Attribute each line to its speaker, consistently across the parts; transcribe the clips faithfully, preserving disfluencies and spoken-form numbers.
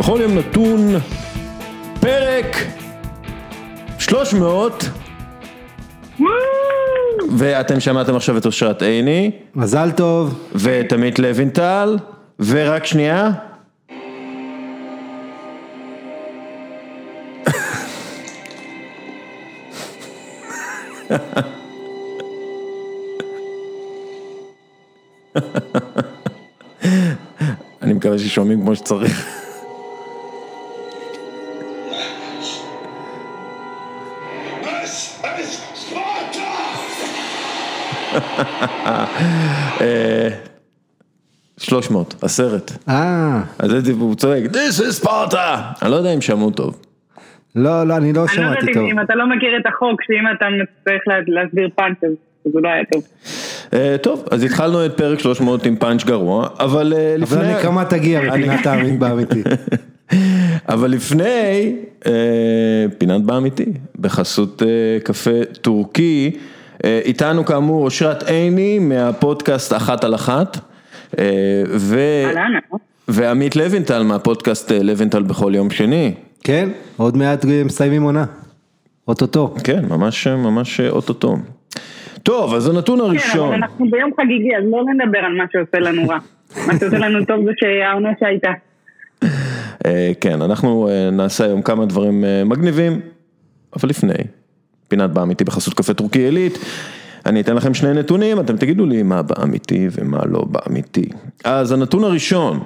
Speaker 1: בכל יום נתון, פרק שלוש מאות, ואתם שמעתם עכשיו את אושרת עיני,
Speaker 2: מזל טוב,
Speaker 1: ואת עמית לוינטל, ורק שנייה, אני מקווה ששומעים כמו שצריך. שלוש מאות, הסרט.
Speaker 2: אה.
Speaker 1: אז הוא צועק, This is Sparta! אני לא יודע אם שמעו טוב.
Speaker 2: לא, לא, אני לא שמעתי טוב.
Speaker 3: אם אתה לא מכיר את החוק, שאם אתה צריך להסביר פאנץ' אז זה לא היה טוב.
Speaker 1: טוב, אז התחלנו את פרק שלוש מאות עם פאנץ' גרוע, אבל לפני...
Speaker 2: אבל אני כמה תגיע בפינת העמית באמיתי.
Speaker 1: אבל לפני פינת באמיתי, בחסות קפה טורקי, איתנו כאמור אושרת עיני מהפודקאסט אחת על אחת, ועמית לוינטל מהפודקאסט לוינטל בכל יום שני.
Speaker 2: כן, עוד מעט מסיימים עונה, אוטוטו.
Speaker 1: כן, ממש ממש אוטוטו. טוב, אז הנתון הראשון.
Speaker 3: כן, אבל אנחנו ביום חגיגי, אז לא נדבר על מה שעושה לנו רע. מה שעושה לנו טוב זה שהעונה שהייתה.
Speaker 1: כן, אנחנו נעשה היום כמה דברים מגניבים, אבל לפני, פינת באמיתי בחסות קפה טורקי עילית, אני אתן לכם שני נתונים, אתם תגידו לי מה באמיתי ומה לא באמיתי. אז הנתון הראשון,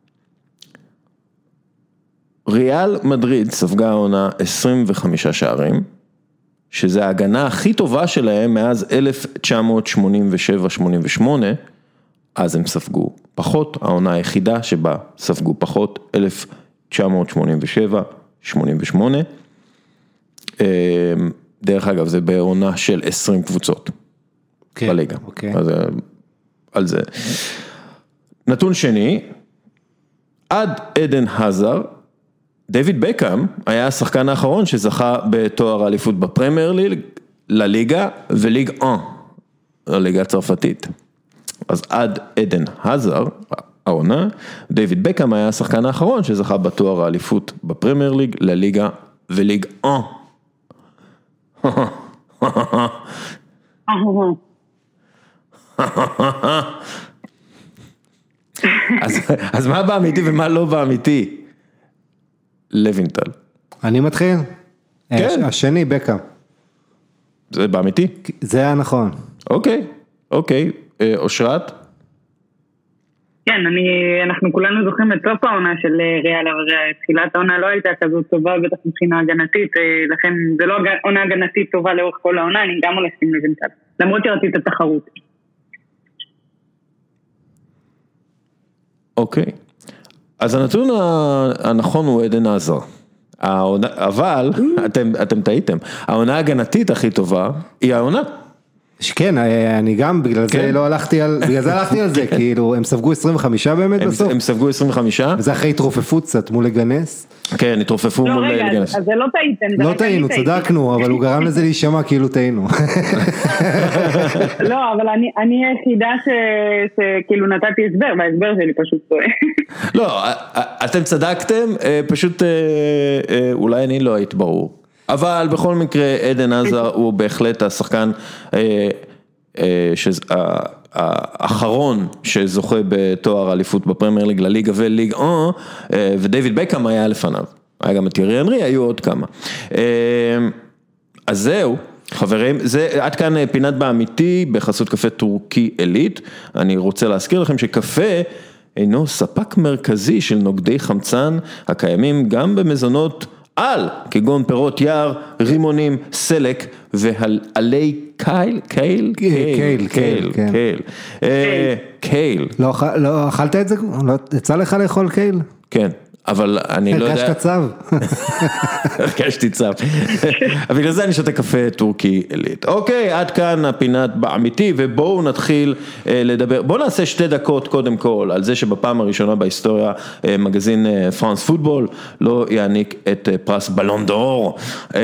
Speaker 1: ריאל מדריד ספגה עונה עשרים וחמישה שערים, שזה ההגנה הכי טובה שלהם מאז אלף תשע מאות שמונים ושבע שמונים ושמונה, אז הם ספגו פחות, העונה היחידה שבה ספגו פחות, אלף תשע מאות שמונים ושבע שמונים ושמונה, דרך אגב זה בעונה של עשרים קבוצות
Speaker 2: כן,
Speaker 1: בליגה,
Speaker 2: אוקיי.
Speaker 1: אז על זה. נתון שני, עד עדן הזר, דיוויד בקאם היה השחקן האחרון שזכה בתואר האליפות בפרמייר ליג, לליגה וליג אחת, לליגה הצרפתית. אז עד עדן הזר, העונה, דיוויד בקאם היה השחקן האחרון שזכה בתואר האליפות בפרמייר ליג, לליגה וליג אחת. אז, אז מה באמיתי ומה לא באמיתי? לוינטל.
Speaker 2: אני מתחיל?
Speaker 1: כן.
Speaker 2: השני, בקאם.
Speaker 1: זה באמיתי?
Speaker 2: זה היה נכון.
Speaker 1: אוקיי, אוקיי. אושרת?
Speaker 3: כן, אני, אנחנו כולנו זוכרים את סוף העונה של ריאל, אבל תחילת העונה לא הייתה כזאת טובה, בטח מבחינה הגנתית, לכן זה לא עונה הגנתית טובה לאורך כל העונה, אני גם הולכת עם לוינטל, למרות שרציתי את התחרות.
Speaker 1: אוקיי. אז הנתון הנכון הוא עדן עזר. אבל, אתם, אתם טעיתם, העונה ההגנתית הכי טובה היא העונה.
Speaker 2: כן, אני גם בגלל זה לא הלכתי על, בגלל זה הלכתי על זה, כאילו הם ספגו עשרים וחמישה באמת בסוף.
Speaker 1: הם ספגו עשרים וחמישה.
Speaker 2: וזה אחרי התרופפות קצת מול לגנס.
Speaker 1: כן, התרופפו מול לגנס.
Speaker 3: אז זה לא טעיתם.
Speaker 2: לא טעינו, צדקנו, אבל הוא גרם לזה להישמע כאילו טעינו.
Speaker 3: לא, אבל אני היחידה שכאילו נתתי הסבר, וההסבר שלי פשוט טועה.
Speaker 1: לא, אתם צדקתם, פשוט אולי אני לא היית ברור. אבל בכל מקרה עדן עזר הוא בהחלט השחקן האחרון שזוכה בתואר האליפות בפרמייר ליג, לליגה וליג אחת, ודייוויד בקאם היה לפניו, היה גם את טירי אנרי, היו עוד כמה. אז זהו, חברים, זה עד כאן פינת באמיתי בחסות קפה טורקי עילית. אני רוצה להזכיר לכם שקפה אינו ספק מרכזי של נוגדי חמצן הקיימים גם במזונות על, כגון פירות יער, רימונים, סלק ועלי קייל, קייל,
Speaker 2: קייל, קייל,
Speaker 1: קייל, קייל.
Speaker 2: לא אכלת את זה? יצא לך לאכול קייל?
Speaker 1: כן, אבל אני לא יודע.
Speaker 2: הרגשת צו?
Speaker 1: הרגשתי צו. בגלל זה אני שותה קפה טורקי עילית. אוקיי, עד כאן הפינת באמיתי, ובואו נתחיל לדבר. בואו נעשה שתי דקות קודם כל, על זה שבפעם הראשונה בהיסטוריה, מגזין פרנס פוטבול לא יעניק את פרס בלון ד'אור.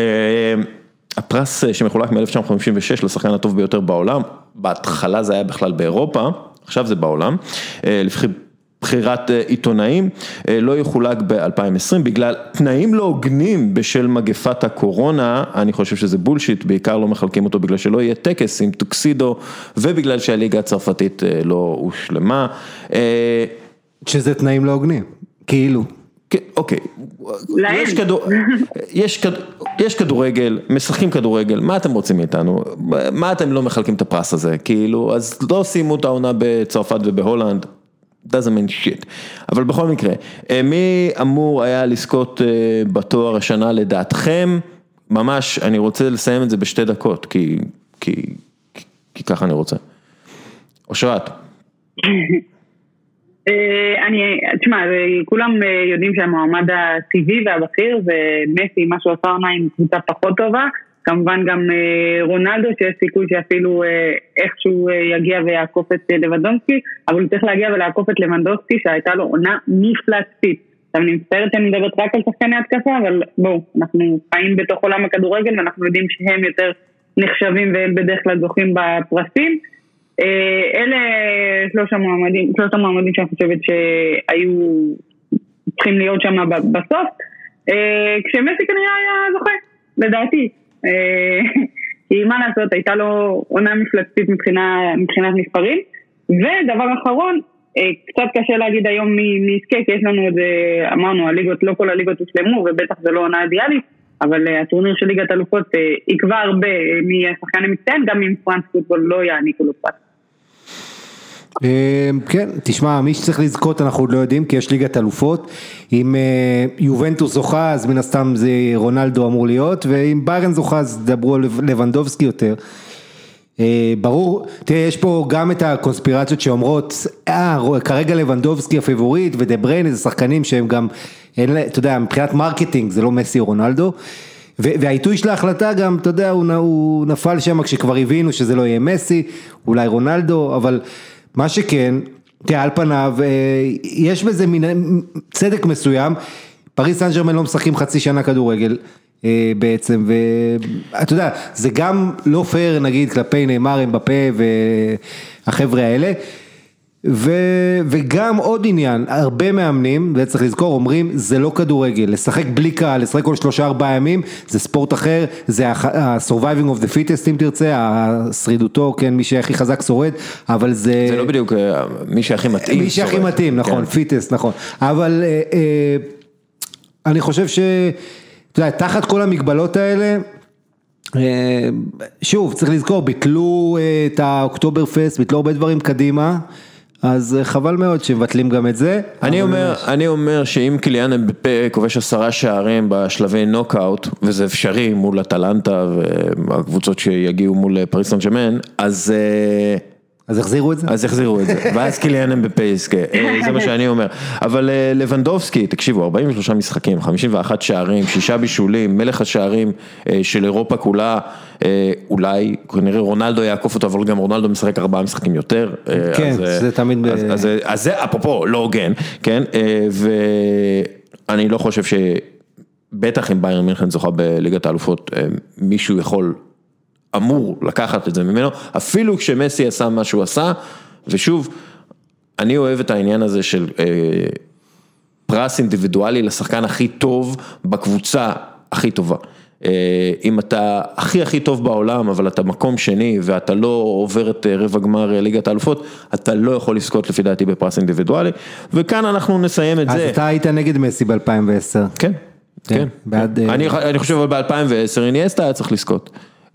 Speaker 1: הפרס שמחולק מ-אלף תשע מאות חמישים ושש לשחקן הטוב ביותר בעולם, בהתחלה זה היה בכלל באירופה, עכשיו זה בעולם, לפי בחירת עיתונאים, לא יחולק ב-אלפיים עשרים, בגלל תנאים לא הוגנים בשל מגפת הקורונה, אני חושב שזה בולשיט, בעיקר לא מחלקים אותו בגלל שלא יהיה טקס עם טוקסידו, ובגלל שהליגה הצרפתית לא הושלמה.
Speaker 2: שזה תנאים לא הוגנים, כאילו.
Speaker 1: אוקיי, יש כדור, יש כדור, יש כדורגל, משחקים כדורגל, מה אתם רוצים מאיתנו? מה אתם לא מחלקים את הפרס הזה? כאילו, אז לא שימו את העונה בצרפת ובהולנד, doesn't mean shit. אבל בכל מקרה, מי אמור היה לזכות בתואר השנה לדעתכם? ממש, אני רוצה לסיים את זה בשתי דקות, כי, כי, כי ככה אני רוצה. אושרת.
Speaker 3: אני, תשמע, כולם יודעים שהמועמד הטבעי והבכיר זה מסי, משהו עשה עונה עם קבוצה פחות טובה, כמובן גם רונלדו שיש סיכוי שאפילו איכשהו יגיע ויעקוף את לבנדובסקי, אבל הוא צריך להגיע ולעקוף את לבנדובסקי שהייתה לו עונה מפלצתית. עכשיו אני מצטערת שאני מדברת רק על שחקני התקפה, אבל בואו, אנחנו חיים בתוך עולם הכדורגל ואנחנו יודעים שהם יותר נחשבים והם בדרך כלל זוכים בפרסים. אלה שלוש המועמדים, שלושת המועמדים שאני חושבת שהיו צריכים להיות שם בסוף, כשמסי כנראה היה זוכה, לדעתי, כי מה לעשות, הייתה לו עונה מפלצתית מבחינת מספרים, ודבר אחרון, קצת קשה להגיד היום מי יזכה, כי יש לנו את זה, אמרנו, הליגות, לא כל הליגות הושלמו, ובטח זה לא עונה אידיאלית, אבל הטורניר של ליגת אלופות יקבע הרבה מהשחקן המצטיין, גם אם פרנס פוטבול לא יעניק לו פרס.
Speaker 2: כן, תשמע, מי שצריך לזכות אנחנו עוד לא יודעים, כי יש ליגת אלופות, אם יובנטוס זוכה אז מן הסתם זה רונלדו אמור להיות, ואם ביירן זוכה אז דברו על לבנדובסקי יותר. ברור, תראה, יש פה גם את הקונספירציות שאומרות, אה, כרגע לבנדובסקי הפיבוריט ודה בריין, זה שחקנים שהם גם, אתה יודע, מבחינת מרקטינג זה לא מסי או רונלדו, והעיתוי של ההחלטה גם, אתה יודע, הוא נפל שם כשכבר הבינו שזה לא יהיה מסי, אולי רונלדו, אבל מה שכן, תראה, על פניו, יש בזה צדק מסוים, פריס סן ז'רמן לא משחקים חצי שנה כדורגל, בעצם, ואתה יודע, זה גם לא פייר, נגיד, כלפי נאמר, אמבפה והחבר'ה האלה, ו, וגם עוד עניין, הרבה מאמנים, וצריך לזכור, אומרים, זה לא כדורגל, לשחק בלי קהל, לשחק כל שלושה ארבעה ימים, זה ספורט אחר, זה ה-surviving of the fittest, אם תרצה, השרידותו, כן, מי שהכי חזק שורד, אבל זה...
Speaker 1: זה לא בדיוק מי שהכי מתאים.
Speaker 2: מי שהכי מתאים, נכון, fittest, נכון, אבל אני חושב ש... אתה יודע, תחת כל המגבלות האלה, שוב, צריך לזכור, ביטלו את האוקטובר פסט, ביטלו הרבה דברים קדימה, אז חבל מאוד שמבטלים גם את זה.
Speaker 1: אני אומר, אני אומר שאם קיליאן אמבפה כובש עשרה שערים בשלבי נוקאוט, וזה אפשרי מול אטלנטה והקבוצות שיגיעו מול פריס סן ז'רמן, אז...
Speaker 2: אז החזירו את זה?
Speaker 1: אז החזירו את זה, ואז קיליאן אמבפה יזכה, זה מה שאני אומר. אבל לבנדובסקי, תקשיבו, ארבעים ושלושה משחקים, חמישים ואחד שערים, שישה בישולים, מלך השערים של אירופה כולה, אולי, כנראה רונלדו יעקוף אותו, אבל גם רונלדו משחק ארבעה משחקים יותר.
Speaker 2: כן, זה תמיד...
Speaker 1: אז זה, אפרופו, לא הוגן, כן? ואני לא חושב שבטח אם ביירן מינכן זוכה בליגת האלופות, מישהו יכול... אמור לקחת את זה ממנו, אפילו כשמסי עשה מה שהוא עשה, ושוב, אני אוהב את העניין הזה של אה, פרס אינדיבידואלי לשחקן הכי טוב בקבוצה הכי טובה. אה, אם אתה הכי הכי טוב בעולם, אבל אתה מקום שני, ואתה לא עובר את רבע גמר ליגת האלופות, אתה לא יכול לזכות לפי דעתי בפרס אינדיבידואלי, וכאן אנחנו נסיים את
Speaker 2: אז
Speaker 1: זה.
Speaker 2: אז אתה היית נגד מסי ב-אלפיים ועשר.
Speaker 1: כן, כן. כן.
Speaker 2: בעד,
Speaker 1: אני, אני חושב ב-אלפיים ועשר, איניאסטה היה צריך לזכות.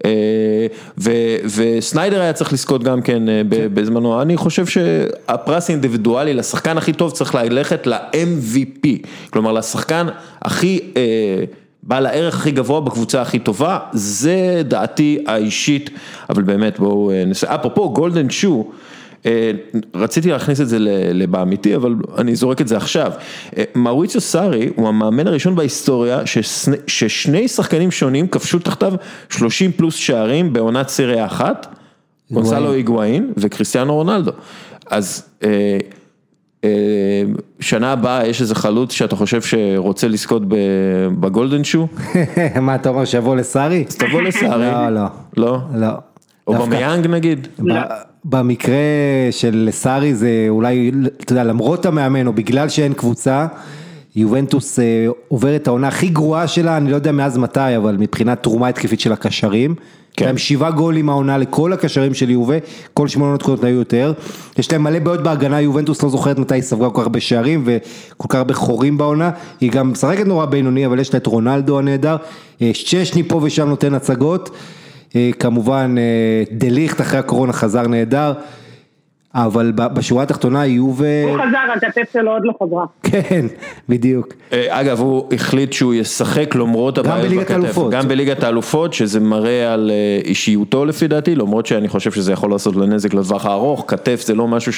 Speaker 1: וסניידר היה צריך לזכות גם כן בזמנו. אני חושב שהפרס אינדיבידואלי לשחקן הכי טוב צריך ללכת ל-אם וי פי, כלומר לשחקן הכי בעל הערך הכי גבוה בקבוצה הכי טובה, זה דעתי האישית, אבל באמת בואו נסע, אפרופו גולדן שו, רציתי להכניס את זה לבאמיתי, אבל אני זורק את זה עכשיו. מאוריציו סארי הוא המאמן הראשון בהיסטוריה ששני שחקנים שונים כבשו תחתיו שלושים פלוס שערים בעונת סיריה אחת, גונסלו היגואין וקריסטיאנו רונלדו. אז שנה הבאה יש איזה חלוץ שאתה חושב שרוצה לזכות בגולדן שו?
Speaker 2: מה אתה אומר, שיבוא לסארי?
Speaker 1: אז תבוא לסארי.
Speaker 2: לא, לא.
Speaker 1: לא?
Speaker 2: לא.
Speaker 1: או במיינג נגיד?
Speaker 2: במקרה של סארי זה אולי, אתה יודע, למרות המאמן או בגלל שאין קבוצה, יובנטוס עובר את העונה הכי גרועה שלה, אני לא יודע מאז מתי, אבל מבחינת תרומה התקפית של הקשרים, הם שבעה גולים העונה לכל הקשרים של יובה, כל שמונה נקודות היו יותר, יש להם מלא בעיות בהגנה, יובנטוס לא זוכרת מתי היא ספגה כל כך הרבה שערים וכל כך הרבה חורים בעונה, היא גם משחקת נורא בינוני, אבל יש לה את רונלדו הנהדר, צ'שני פה ושם נותן הצגות, כמובן דליכט אחרי הקורונה חזר נהדר, אבל בשורה התחתונה יובה...
Speaker 3: הוא חזר, הכתף שלו עוד לא חזרה.
Speaker 2: כן, בדיוק.
Speaker 1: אגב, הוא החליט שהוא ישחק למרות הבעיות בכתף. גם בליגת האלופות, שזה מראה על אישיותו לפי דעתי, למרות שאני חושב שזה יכול לעשות לנזק לטווח הארוך, כתף זה לא משהו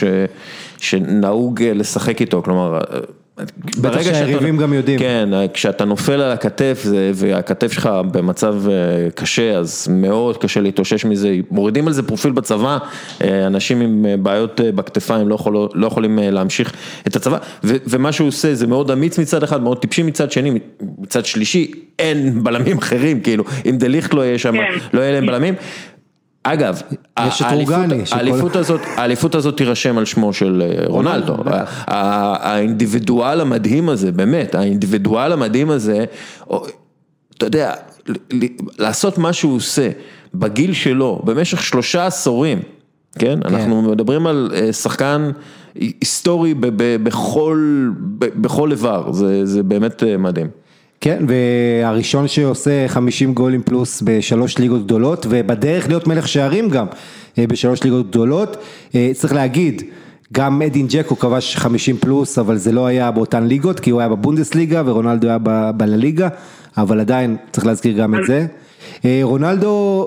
Speaker 1: שנהוג לשחק איתו, כלומר...
Speaker 2: בטח שהיריבים גם יודעים.
Speaker 1: כן, כשאתה נופל על הכתף והכתף שלך במצב קשה, אז מאוד קשה להתאושש מזה, מורידים על זה פרופיל בצבא, אנשים עם בעיות בכתפיים לא, יכול, לא יכולים להמשיך את הצבא, ו, ומה שהוא עושה זה מאוד אמיץ מצד אחד, מאוד טיפשי מצד שני, מצד שלישי, אין בלמים אחרים, כאילו, אם דליכט לא יהיה שם, לא יהיה להם בלמים, אגב, האליפות הזאת, האליפות הזאת תירשם על שמו של רונלדו, האינדיבידואל המדהים הזה, באמת, האינדיבידואל המדהים הזה, אתה יודע, לעשות מה שהוא עושה, בגיל שלו, במשך שלושה עשורים, כן, אנחנו מדברים על שחקן היסטורי בכל, בכל איבר, זה, זה באמת מדהים.
Speaker 2: כן, והראשון שעושה חמישים גולים פלוס בשלוש ליגות גדולות, ובדרך להיות מלך שערים גם בשלוש ליגות גדולות, צריך להגיד, גם אדין ג'קו כבש חמישים פלוס, אבל זה לא היה באותן ליגות, כי הוא היה בבונדסליגה, ורונלדו היה בלליגה, אבל עדיין צריך להזכיר גם את זה. רונלדו,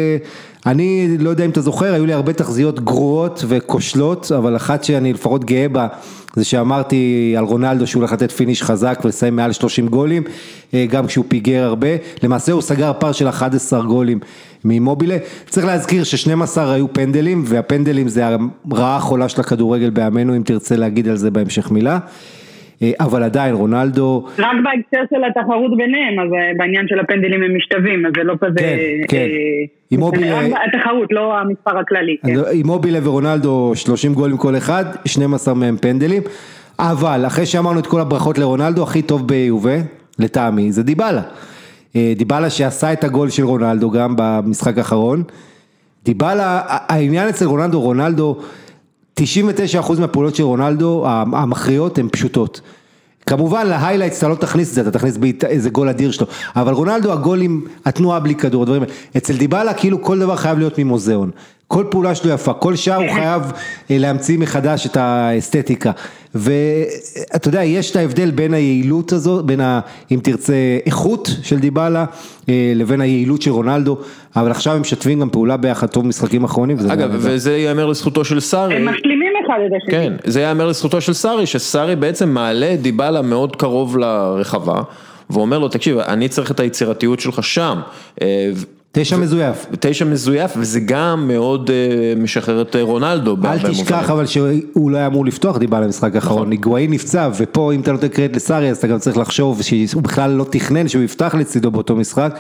Speaker 2: אני לא יודע אם אתה זוכר, היו לי הרבה תחזיות גרועות וכושלות, אבל אחת שאני לפחות גאה בה, זה שאמרתי על רונלדו שהוא הולך לתת פיניש חזק ולסיים מעל שלושים גולים, גם כשהוא פיגר הרבה, למעשה הוא סגר פער של אחד עשר גולים ממובילה, צריך להזכיר ש-שנים עשר היו פנדלים, והפנדלים זה הרעה החולה של הכדורגל בימינו, אם תרצה להגיד על זה בהמשך מילה, אבל עדיין רונלדו... רק
Speaker 3: בהקשר של התחרות ביניהם, אז בעניין של הפנדלים הם משתווים, אז זה לא כזה...
Speaker 2: כן, כן.
Speaker 3: התחרות, לא המספר הכללי.
Speaker 2: אימובילה ורונלדו שלושים גולים כל אחד, שנים עשר מהם פנדלים, אבל אחרי שאמרנו את כל הברכות לרונלדו, הכי טוב ביובה, לטעמי, זה דיבאלה. דיבאלה שעשה את הגול של רונלדו גם במשחק האחרון. דיבאלה, העניין אצל רונלדו, רונלדו, תשעים ותשעה אחוז מהפעולות של רונלדו, המכריעות הן פשוטות. כמובן, להיילייטס אתה לא תכניס את זה, אתה תכניס איזה גול אדיר שלו, אבל רונלדו הגולים, התנועה בלי כדור, הדברים, אצל דיבאלה כאילו כל דבר חייב להיות ממוזיאון, כל פעולה שלו יפה, כל שעה הוא חייב להמציא מחדש את האסתטיקה, ואתה יודע, יש את ההבדל בין היעילות הזו, בין ה, אם תרצה, איכות של דיבאלה, לבין היעילות של רונלדו, אבל עכשיו הם משתפים גם פעולה ביחד טוב משחקים אחרונים.
Speaker 1: אגב, וזה יאמר לזכותו של סארי.
Speaker 3: הם משלימים אחד את השני.
Speaker 1: כן, זה יאמר לזכותו של סארי, שסארי בעצם מעלה דיבאלה מאוד קרוב לרחבה, ואומר לו, תקשיב, אני צריך את היצירתיות שלך שם.
Speaker 2: תשע מזויף.
Speaker 1: תשע מזויף, וזה גם מאוד משחרר את רונלדו.
Speaker 2: אל תשכח אבל שהוא לא היה אמור לפתוח דיבאלה למשחק האחרון, היגואין נפצע, ופה אם אתה נותן קרדיט לסארי, אז אתה גם צריך לחשוב שהוא בכלל לא תכנן שהוא יפתח לצידו באותו משחק,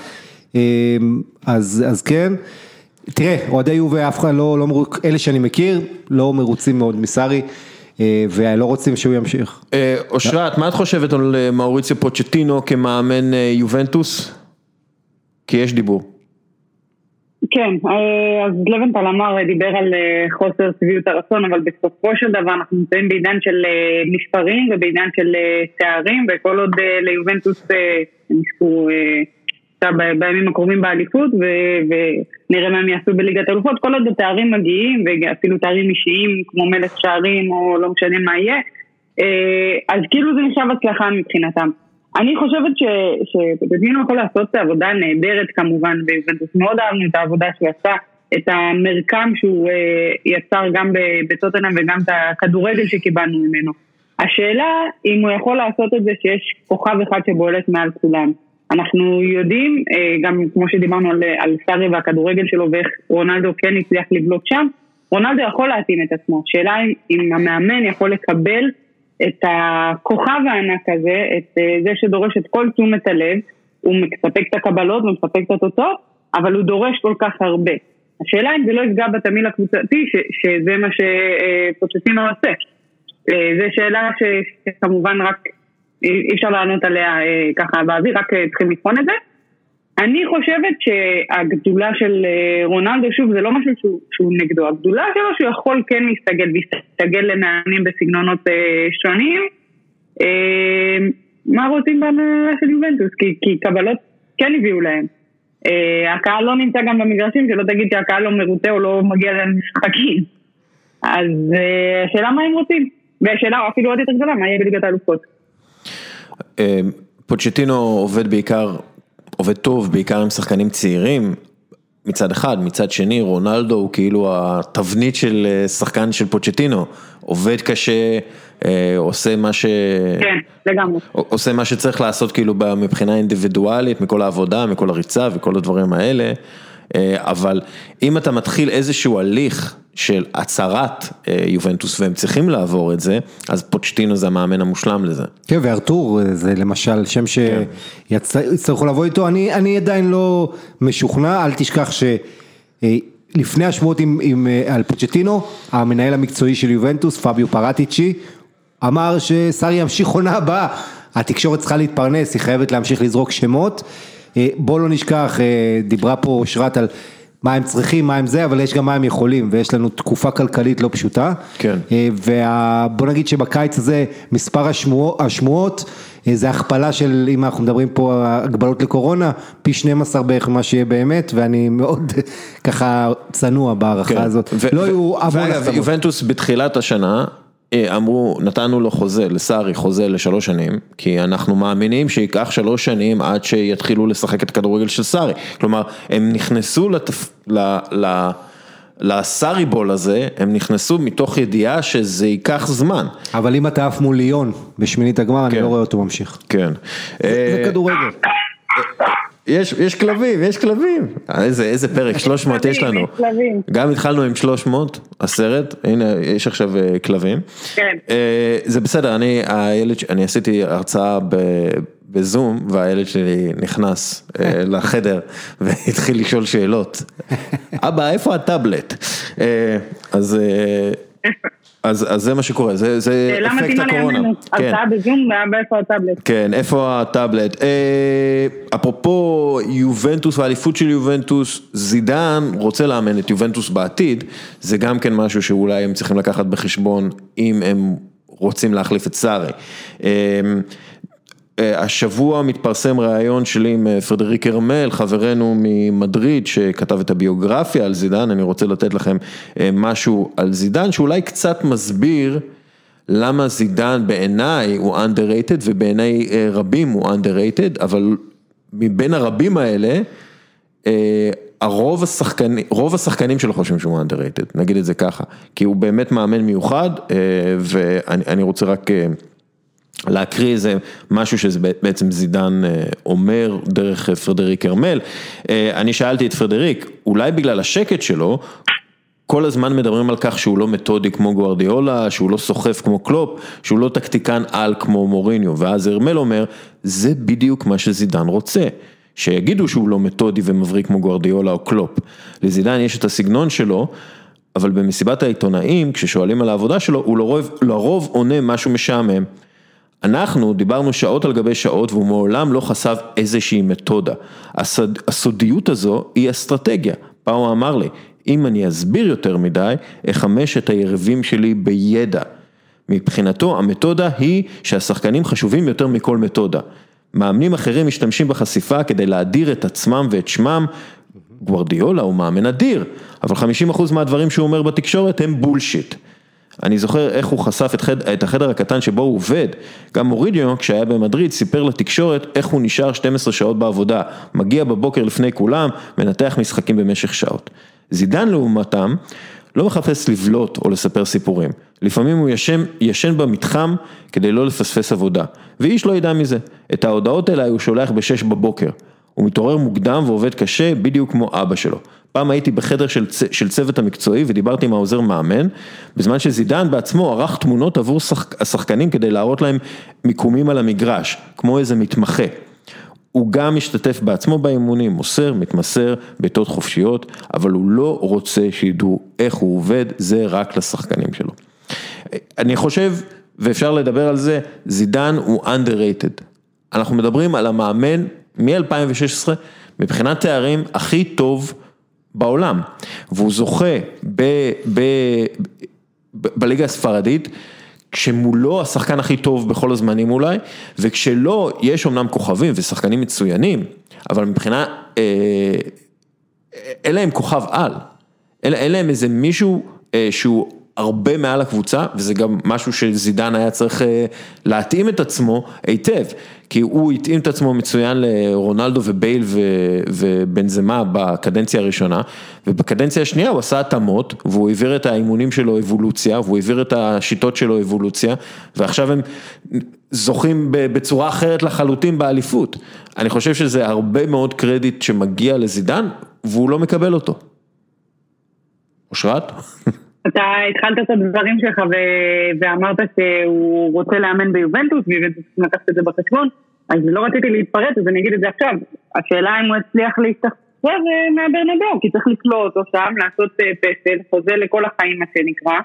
Speaker 2: אז, אז כן, תראה, אוהדי יובה אף אחד לא, לא, אלה שאני מכיר, לא מרוצים מאוד מסארי, ולא רוצים שהוא ימשיך.
Speaker 1: אושרת, מה את חושבת על מאוריציו פוצ'טינו כמאמן יובנטוס? כי יש דיבור.
Speaker 3: כן, אז לבנטל אמר, דיבר על חוסר שביעות הרצון, אבל בסופו של דבר אנחנו נמצאים בעידן של מספרים ובעידן של תארים, וכל עוד ליובנטוס נזכו בימים הקרובים באליפות, ונראה מה הם יעשו בליגת האלופות, כל עוד התארים מגיעים, ואפילו תארים אישיים כמו מלך שערים או לא משנה מה יהיה, אז כאילו זה נחשב הצלחה מבחינתם. אני חושבת שפוצ'טינו יכול לעשות את העבודה נהדרת כמובן, ויובנטוס מאוד אהבנו את העבודה שהוא עשה, את המרקם שהוא יצר גם בטוטנהאם וגם את הכדורגל שקיבלנו ממנו. השאלה אם הוא יכול לעשות את זה שיש כוכב אחד שבועלת מעל כולם. אנחנו יודעים, גם כמו שדיברנו על, על סארי והכדורגל שלו ואיך רונלדו כן הצליח לבלוט שם, רונלדו יכול להתאים את עצמו. השאלה אם, אם המאמן יכול לקבל את הכוכב הענק הזה, את זה שדורש את כל תשומת הלב, הוא מספק את הקבלות ומספק את התוצאות, אבל הוא דורש כל כך הרבה. השאלה אם זה לא יפגע בתמיל הקבוצתי, שזה מה שפוצ'טינו עושה. זו שאלה שכמובן רק אי אפשר לענות עליה ככה באוויר, רק צריכים לבחון את זה. אני חושבת שהגדולה של רונלדו, שוב, זה לא משהו שהוא, שהוא נגדו. הגדולה שלו שהוא יכול כן להסתגל, להסתגל למאמנים בסגנונות שונים. מה רוצים במהלך של יובנטוס? כי, כי קבלות כן הביאו להם. הקהל לא נמצא גם במגרשים, שלא תגיד שהקהל לא מרוטה או לא מגיע למשחקים. אז השאלה מה הם רוצים? והשאלה אפילו עוד יותר גדולה, מה יהיה בליגת האלופות?
Speaker 1: פוצ'טינו עובד בעיקר, עובד טוב בעיקר עם שחקנים צעירים, מצד אחד, מצד שני, רונלדו הוא כאילו התבנית של שחקן של פוצ'טינו, עובד קשה, עושה מה ש...
Speaker 3: כן, לגמרי.
Speaker 1: עושה מה שצריך לעשות כאילו מבחינה אינדיבידואלית, מכל העבודה, מכל הריצה וכל הדברים האלה, אבל אם אתה מתחיל איזשהו הליך של הצהרת יובנטוס והם צריכים לעבור את זה, אז פוצ'טינו זה המאמן המושלם לזה.
Speaker 2: כן, וארתור זה למשל שם שיצטרכו לבוא איתו, אני, אני עדיין לא משוכנע, אל תשכח שלפני השבועות עם, עם, על פוצ'טינו, המנהל המקצועי של יובנטוס, פביו פרטיצ'י, אמר שסארי ימשיך עונה הבאה, התקשורת צריכה להתפרנס, היא חייבת להמשיך לזרוק שמות, בוא לא נשכח, דיברה פה שרת על מה הם צריכים, מה הם זה, אבל יש גם מה הם יכולים, ויש לנו תקופה כלכלית לא פשוטה,
Speaker 1: כן.
Speaker 2: ובוא נגיד שבקיץ הזה, מספר השמועות, השמועות, זה הכפלה של, אם אנחנו מדברים פה, הגבלות לקורונה, פי שנים עשר בערך מה שיהיה באמת, ואני מאוד ככה צנוע בערכה
Speaker 1: כן.
Speaker 2: הזאת.
Speaker 1: ו-
Speaker 2: לא
Speaker 1: ו-
Speaker 2: היו המון
Speaker 1: ואגב, יובנטוס בתחילת השנה, אמרו, נתנו לו חוזה, לסארי חוזה לשלוש שנים, כי אנחנו מאמינים שיקח שלוש שנים עד שיתחילו לשחק את כדורגל של סארי. כלומר, הם נכנסו לתפ... ל... ל... לסארי בול הזה, הם נכנסו מתוך ידיעה שזה ייקח זמן.
Speaker 2: אבל אם אתה אף מול ליון בשמינית הגמר,
Speaker 1: כן.
Speaker 2: אני לא רואה אותו ממשיך.
Speaker 1: כן.
Speaker 2: זה, זה כדורגל.
Speaker 1: יש, יש כלבים, יש כלבים. איזה, איזה פרק, שלוש מאות יש לנו. גם התחלנו עם שלוש מאות, הסרט, הנה, יש עכשיו כלבים.
Speaker 3: כן.
Speaker 1: זה בסדר, אני, הילד, אני עשיתי הרצאה בזום, והילד שלי נכנס לחדר, והתחיל לשאול שאלות. אבא, איפה הטאבלט? אז... אז, אז זה מה שקורה, זה, זה אפקט הקורונה.
Speaker 3: הרצאה בזום, ואיפה הטאבלט?
Speaker 1: כן, איפה הטאבלט? אפרופו יובנטוס והאליפות של יובנטוס, זידן רוצה לאמן את יובנטוס בעתיד, זה גם כן משהו שאולי הם צריכים לקחת בחשבון, אם הם רוצים להחליף את סארי. השבוע מתפרסם ראיון שלי עם פרדריק הרמל, חברנו ממדריד, שכתב את הביוגרפיה על זידן, אני רוצה לתת לכם משהו על זידן, שאולי קצת מסביר למה זידן בעיניי הוא underrated, ובעיני רבים הוא underrated, אבל מבין הרבים האלה, הרוב השחקנים, רוב השחקנים שלו חושבים שהוא underrated, נגיד את זה ככה, כי הוא באמת מאמן מיוחד, ואני רוצה רק... להקריא איזה משהו שזה בעצם זידן אומר דרך פרדריק הרמל. אני שאלתי את פרדריק, אולי בגלל השקט שלו, כל הזמן מדברים על כך שהוא לא מתודי כמו גוארדיולה, שהוא לא סוחף כמו קלופ, שהוא לא טקטיקן על כמו מוריניו, ואז הרמל אומר, זה בדיוק מה שזידן רוצה, שיגידו שהוא לא מתודי ומבריק כמו גוארדיולה או קלופ. לזידן יש את הסגנון שלו, אבל במסיבת העיתונאים, כששואלים על העבודה שלו, הוא לרוב, לרוב עונה משהו משעמם. אנחנו דיברנו שעות על גבי שעות, והוא מעולם לא חשף איזושהי מתודה. הסוד, הסודיות הזו היא אסטרטגיה. פעם הוא אמר לי, אם אני אסביר יותר מדי, אחמש את היריבים שלי בידע. מבחינתו, המתודה היא שהשחקנים חשובים יותר מכל מתודה. מאמנים אחרים משתמשים בחשיפה כדי להדיר את עצמם ואת שמם. גוארדיולה הוא מאמן אדיר, אבל חמישים אחוז מהדברים שהוא אומר בתקשורת הם בולשיט. אני זוכר איך הוא חשף את, חד, את החדר הקטן שבו הוא עובד, גם מוריניו כשהיה במדריד סיפר לתקשורת איך הוא נשאר שתים עשרה שעות בעבודה, מגיע בבוקר לפני כולם, מנתח משחקים במשך שעות. זידן לעומתם לא מחפש לבלוט או לספר סיפורים, לפעמים הוא ישן, ישן במתחם כדי לא לפספס עבודה, ואיש לא ידע מזה, את ההודעות האלה הוא שולח בשש בבוקר, הוא מתעורר מוקדם ועובד קשה בדיוק כמו אבא שלו. פעם הייתי בחדר של, של צוות המקצועי ודיברתי עם העוזר מאמן, בזמן שזידן בעצמו ערך תמונות עבור שח, השחקנים כדי להראות להם מיקומים על המגרש, כמו איזה מתמחה. הוא גם משתתף בעצמו באימונים, מוסר, מתמסר, בעיטות חופשיות, אבל הוא לא רוצה שידעו איך הוא עובד, זה רק לשחקנים שלו. אני חושב, ואפשר לדבר על זה, זידן הוא underrated. אנחנו מדברים על המאמן מ-אלפיים ושש עשרה, מבחינת תארים הכי טוב בעולם, והוא זוכה ב, ב, ב, בליגה הספרדית, כשמולו השחקן הכי טוב בכל הזמנים אולי, וכשלא יש אומנם כוכבים ושחקנים מצוינים, אבל מבחינה, אה, אלה הם כוכב על, אלה, אלה הם איזה מישהו אה, שהוא הרבה מעל הקבוצה, וזה גם משהו שזידן היה צריך אה, להתאים את עצמו היטב, כי הוא התאים את עצמו מצוין לרונלדו ובייל ו, ובנזמה בקדנציה הראשונה, ובקדנציה השנייה הוא עשה התאמות, והוא העביר את האימונים שלו אבולוציה, והוא העביר את השיטות שלו אבולוציה, ועכשיו הם זוכים בצורה אחרת לחלוטין באליפות. אני חושב שזה הרבה מאוד קרדיט שמגיע לזידן, והוא לא מקבל אותו. אושרת?
Speaker 3: אתה התחלת את הדברים שלך ואמרת שהוא רוצה לאמן ביובנטוס, ויובנטוס לקחת את זה בחשבון, אז לא רציתי להתפרץ, אז אני אגיד את זה עכשיו. השאלה אם הוא הצליח להסתחרר מהברנבאו, כי צריך לקלוא אותו שם, לעשות פסל, חוזה לכל החיים מה שנקרא,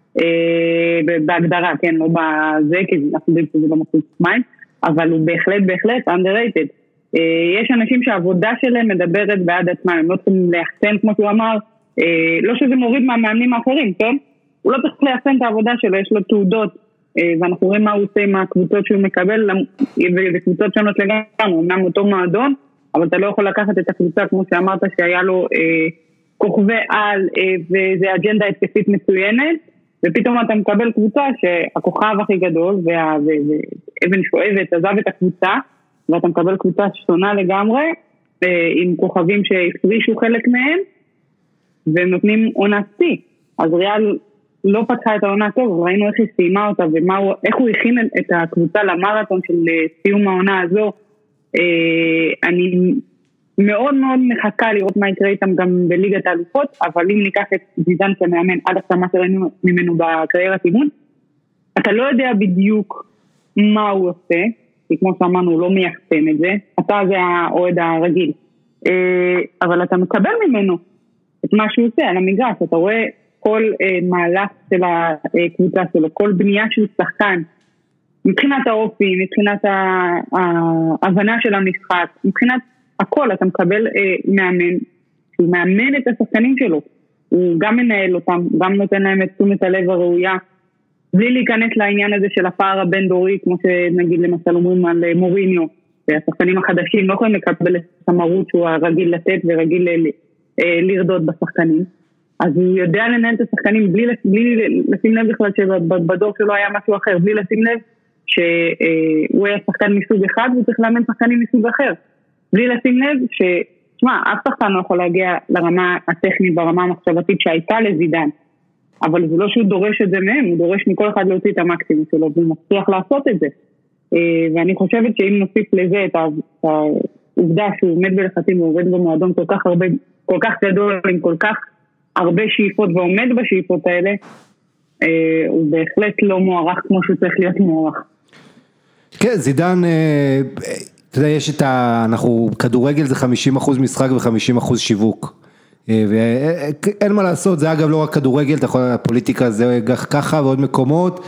Speaker 3: בהגדרה, כן, לא בזה, כי אנחנו יודעים שזה לא מספיק מים, אבל הוא בהחלט, בהחלט underrated. יש אנשים שהעבודה שלהם מדברת בעד עצמם, הם לא צריכים להחצן כמו שהוא אמר, לא שזה מוריד מהמאמנים האחרים, כן? הוא לא צריך להחצן את העבודה שלו, יש לו תעודות, ואנחנו רואים מה הוא עושה עם הקבוצות שהוא מקבל, וקבוצות שונות לגמרי, אמנם אותו מועדון, אבל אתה לא יכול לקחת את הקבוצה, כמו שאמרת שהיה לו כוכבי על, וזה אג'נדה התקפית מצוינת, ופתאום אתה מקבל קבוצה שהכוכב הכי גדול, ואבן שואבת עזב את הקבוצה, ואתה מקבל קבוצה שונה לגמרי, עם כוכבים שהפרישו חלק מהם, והם נותנים עונה שיא. אז ריאל לא פתחה את העונה טוב, ראינו איך היא סיימה אותה, ואיך הוא הכין את הקבוצה למרתון של סיום העונה הזו. אני מאוד מאוד מחכה לראות מה יקרה איתם גם בליגת האלופות, אבל אם ניקח את זידן כמאמן עד עכשיו מה שראינו ממנו בקריירת אימון, אתה לא יודע בדיוק מה הוא עושה, כי כמו שאמרנו הוא לא מייחסן את זה, אתה זה האוהד הרגיל, אבל אתה מקבל ממנו את מה שהוא עושה על המגרש, אתה רואה כל מהלך של הקבוצה שלו, כל בנייה של שחקן, מבחינת האופי, מבחינת ההבנה של המשחק, מבחינת הכל, אתה מקבל מאמן, הוא מאמן את השחקנים שלו, הוא גם מנהל אותם, גם נותן להם את תשומת הלב הראויה, בלי להיכנס לעניין הזה של הפער הבין דורי, כמו שנגיד למשל אומרים על מוריניו, והשחקנים החדשים לא יכולים לקבל את המרות שהוא הרגיל לתת ורגיל לרדות בשחקנים, אז הוא יודע לנהל את השחקנים בלי, בלי לשים לב בכלל שבדור שלו היה משהו אחר, בלי לשים לב שהוא היה שחקן מסוג אחד והוא צריך לאמן שחקנים מסוג אחר, בלי לשים לב ששמע, אף שחקן לא יכול להגיע לרמה הטכנית, ברמה המחשבתית שהייתה לזידן, אבל זה לא שהוא דורש את זה מהם, הוא דורש מכל אחד להוציא את המקסימום שלו, והוא מצליח לעשות את זה. ואני חושבת שאם נוסיף לזה את העובדה שהוא עומד בלחצים, הוא עובד במועדון כל כך הרבה, כל כך גדול, עם כל כך הרבה שאיפות, ועומד בשאיפות האלה, הוא בהחלט לא מוערך כמו שהוא צריך להיות מוערך.
Speaker 2: כן, זידן, אתה יודע, יש את ה... אנחנו, כדורגל זה חמישים אחוז משחק ו-חמישים אחוז שיווק. ואין מה לעשות, זה אגב לא רק כדורגל, אתה יכול, הפוליטיקה זה ככה ועוד מקומות,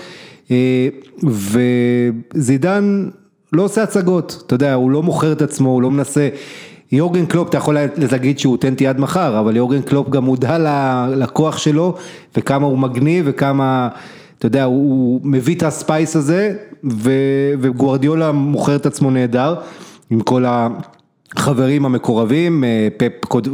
Speaker 2: וזידן לא עושה הצגות, אתה יודע, הוא לא מוכר את עצמו, הוא לא מנסה, יורגן קלופ, אתה יכול להגיד שהוא אותנטי עד מחר, אבל יורגן קלופ גם מודע לכוח שלו, וכמה הוא מגניב, וכמה, אתה יודע, הוא מביא את הספייס הזה, וגוארדיולה מוכר את עצמו נהדר, עם כל החברים המקורבים, פפ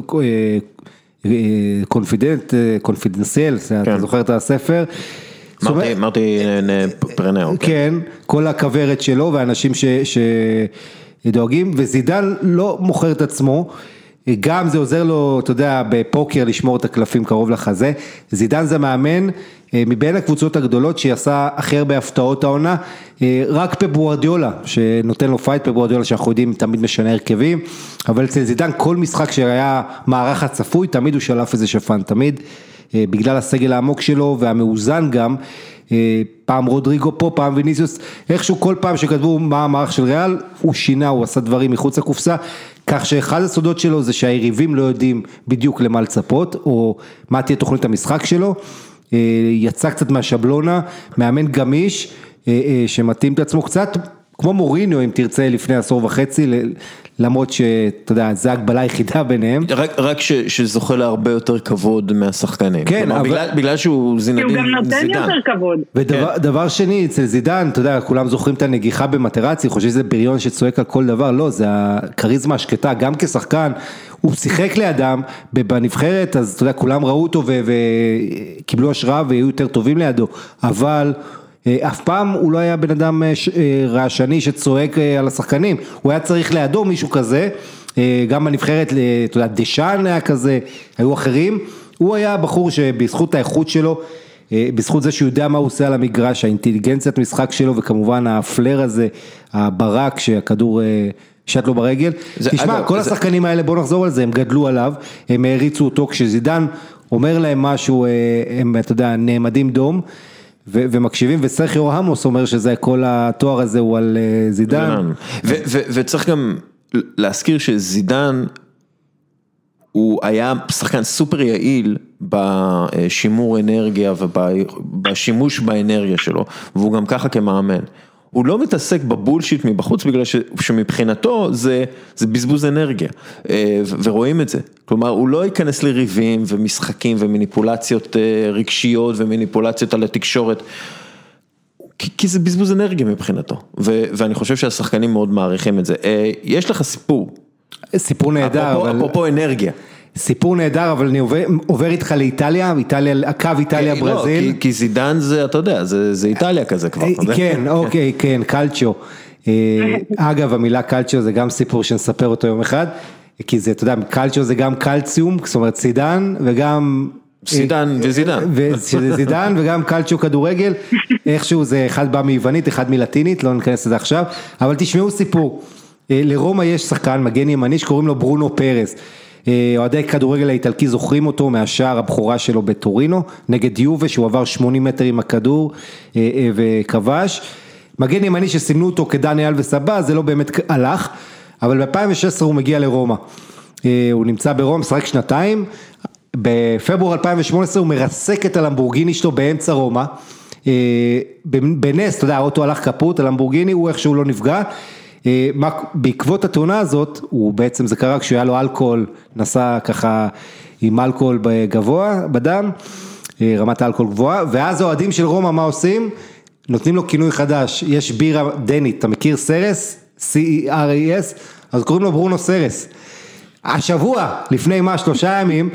Speaker 2: קונפידנט, קונפידנציאל, אתה זוכר את הספר?
Speaker 1: מרטי פרנאו.
Speaker 2: כן, כל הכברת שלו והאנשים שדואגים, וזידן לא מוכר את עצמו, גם זה עוזר לו, אתה יודע, בפוקר לשמור את הקלפים קרוב לחזה, זידן זה מאמן מבין הקבוצות הגדולות שיעשה הכי הרבה הפתעות העונה, רק פפ גוארדיולה שנותן לו פייט, פפ גוארדיולה שאנחנו יודעים תמיד משנה הרכבים, אבל אצל זידן כל משחק שהיה מערך הצפוי, תמיד הוא שלף איזה שפן, תמיד בגלל הסגל העמוק שלו והמאוזן גם, פעם רודריגו פה, פעם ויניסיוס, איכשהו כל פעם שכתבו מה המערך של ריאל, הוא שינה, הוא עשה דברים מחוץ לקופסה, כך שאחד הסודות שלו זה שהיריבים לא יודעים בדיוק למה לצפות, או מה תהיה תוכנית המשחק שלו, יצא קצת מהשבלונה, מאמן גמיש, שמתאים את עצמו קצת, כמו מוריניו אם תרצה לפני עשור וחצי, למרות שאתה יודע, זה ההגבלה היחידה ביניהם.
Speaker 1: רק, רק ש, שזוכה להרבה יותר כבוד מהשחקנים.
Speaker 2: כן,
Speaker 1: כלומר,
Speaker 2: אבל...
Speaker 1: בגלל, בגלל שהוא זינדין זידן.
Speaker 3: הוא גם נותן יותר כבוד.
Speaker 2: ודבר
Speaker 1: כן.
Speaker 2: דבר שני, אצל זידן, אתה יודע, כולם זוכרים את הנגיחה במטרצי, חושב שזה בריון שצועק על כל דבר, לא, זה הקריזמה השקטה, גם כשחקן, הוא שיחק לידם בנבחרת, אז אתה יודע, כולם ראו אותו וקיבלו השראה והיו יותר טובים לידו, אבל... אף פעם הוא לא היה בן אדם רעשני שצועק על השחקנים, הוא היה צריך לידו מישהו כזה, גם בנבחרת, אתה יודע, דשאן היה כזה, היו אחרים, הוא היה בחור שבזכות האיכות שלו, בזכות זה שהוא יודע מה הוא עושה על המגרש, האינטליגנציית משחק שלו, וכמובן הפלר הזה, הברק שהכדור שט לו ברגל, תשמע, אגב, כל זה... השחקנים האלה, בוא נחזור על זה, הם גדלו עליו, הם הריצו אותו, כשזידן אומר להם משהו, הם, אתה יודע, נעמדים דום, ו- ומקשיבים, וסרחיו רמוס אומר שזה כל התואר הזה הוא על זידן.
Speaker 1: ו- ו- וצריך גם להזכיר שזידן הוא היה שחקן סופר יעיל בשימור אנרגיה ובשימוש באנרגיה שלו, והוא גם ככה כמאמן. הוא לא מתעסק בבולשיט מבחוץ, בגלל שמבחינתו זה, זה בזבוז אנרגיה, ורואים את זה. כלומר, הוא לא ייכנס לריבים ומשחקים ומניפולציות רגשיות ומניפולציות על התקשורת, כי, כי זה בזבוז אנרגיה מבחינתו, ו, ואני חושב שהשחקנים מאוד מעריכים את זה. יש לך סיפור.
Speaker 2: סיפור נהדר.
Speaker 1: אפרופו,
Speaker 2: אבל...
Speaker 1: אפרופו אנרגיה.
Speaker 2: סיפור נהדר, אבל אני עובר, עובר איתך לאיטליה, איטליה, הקו איטליה ברזיל.
Speaker 1: לא, כי, כי זידן זה, אתה יודע, זה, זה איטליה כזה כבר.
Speaker 2: כן, אוקיי, כן, קלצ'ו. אגב, המילה קלצ'ו זה גם סיפור שנספר אותו יום אחד, כי זה, אתה יודע, קלצ'ו זה גם קלציום, זאת אומרת זידן, וגם...
Speaker 1: זידן וזידן.
Speaker 2: זידן וגם קלצ'ו כדורגל, איכשהו זה אחד בא מיוונית, אחד מלטינית, לא ניכנס לזה עכשיו, אבל תשמעו סיפור. לרומא יש שחקן, מגן ימני, שקוראים לו ברונו פרס. אוהדי כדורגל האיטלקי זוכרים אותו מהשער הבכורה שלו בטורינו, נגד יובה שהוא עבר שמונים מטר עם הכדור וכבש, מגן ימני שסימנו אותו כדני אלווס הבא, זה לא באמת הלך, אבל ב-אלפיים ושש עשרה הוא מגיע לרומא, הוא נמצא ברומא, משחק שנתיים, בפברואר אלפיים ושמונה עשרה הוא מרסק את הלמבורגיני שלו באמצע רומא, בנס, אתה יודע, האוטו הלך כפות, הלמבורגיני הוא איכשהו לא נפגע, בעקבות התאונה הזאת, הוא בעצם זה קרה כשהוא היה לו אלכוהול, נסע ככה עם אלכוהול גבוה בדם, רמת האלכוהול גבוהה, ואז האוהדים של רומא מה עושים? נותנים לו כינוי חדש, יש בירה דנית, אתה מכיר סרס? C-E-R-E-S, אז קוראים לו ברונו סרס. השבוע, לפני מה, שלושה ימים,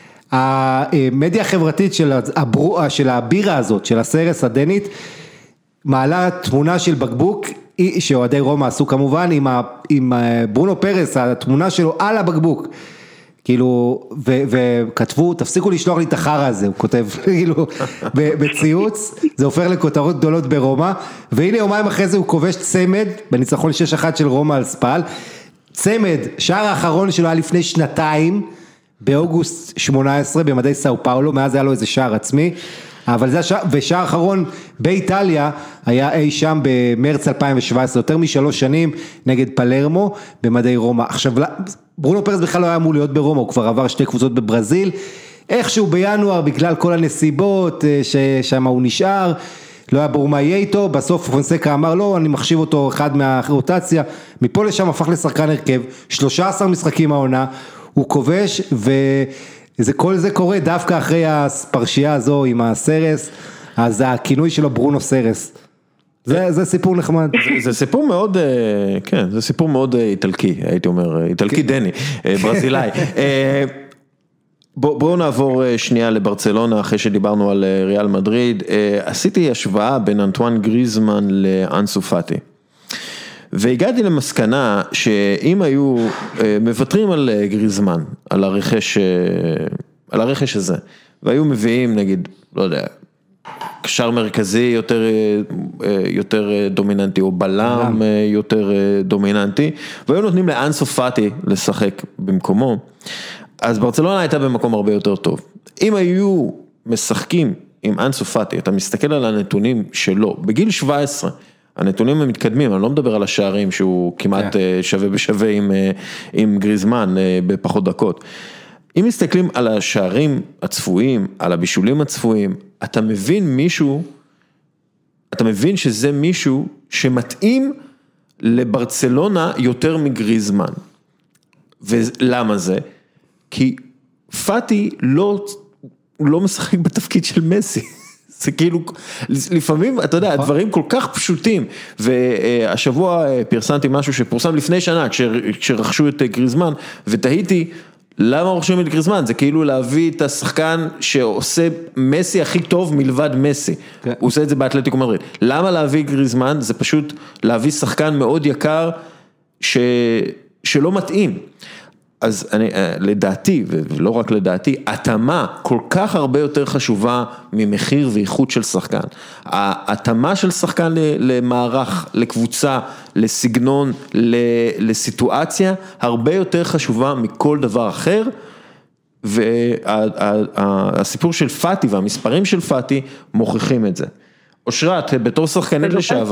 Speaker 2: המדיה החברתית של, הברוע, של הבירה הזאת, של הסרס הדנית, מעלה תמונה של בקבוק, שאוהדי רומא עשו כמובן, עם, ה, עם ברונו פרס, התמונה שלו על הבקבוק, כאילו, ו, וכתבו, תפסיקו לשלוח לי את החרא הזה, הוא כותב, כאילו, בציוץ, זה הופך לכותרות גדולות ברומא, והנה יומיים אחרי זה הוא כובש צמד, בניצחון שש אחת של רומא על ספל, צמד, שער האחרון שלו היה לפני שנתיים, באוגוסט שמונה עשרה, במדי סאו פאולו, מאז היה לו איזה שער עצמי, אבל זה השער, ושער האחרון באיטליה, היה אי שם במרץ אלפיים שבע עשרה, יותר משלוש שנים, נגד פלרמו, במדי רומא. עכשיו, ברונו פרס בכלל לא היה אמור להיות ברומא, הוא כבר עבר שתי קבוצות בברזיל, איכשהו בינואר, בגלל כל הנסיבות, ששם הוא נשאר, לא היה ברור מה יהיה איתו, בסוף פונסקה אמר לו, אני מחשיב אותו אחד מהרוטציה, מפה לשם הפך לשחקן הרכב, שלושה עשר משחקים העונה, הוא כובש, וזה כל זה קורה דווקא אחרי הפרשייה הזו עם הסרס, אז הכינוי שלו ברונו סרס. זה, זה סיפור נחמד.
Speaker 1: זה, זה סיפור מאוד, כן, זה סיפור מאוד איטלקי, הייתי אומר, איטלקי דני, ברזילאי. בואו נעבור שנייה לברצלונה, אחרי שדיברנו על ריאל מדריד, עשיתי השוואה בין אנטואן גריזמן לאנסו פאטי. והגעתי למסקנה שאם היו מוותרים על גריזמן, על הרכש, על הרכש הזה, והיו מביאים נגיד, לא יודע, קשר מרכזי יותר, יותר דומיננטי, או בלם יותר דומיננטי, והיו נותנים לאנסו פאטי לשחק במקומו, אז ברצלונה הייתה במקום הרבה יותר טוב. אם היו משחקים עם אנסו פאטי, אתה מסתכל על הנתונים שלו, בגיל שבע עשרה, הנתונים הם מתקדמים, אני לא מדבר על השערים שהוא כמעט yeah. שווה בשווה עם, עם גריזמן בפחות דקות. אם מסתכלים על השערים הצפויים, על הבישולים הצפויים, אתה מבין מישהו, אתה מבין שזה מישהו שמתאים לברצלונה יותר מגריזמן. ולמה זה? כי פאטי לא, לא משחק בתפקיד של מסי. זה כאילו, לפעמים, אתה יודע, הדברים כל כך פשוטים, והשבוע פרסמתי משהו שפורסם לפני שנה, כשרכשו את גריזמן, ותהיתי, למה רוכשים את גריזמן? זה כאילו להביא את השחקן שעושה מסי הכי טוב מלבד מסי. הוא עושה את זה באתלטיקו מדריד. למה להביא גריזמן? זה פשוט להביא שחקן מאוד יקר ש... שלא מתאים. אז אני, לדעתי, ולא רק לדעתי, התאמה כל כך הרבה יותר חשובה ממחיר ואיכות של שחקן. התאמה של שחקן למערך, לקבוצה, לסגנון, לסיטואציה, הרבה יותר חשובה מכל דבר אחר, והסיפור של פאטי והמספרים של פאטי מוכיחים את זה. אושרת, בתור שחקנית לשעבר.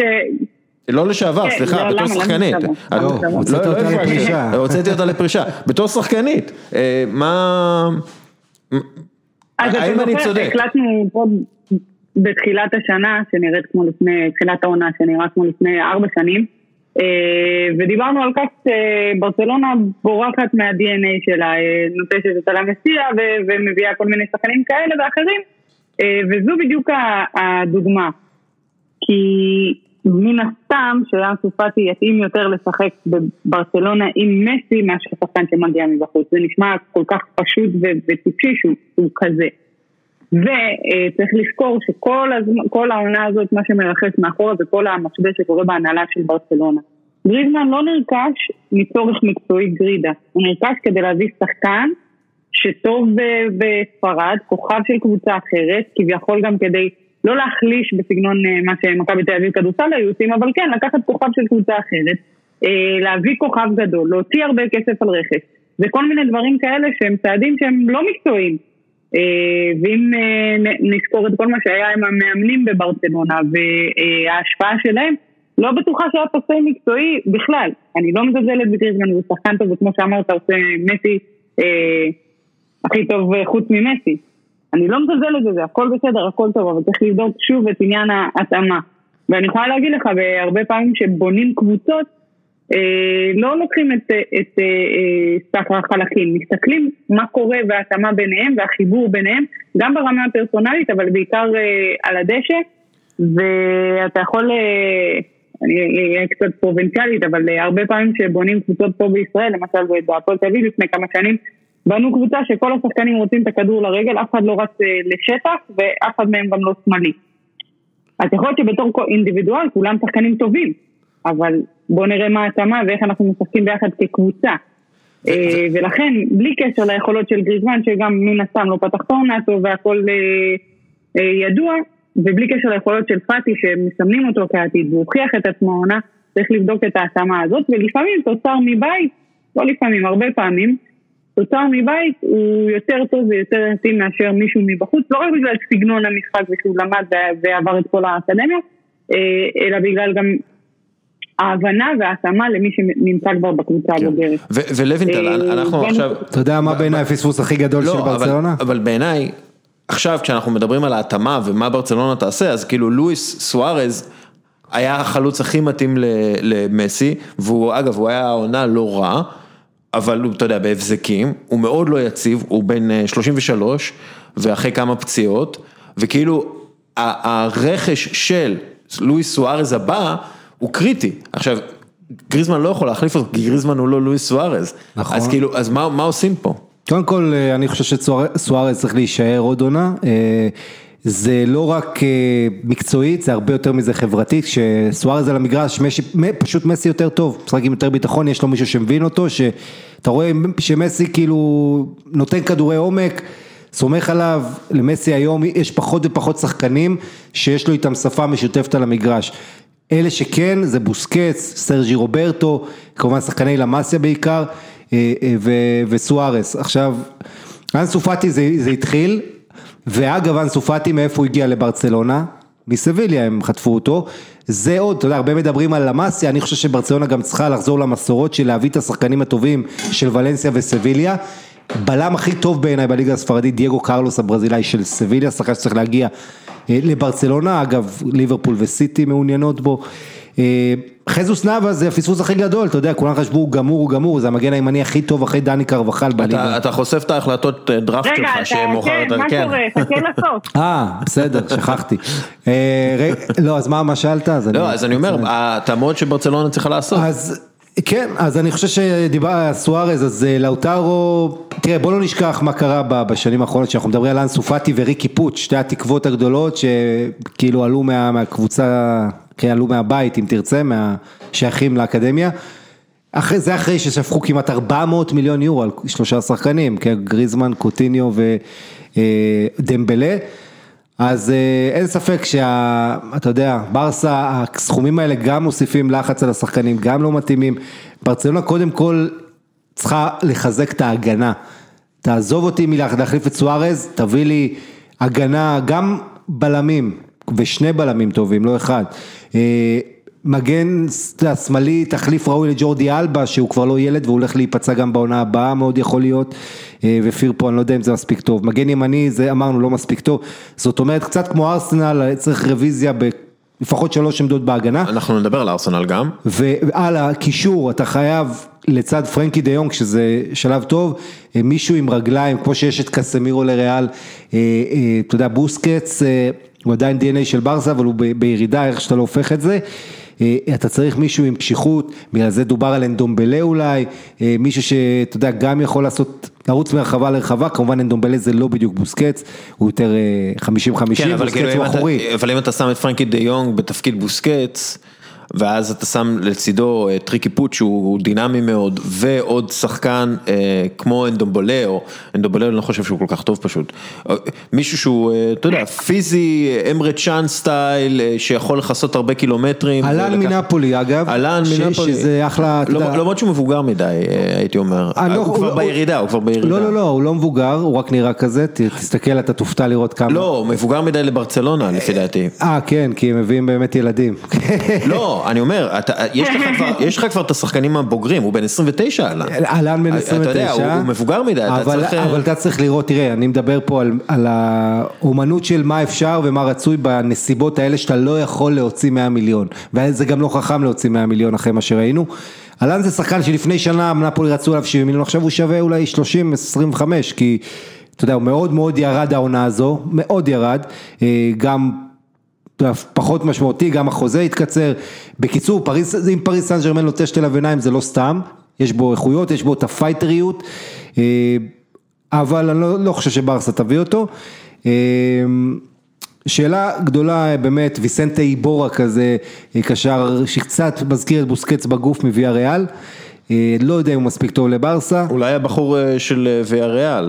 Speaker 1: לא לשעבר, סליחה, בתור שחקנית.
Speaker 2: הוצאתי אותה לפרישה.
Speaker 1: הוצאתי אותה לפרישה. בתור שחקנית, מה... האם אני צודק?
Speaker 3: הקלטנו פה בתחילת השנה, שנראית כמו לפני, תחילת העונה, שנראית כמו לפני ארבע שנים, ודיברנו על כך שברצלונה בורחת מה-די אן איי שלה, נוטשת את הלמסיה, ומביאה כל מיני שחקנים כאלה ואחרים, וזו בדיוק הדוגמה. כי... מן הסתם שאנסו פאטי יתאים יותר לשחק בברצלונה עם מסי מאשר שחקן שמגיע מבחוץ. זה נשמע כל כך פשוט וטיפשי שהוא כזה. וצריך לזכור שכל הזמן, כל העונה הזאת, מה שמרחש מאחורה, זה כל המשבר שקורה בהנהלה של ברצלונה. גריזמן לא נרכש מצורך מקצועי גרידה. הוא נרכש כדי להביא שחקן שטוב בספרד, כוכב של קבוצה אחרת, כביכול גם כדי... לא להחליש בסגנון מה שמכבי תל אביב כדורסל היו עושים, אבל כן, לקחת כוכב של קבוצה אחרת, להביא כוכב גדול, להוציא הרבה כסף על רכש, וכל מיני דברים כאלה שהם צעדים שהם לא מקצועיים. ואם נזכור את כל מה שהיה עם המאמנים בברצלונה, וההשפעה שלהם, לא בטוחה שהיה תוצאי מקצועי בכלל. אני לא מזלזלת בגריזמן, הוא שחקן טוב, וכמו שאמרת, עושה מסי הכי טוב חוץ ממסי. אני לא מזלזלת בזה, הכל בסדר, הכל טוב, אבל צריך לבדוק שוב את עניין ההתאמה. ואני יכולה להגיד לך, בהרבה פעמים שבונים קבוצות, אה, לא לוקחים את, את אה, סך החלקים, מסתכלים מה קורה וההתאמה ביניהם והחיבור ביניהם, גם ברמה הפרסונלית, אבל בעיקר אה, על הדשא, ואתה יכול, אה, אני אהיה קצת פרובינציאלית, אבל אה, הרבה פעמים שבונים קבוצות פה בישראל, למשל בהפועל תל אביב לפני כמה שנים, בנו קבוצה שכל השחקנים רוצים את הכדור לרגל, אף אחד לא רץ לשטח, ואף אחד מהם גם לא שמאלי. אז יכול להיות שבתור אינדיבידואל, כולם שחקנים טובים, אבל בואו נראה מה התאמה, ואיך אנחנו משחקים ביחד כקבוצה. ולכן, בלי קשר ליכולות של גריזמן, שגם מן הסתם לא פתח תורנה טוב, והכל ידוע, ובלי קשר ליכולות של פאטי, שמסמנים אותו כעתיד, והוכיח את עצמו עונה, צריך לבדוק את ההתאמה הזאת, ולפעמים תוצר מבית, לא לפעמים, הרבה פעמים, תוצר מבית הוא יותר טוב ויותר יתאים מאשר מישהו מבחוץ, לא רק בגלל סגנון המשחק ושהוא למד ועבר את כל האקדמיה, אלא בגלל גם ההבנה וההתאמה למי שנמצא כבר בקבוצה הבוגרת.
Speaker 1: ולוינטל, אנחנו עכשיו...
Speaker 2: אתה יודע מה בעיניי הפספוס הכי גדול של ברצלונה?
Speaker 1: אבל בעיניי, עכשיו כשאנחנו מדברים על ההתאמה ומה ברצלונה תעשה, אז כאילו לואיס סוארז היה החלוץ הכי מתאים למסי, והוא אגב, הוא היה העונה לא רע, אבל הוא, אתה יודע, בהבזקים, הוא מאוד לא יציב, הוא בין שלושים ושלוש, ואחרי כמה פציעות, וכאילו, הרכש של לואיס סוארז הבא, הוא קריטי. עכשיו, גריזמן לא יכול להחליף אותו, כי גריזמן הוא לא לואיס סוארז. נכון. אז כאילו, אז מה, מה עושים פה?
Speaker 2: קודם כל, אני חושב שסוארז צריך להישאר עוד עונה, זה לא רק מקצועית, זה הרבה יותר מזה חברתית, כשסוארז על המגרש, פשוט מסי יותר טוב, משחק עם יותר ביטחון, יש לו מישהו שמבין אותו, שאתה רואה שמסי כאילו נותן כדורי עומק, סומך עליו, למסי היום יש פחות ופחות שחקנים, שיש לו איתם שפה משותפת על המגרש, אלה שכן, זה בוסקץ, סרג'י רוברטו, כמובן שחקני למאסיה בעיקר, וסוארז, עכשיו, אנסו פאטי זה, זה התחיל, ואגב, אנסו פאטי מאיפה הוא הגיע לברצלונה? מסביליה הם חטפו אותו, זה עוד, אתה יודע, הרבה מדברים על למאסיה, אני חושב שברצלונה גם צריכה לחזור למסורות של להביא את השחקנים הטובים של ולנסיה וסביליה, בלם הכי טוב בעיניי בליגה הספרדית, דייגו קרלוס הברזילאי של סביליה, שחקן שצריך להגיע לברצלונה, אגב ליברפול וסיטי מעוניינות בו, חזוס נאווה זה הפספוס הכי גדול, אתה יודע, כולם חשבו הוא גמור, הוא גמור, זה המגן הימני הכי טוב אחרי דני קרבחל בליגה.
Speaker 1: אתה חושף את ההחלטות דראפט שלך שמוכר את
Speaker 3: רגע, מה קורה? חכה לסוף.
Speaker 2: אה, בסדר, שכחתי. לא, אז מה שאלת?
Speaker 1: לא, אז אני אומר, התאמות שברצלונה צריכה לעשות.
Speaker 2: אז כן, אז אני חושב שדיבר סוארז, אז לאוטרו, תראה, בוא לא נשכח מה קרה בשנים האחרונות, שאנחנו מדברים על אנסו פאטי וריקי פוץ', שתי התקוות הגדולות שכאילו עלו מהקבוצה, כן, עלו מהבית, אם תרצה, מהשייכים לאקדמיה, אחרי, זה אחרי ששפכו כמעט ארבע מאות מיליון יורו על שלושה שחקנים, כן, גריזמן, קוטיניו ודמבלה, אז אין ספק שאתה יודע, ברסה, הסכומים האלה גם מוסיפים לחץ על השחקנים, גם לא מתאימים, ברצלונה קודם כל צריכה לחזק את ההגנה, תעזוב אותי מלהחליף את סוארז, תביא לי הגנה, גם בלמים, ושני בלמים טובים, לא אחד, מגן שמאלי, תחליף ראוי לג'ורדי אלבה, שהוא כבר לא ילד, והוא הולך להיפצע גם בעונה הבאה, מאוד יכול להיות, ופיר פה, אני לא יודע אם זה מספיק טוב, מגן ימני, זה אמרנו לא מספיק טוב, זאת אומרת, קצת כמו ארסנל, צריך רוויזיה לפחות שלוש עמדות בהגנה.
Speaker 1: אנחנו נדבר על ארסנל גם.
Speaker 2: ועל הקישור, אתה חייב לצד פרנקי דה יונג, שזה שלב טוב, מישהו עם רגליים, כמו שיש את קסמירו לריאל, אתה יודע, בוסקץ, הוא עדיין די אן איי של ברסה, אבל הוא בירידה, איך שאתה לא הופך את זה, אתה צריך מישהו עם פשיחות, בגלל זה דובר על אנדומבלה אולי, מישהו שאתה יודע, גם יכול לעשות, לרוץ מרחבה לרחבה, כמובן אנדומבלה זה לא בדיוק בוסקץ, הוא יותר חמישים חמישים,
Speaker 1: כן, בוסקץ הוא אחורי. אבל אם אתה שם את פרנקי דה יונג בתפקיד בוסקץ, ואז אתה שם לצידו טריקי פוט שהוא דינמי מאוד, ועוד שחקן כמו אנדומבלה, או אנדומבלה אני לא חושב שהוא כל כך טוב פשוט, מישהו שהוא, אתה יודע, פיזי, אמרה צ'אן סטייל, שיכול לחסות הרבה קילומטרים.
Speaker 2: אלן מנפולי אגב,
Speaker 1: אלן מנפולי,
Speaker 2: שזה אחלה,
Speaker 1: למרות שהוא מבוגר מדי, הייתי אומר, הוא כבר בירידה, הוא כבר בירידה.
Speaker 2: לא, לא, לא, הוא לא מבוגר, הוא רק נראה כזה, תסתכל, אתה תופתע לראות כמה.
Speaker 1: לא, הוא מבוגר מדי לברצלונה, לפי דעתי.
Speaker 2: אה, כן, כי הם מביאים באמת ילדים.
Speaker 1: לא, אני אומר, יש לך כבר את השחקנים הבוגרים, הוא בן עשרים ותשע, אלן.
Speaker 2: אלן בן עשרים ותשע.
Speaker 1: אתה יודע, הוא מבוגר מדי.
Speaker 2: אבל אתה צריך לראות, תראה, אני מדבר פה על האומנות של מה אפשר ומה רצוי בנסיבות האלה שאתה לא יכול להוציא מאה מיליון, וזה גם לא חכם להוציא מאה מיליון אחרי מה שראינו. אלן זה שחקן שלפני שנה נפולי רצו עליו שבעים מיליון, עכשיו הוא שווה אולי שלושים עשרים וחמש, כי אתה יודע, הוא מאוד מאוד ירד העונה הזו, מאוד ירד, גם פחות משמעותי, גם החוזה התקצר. בקיצור, פריז, אם פריז סן ז'רמן נוטש תל אביב זה לא סתם, יש בו איכויות, יש בו את הפייטריות, אבל אני לא, לא חושב שברסה תביא אותו. שאלה גדולה באמת, ויסנטה איבורה כזה, קשר שקצת מזכיר את בוסקץ בגוף מוויה ריאל, לא יודע אם הוא מספיק טוב לברסה.
Speaker 1: אולי הבחור של ויה ריאל,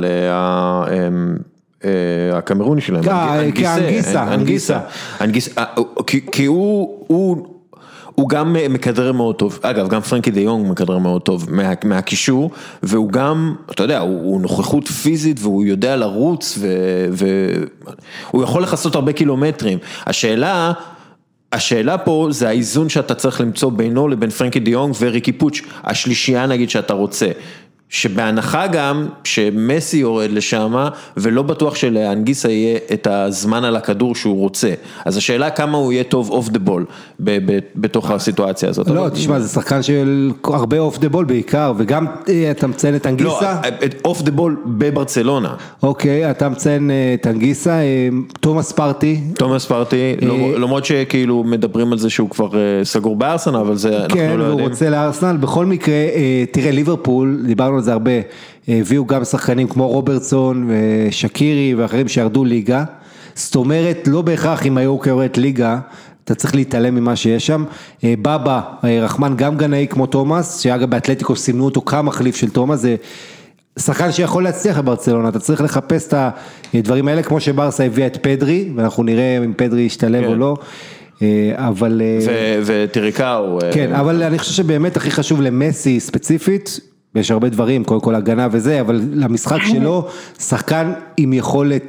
Speaker 1: הקמרוני שלהם,
Speaker 2: אנגיסה, אנגיסה,
Speaker 1: כי הוא גם מכדרר מאוד טוב, אגב גם פרנקי דה יונג מכדרר מאוד טוב מהקישור, והוא גם, אתה יודע, הוא נוכחות פיזית והוא יודע לרוץ, והוא יכול לחסות הרבה קילומטרים. השאלה, השאלה פה זה האיזון שאתה צריך למצוא בינו לבין פרנקי דה יונג וריקי פוץ', השלישייה נגיד שאתה רוצה, שבהנחה גם שמסי יורד לשם, ולא בטוח שלאנגיסה יהיה את הזמן על הכדור שהוא רוצה. אז השאלה כמה הוא יהיה טוב אוף דה בול בתוך הסיטואציה הזאת.
Speaker 2: לא, תשמע, זה שחקן של הרבה אוף דה בול בעיקר, וגם אתה מציין את אנגיסה?
Speaker 1: לא, אוף דה בול בברצלונה.
Speaker 2: אוקיי, אתה מציין את אנגיסה, תומאס פרטי.
Speaker 1: תומאס פרטי, למרות שכאילו מדברים על זה שהוא כבר סגור בארסנל, אבל זה אנחנו לא יודעים.
Speaker 2: כן, הוא רוצה לארסנל. בכל מקרה, תראה, ליברפול, דיברנו על זה הרבה, הביאו גם שחקנים כמו רוברטסון ושקירי ואחרים שירדו ליגה, זאת אומרת לא בהכרח אם היו קוראת ליגה, אתה צריך להתעלם ממה שיש שם. בבא, רחמן גם גנאי כמו תומאס, שאגב באתלטיקו סימנו אותו כמחליף של תומאס, זה שחקן שיכול להצליח בברצלונה, אתה צריך לחפש את הדברים האלה, כמו שברסה הביאה את פדרי, ואנחנו נראה אם פדרי ישתלב או לא, אבל...
Speaker 1: וטריקאו.
Speaker 2: כן, אבל אני חושב שבאמת הכי חשוב למסי ספציפית, יש הרבה דברים, קודם כל הגנה וזה, אבל למשחק שלו, שחקן עם יכולת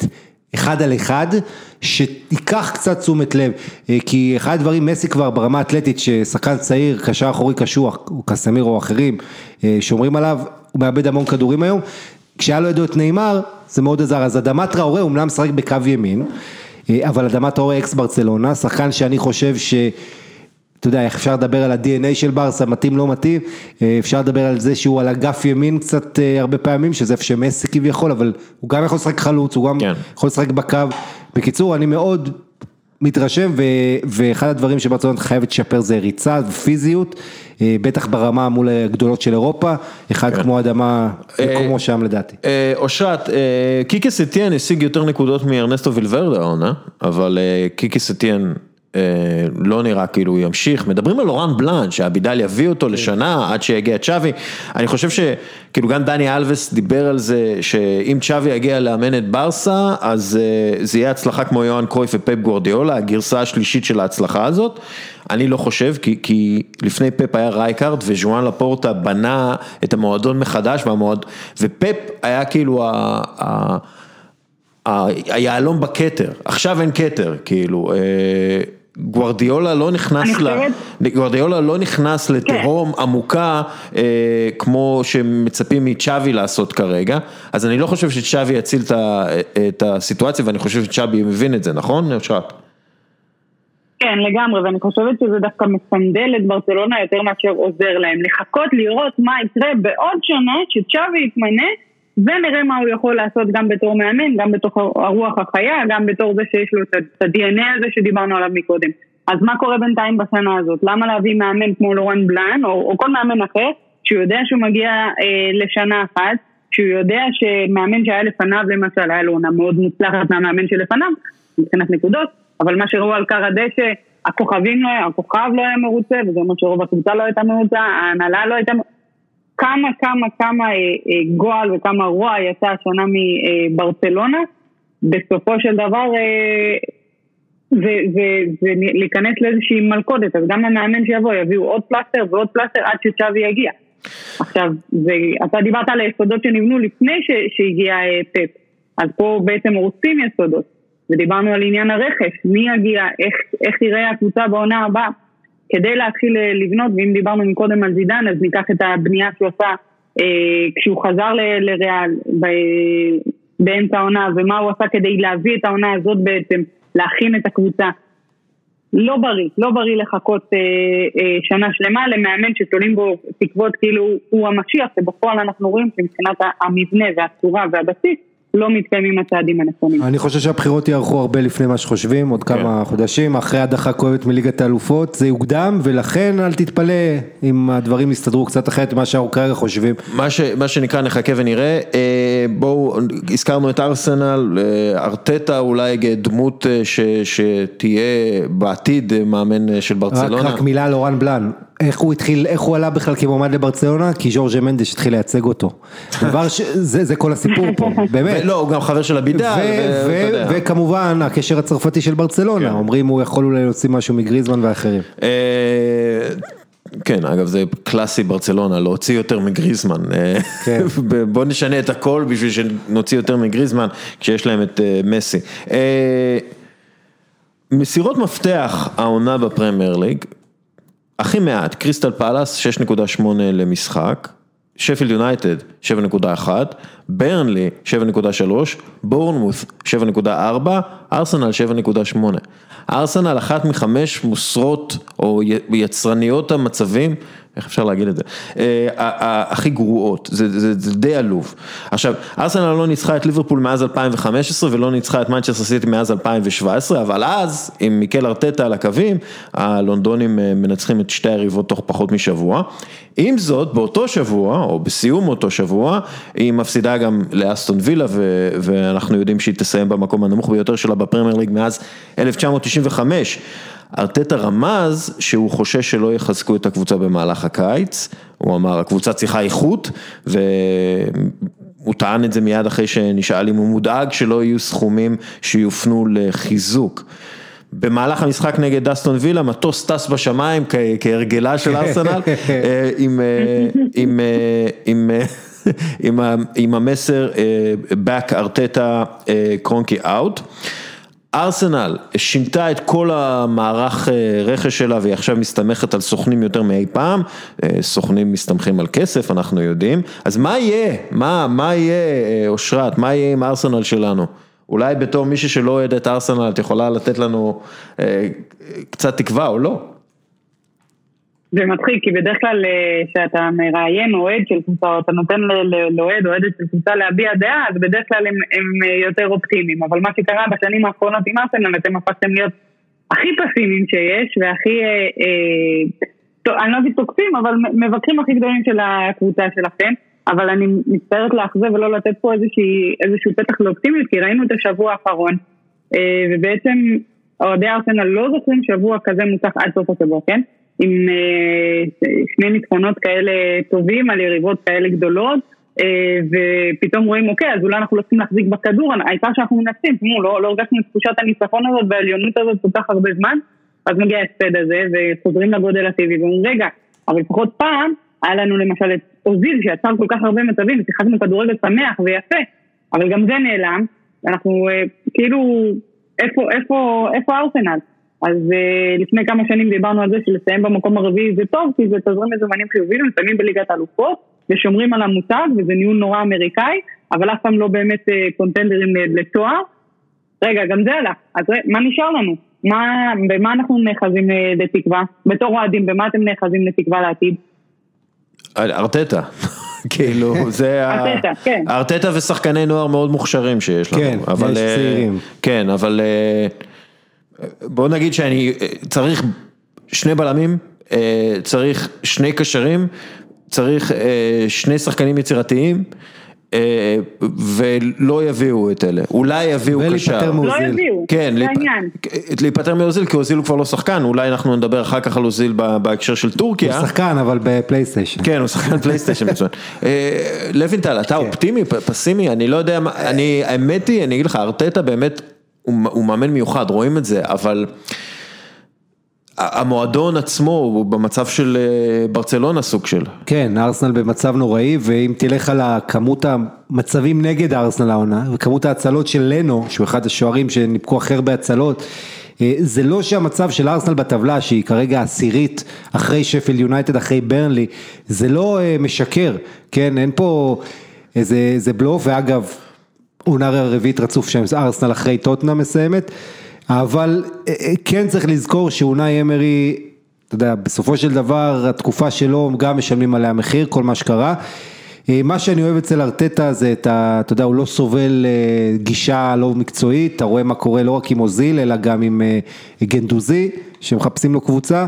Speaker 2: אחד על אחד, שתיקח קצת תשומת לב, כי אחד הדברים, מסי כבר ברמה האתלטית, ששחקן צעיר, קשר אחורי קשוח, או קסמיר או אחרים, שומרים עליו, הוא מאבד המון כדורים היום, כשהיה לו ידעו את ניימר, זה מאוד עזר, אז אדמת טראורי, הוא אמנם משחק בקו ימין, אבל אדמת טראורי אקס ברצלונה, שחקן שאני חושב ש... אתה יודע, איך אפשר לדבר על ה-די אן איי של ברסה, מתאים לא מתאים, אפשר לדבר על זה שהוא על אגף ימין קצת הרבה פעמים, שזה איפה שמסי כביכול, אבל הוא גם יכול לשחק חלוץ, הוא גם כן. יכול לשחק בקו. בקיצור, אני מאוד מתרשם, ו- ואחד הדברים שברצלונה חייבת לשפר זה ריצה ופיזיות, בטח ברמה מול הגדולות של אירופה, אחד כן. כמו אדמה, כמו שם לדעתי.
Speaker 1: אושרת, קיקי סטיין השיג יותר נקודות מארנסטו וילברדה, עונה, אבל קיקי סטיין... לא נראה כאילו הוא ימשיך, מדברים על לורן בלאן, שהבידל יביא אותו לשנה עד שיגיע צ'אבי, אני חושב שכאילו גם דני אלווס דיבר על זה, שאם צ'אבי יגיע לאמן את ברסה, אז זה יהיה הצלחה כמו יוהאן קרויף ופפ גוארדיולה, הגרסה השלישית של ההצלחה הזאת, אני לא חושב, כי, כי לפני פפ היה רייקארד, וז'ואן לפורטה בנה את המועדון מחדש, והמועד, ופפ היה כאילו ה... ה היעלום בכתר, עכשיו אין כתר, כאילו, גוארדיולה לא נכנס, ל... גוארדיולה לא נכנס לתהום עמוקה, כמו שמצפים מצ'אבי לעשות כרגע, אז אני לא חושב שצ'אבי יציל את הסיטואציה, ואני חושב שצ'אבי מבין את זה, נכון, אושרת?
Speaker 3: כן, לגמרי, ואני חושבת שזה דווקא מסנדל את ברצלונה יותר מאשר עוזר להם, לחכות לראות מה יקרה בעוד שנה, שצ'אבי יתמנה, ונראה מה הוא יכול לעשות גם בתור מאמן, גם בתוך הרוח החיה, גם בתור זה שיש לו את ה-די אן איי הזה שדיברנו עליו מקודם. אז מה קורה בינתיים בשנה הזאת? למה להביא מאמן כמו לורן בלאן, או, או כל מאמן אחר, שהוא יודע שהוא מגיע אה, לשנה אחת, שהוא יודע שמאמן שהיה לפניו, למשל, היה לו עונה מאוד מוצלחת מהמאמן שלפניו, מבחינת נקודות, אבל מה שראו על קר הדשא, הכוכבים לא היה, הכוכב לא היה מרוצה, וזה אומר שרוב הקבוצה לא הייתה מרוצה, ההנהלה לא הייתה מרוצה, כמה, כמה, כמה אה, אה, גועל וכמה רוע יצא השנה מברצלונה, בסופו של דבר אה, זה, זה, זה להיכנס לאיזושהי מלכודת, אז גם המאמן שיבוא יביאו עוד פלסטר ועוד פלסטר עד שצ'אבי יגיע. עכשיו, זה, אתה דיברת על היסודות שנבנו לפני ש, שהגיע אה, פפ, אז פה בעצם הורסים יסודות, ודיברנו על עניין הרכש, מי יגיע, איך, איך תראה הקבוצה בעונה הבאה, כדי להתחיל לבנות, ואם דיברנו מקודם על זידן, אז ניקח את הבנייה שהוא עשה אה, כשהוא חזר ל- לריאל ב- באמצע העונה, ומה הוא עשה כדי להביא את העונה הזאת בעצם, להכין את הקבוצה. לא בריא, לא בריא לחכות אה, אה, שנה שלמה למאמן שתולים בו תקוות כאילו הוא המשיח, ובפועל אנחנו רואים שמבחינת המבנה והצורה והבסיס, לא מתקיימים הצעדים הנכונים.
Speaker 2: אני חושב שהבחירות יערכו הרבה לפני מה שחושבים, עוד כמה חודשים, אחרי הדחה כואבת מליגת האלופות, זה יוקדם, ולכן אל תתפלא אם הדברים יסתדרו קצת אחרת מה שאנחנו כרגע חושבים.
Speaker 1: מה שנקרא נחכה ונראה, בואו, הזכרנו את ארסנל, ארטטה אולי דמות שתהיה בעתיד מאמן של ברצלונה.
Speaker 2: רק מילה על לורן בלאן. איך הוא התחיל, איך הוא עלה בכלל כמועמד לברצלונה? כי ז'ורג' מנדש התחיל לייצג אותו. דבר ש... זה, זה כל הסיפור פה, באמת.
Speaker 1: לא, הוא גם חבר של הבידל.
Speaker 2: וכמובן, הקשר הצרפתי של ברצלונה. אומרים, הוא יכול אולי להוציא משהו מגריזמן ואחרים.
Speaker 1: כן, אגב, זה קלאסי ברצלונה, להוציא יותר מגריזמן. בוא נשנה את הכל בשביל שנוציא יותר מגריזמן, כשיש להם את מסי. מסירות מפתח העונה בפרמייר ליג, הכי מעט, קריסטל פלאס שש נקודה שמונה למשחק, שפילד יונייטד שבע נקודה אחת, ברנלי שבע נקודה שלוש, בורנמות' שבע נקודה ארבע, ארסנל שבע נקודה שמונה. ארסנל אחת מחמש מוסרות או יצרניות המצבים, איך אפשר להגיד את זה, הכי גרועות, זה, זה, זה די עלוב. עכשיו, ארסנל לא ניצחה את ליברפול מאז אלפיים וחמש עשרה ולא ניצחה את מנצ'סטר סיטי מאז אלפיים שבע עשרה, אבל אז, עם מיקל ארטטה על הקווים, הלונדונים מנצחים את שתי היריבות תוך פחות משבוע. עם זאת, באותו שבוע, או בסיום אותו שבוע, היא מפסידה גם לאסטון וילה, ו- ואנחנו יודעים שהיא תסיים במקום הנמוך ביותר שלה בפרמייר ליג מאז אלף תשע מאות תשעים וחמש. ארטטה רמז שהוא חושש שלא יחזקו את הקבוצה במהלך הקיץ, הוא אמר הקבוצה צריכה איכות, והוא טען את זה מיד אחרי שנשאל אם הוא מודאג שלא יהיו סכומים שיופנו לחיזוק. במהלך המשחק נגד אסטון וילה, מטוס טס בשמיים כהרגלה של ארסנל, עם, עם, עם עם, ה, עם המסר back ארטטה קרונקי out. ארסנל שינתה את כל המערך רכש שלה, והיא עכשיו מסתמכת על סוכנים יותר מאי פעם, סוכנים מסתמכים על כסף, אנחנו יודעים, אז מה יהיה? מה, מה יהיה, אושרת? מה יהיה עם ארסנל שלנו? אולי בתור מישהו שלא אוהד את ארסנל, את יכולה לתת לנו קצת תקווה או לא?
Speaker 3: זה מצחיק, כי בדרך כלל שאתה מראיין אוהד של קבוצה, אתה נותן לאוהד, אוהדת של קבוצה להביע דעה, אז בדרך כלל הם, הם יותר אופטימיים, אבל מה שקרה בשנים האחרונות עם ארסנל, אתם הפכתם להיות הכי פסימיים שיש, והכי, אה, אה, אני לא אגיד תוקפים, אבל מבקרים הכי גדולים של הקבוצה שלכם, אבל אני מצטערת לאכזב ולא לתת פה איזושהי, איזשהו פתח לאופטימיות, כי ראינו את השבוע האחרון, אה, ובעצם אוהדי ארסנל לא זוכרים שבוע כזה מוצח עד סוף השבוע, כן? עם שני ניצחונות כאלה טובים על יריבות כאלה גדולות, ופתאום רואים, אוקיי, אז אולי אנחנו לא צריכים להחזיק בכדור, העיקר שאנחנו מנצחים, תראו, לא, לא הרגשנו את תחושת הניצחון הזאת והעליונות הזאת כל כך הרבה זמן, אז מגיע הספד הזה, וחוזרים לגודל הטבעי, ואומרים, רגע, אבל לפחות פעם, היה לנו למשל את אוזיל, שיצר כל כך הרבה מצבים, ושיחקנו כדורגל שמח ויפה, אבל גם זה נעלם, ואנחנו כאילו, איפה, איפה, איפה ארסנל? אז uh, לפני כמה שנים דיברנו על זה שלסיים במקום הרביעי זה טוב, כי זה תזרים מזומנים חיוביים, מסיימים בליגת האלופות, ושומרים על המותג, וזה ניהול נורא אמריקאי, אבל אף פעם לא באמת uh, קונטנדרים לתואר. רגע, גם זה הלך. אז מה נשאר לנו? מה, במה אנחנו נחזים uh, לתקווה? בתור אוהדים, במה אתם נחזים לתקווה לעתיד?
Speaker 1: ארטטה. כאילו, זה
Speaker 3: ארטטה, כן.
Speaker 1: ארטטה ושחקני נוער מאוד מוכשרים שיש לנו.
Speaker 2: כן,
Speaker 1: אבל,
Speaker 2: יש צעירים.
Speaker 1: כן, אבל בוא נגיד שאני צריך שני בלמים, צריך שני קשרים, צריך שני שחקנים יצירתיים, ולא יביאו את אלה, אולי יביאו קשר.
Speaker 3: לא יביאו,
Speaker 1: כן,
Speaker 3: זה העניין.
Speaker 1: להיפטר מאוזיל, כי אוזיל הוא כבר לא שחקן, אולי אנחנו נדבר אחר כך על אוזיל בהקשר של טורקיה.
Speaker 2: הוא שחקן, אבל בפלייסטיישן.
Speaker 1: כן, הוא שחקן פלייסטיישן מצוין. לוינטל, אתה אופטימי, פסימי, אני לא יודע, האמת היא, אני אגיד לך, ארטטה באמת, הוא מאמן מיוחד, רואים את זה, אבל המועדון עצמו הוא במצב של ברצלונה סוג של.
Speaker 2: כן, ארסנל במצב נוראי, ואם תלך על כמות המצבים נגד ארסנל העונה, וכמות ההצלות של לנו, שהוא אחד השוערים שניפקו אחר בהצלות, זה לא שהמצב של ארסנל בטבלה, שהיא כרגע עשירית אחרי שפילד יונייטד, אחרי ברנלי, זה לא משקר, כן, אין פה איזה, איזה בלוף, ואגב, עונה הרביעית רצוף שם ארסנל אחרי טוטנהאם מסיימת, אבל כן צריך לזכור שאונאי אמרי, אתה יודע, בסופו של דבר התקופה שלו גם משלמים עליה מחיר, כל מה שקרה. מה שאני אוהב אצל ארטטה זה את ה, אתה יודע, הוא לא סובל גישה לא מקצועית, אתה רואה מה קורה לא רק עם אוזיל, אלא גם עם גנדוזי, שמחפשים לו קבוצה,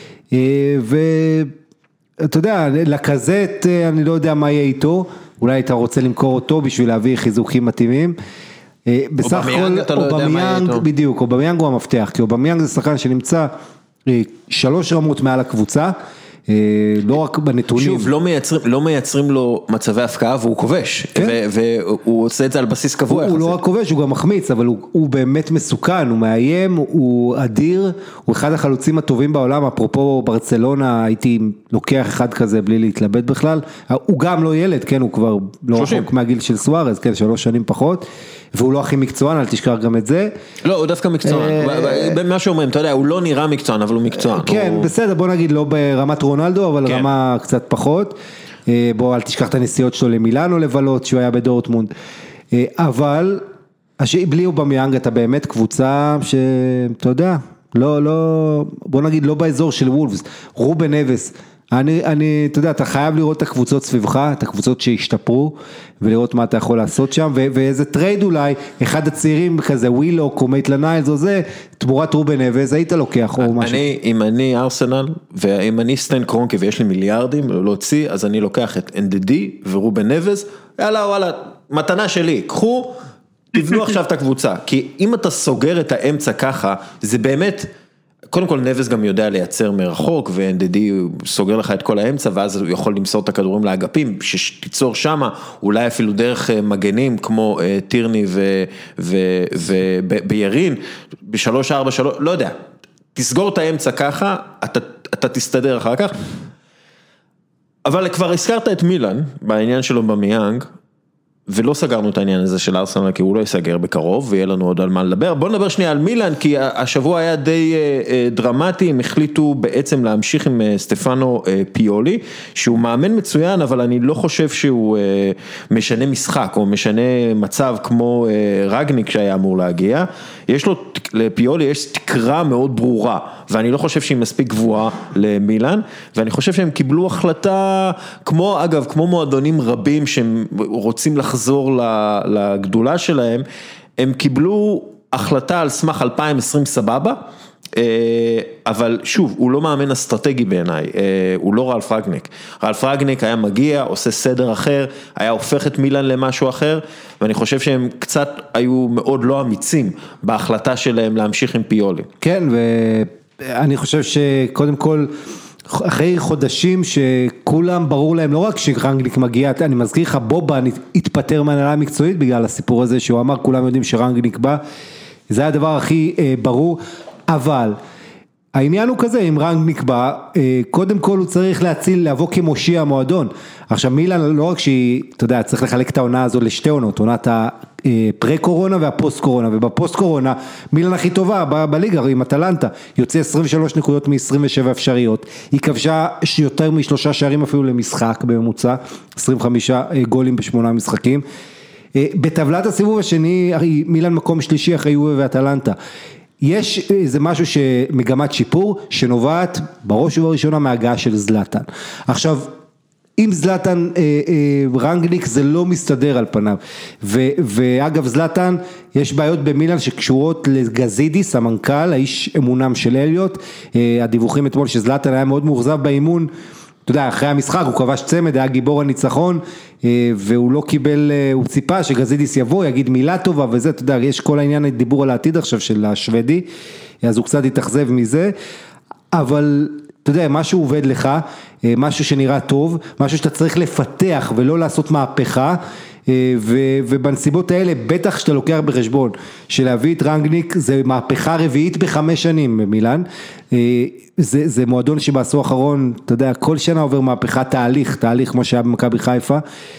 Speaker 2: ואתה יודע, לקזט, אני לא יודע מה יהיה איתו, אולי אתה רוצה למכור אותו בשביל להביא חיזוקים מתאימים, בסך הכל אובמיאנג, בדיוק, אובמיאנג הוא המפתח, כי אובמיאנג זה שחקן שנמצא שלוש רמות מעל הקבוצה, לא רק בנתונים.
Speaker 1: שוב, לא מייצרים, לא מייצרים לו מצבי הפקעה והוא כובש, והוא עושה את זה על בסיס קבוע.
Speaker 2: הוא לא רק כובש, הוא גם מחמיץ, אבל הוא באמת מסוכן, הוא מאיים, הוא אדיר, הוא אחד החלוצים הטובים בעולם, אפרופו ברצלונה, הייתי לוקח אחד כזה בלי להתלבט בכלל, הוא גם לא ילד, כן, הוא כבר לא רחוק מהגיל של סוארז, כן, שלוש שנים פחות, והוא לא הכי מקצוען, אל תשכח גם את זה.
Speaker 1: לא, הוא דווקא מקצוען, מה שאומרים, אתה יודע, הוא לא נראה מקצוען, אבל הוא מקצוען.
Speaker 2: כן, בסדר, בוא נגיד, לא ברמת רונלדו, אבל רמה קצת פחות, בוא, אל תשכח את הנסיעות שלו למילאנו לבלות, שהוא היה בדורטמונד, אבל, בלי אובמיאנג, אתה באמת קבוצה שאתה יודע, לא, לא, בוא נגיד, לא באזור של וולפס, רובן נבס, אני, אני, אתה יודע, אתה חייב לראות את הקבוצות סביבך, את הקבוצות שהשתפרו, ולראות מה אתה יכול לעשות שם, ו- ואיזה טרייד אולי, אחד הצעירים כזה, ווילוק או מייטלניילס או זה, תמורת רובן נבס, היית לוקח או משהו.
Speaker 1: אני, אם אני ארסנל, ואם אני סטן קרונקי ויש לי מיליארדים להוציא, אז אני לוקח את אן די די ורובן נבס, יאללה, וואלה, מתנה שלי, קחו, תבנו עכשיו את הקבוצה, כי אם אתה סוגר את האמצע ככה, זה באמת, קודם כל נבס גם יודע לייצר מרחוק, ו-אן די די סוגר לך את כל האמצע, ואז הוא יכול למסור את הכדורים לאגפים, שתיצור שמה, אולי אפילו דרך מגנים, כמו טירני ובירין, בשלוש ארבע שלוש, לא יודע, תסגור את האמצע ככה, אתה, אתה תסתדר אחר כך. אבל כבר הזכרת את מילאן, בעניין שלו במיאנג, ולא סגרנו את העניין הזה של ארסנל, כי הוא לא יסגר בקרוב, ויהיה לנו עוד על מה לדבר. בואו נדבר שנייה על מילאן, כי השבוע היה די דרמטי, הם החליטו בעצם להמשיך עם סטפנו פיולי, שהוא מאמן מצוין, אבל אני לא חושב שהוא משנה משחק, או משנה מצב כמו רגניק שהיה אמור להגיע. יש לו, לפיולי יש תקרה מאוד ברורה, ואני לא חושב שהיא מספיק גבוהה למילאן, ואני חושב שהם קיבלו החלטה, כמו אגב, כמו מועדונים רבים שהם רוצים לחזור לגדולה שלהם, הם קיבלו החלטה על סמך אלפיים עשרים סבבה, אבל שוב, הוא לא מאמן אסטרטגי בעיניי, הוא לא רלף רגניק. רלף רגניק היה מגיע, עושה סדר אחר, היה הופך את מילאן למשהו אחר, ואני חושב שהם קצת היו מאוד לא אמיצים בהחלטה שלהם להמשיך עם פיולי.
Speaker 2: כן, ואני חושב שקודם כל, אחרי חודשים שכולם ברור להם, לא רק שרנגניק מגיע, אני מזכיר לך, בובה התפטר מהנהלה המקצועית בגלל הסיפור הזה, שהוא אמר, כולם יודעים שרנגניק בא, זה היה הדבר הכי ברור, אבל העניין הוא כזה, אם רנגניק בא, קודם כל הוא צריך להציל, לבוא כמושיע המועדון. עכשיו מילאן, לא רק שהיא, אתה יודע, צריך לחלק את העונה הזו לשתי עונות, עונת הפרה-קורונה והפוסט-קורונה, ובפוסט-קורונה מילאן הכי טובה בליגה, עם אטלנטה, יוצא עשרים ושלוש נקודות מ-עשרים ושבע אפשריות, היא כבשה יותר משלושה שערים אפילו למשחק בממוצע, עשרים וחמישה גולים בשמונה משחקים, בטבלת הסיבוב השני, מילאן מקום שלישי אחרי יובה ואטלנטה, יש איזה משהו שמגמת שיפור שנובעת בראש ובראשונה מההגעה של זלאטן. עכשיו, אם זלאטן אה, אה, רנגניק זה לא מסתדר על פניו, ו, ואגב זלאטן יש בעיות במילאן שקשורות לגזידיס, המנכ"ל, האיש אמונם של אליוט, אה, הדיווחים אתמול שזלאטן היה מאוד מאוכזב באימון, אתה יודע, אחרי המשחק הוא כבש צמד, היה גיבור הניצחון, והוא לא קיבל, הוא ציפה שגזידיס יבוא, יגיד מילה טובה וזה, אתה יודע, יש כל העניין דיבור על העתיד עכשיו של השוודי, אז הוא קצת התאכזב מזה, אבל אתה יודע, משהו עובד לך, משהו שנראה טוב, משהו שאתה צריך לפתח ולא לעשות מהפכה, ובנסיבות האלה בטח שאתה לוקח בחשבון שלהביא את רנגניק זה מהפכה רביעית בחמש שנים במילאן, זה, זה מועדון שבעשור האחרון, אתה יודע, כל שנה עובר מהפכה, תהליך, תהליך כמו שהיה במכבי חיפה,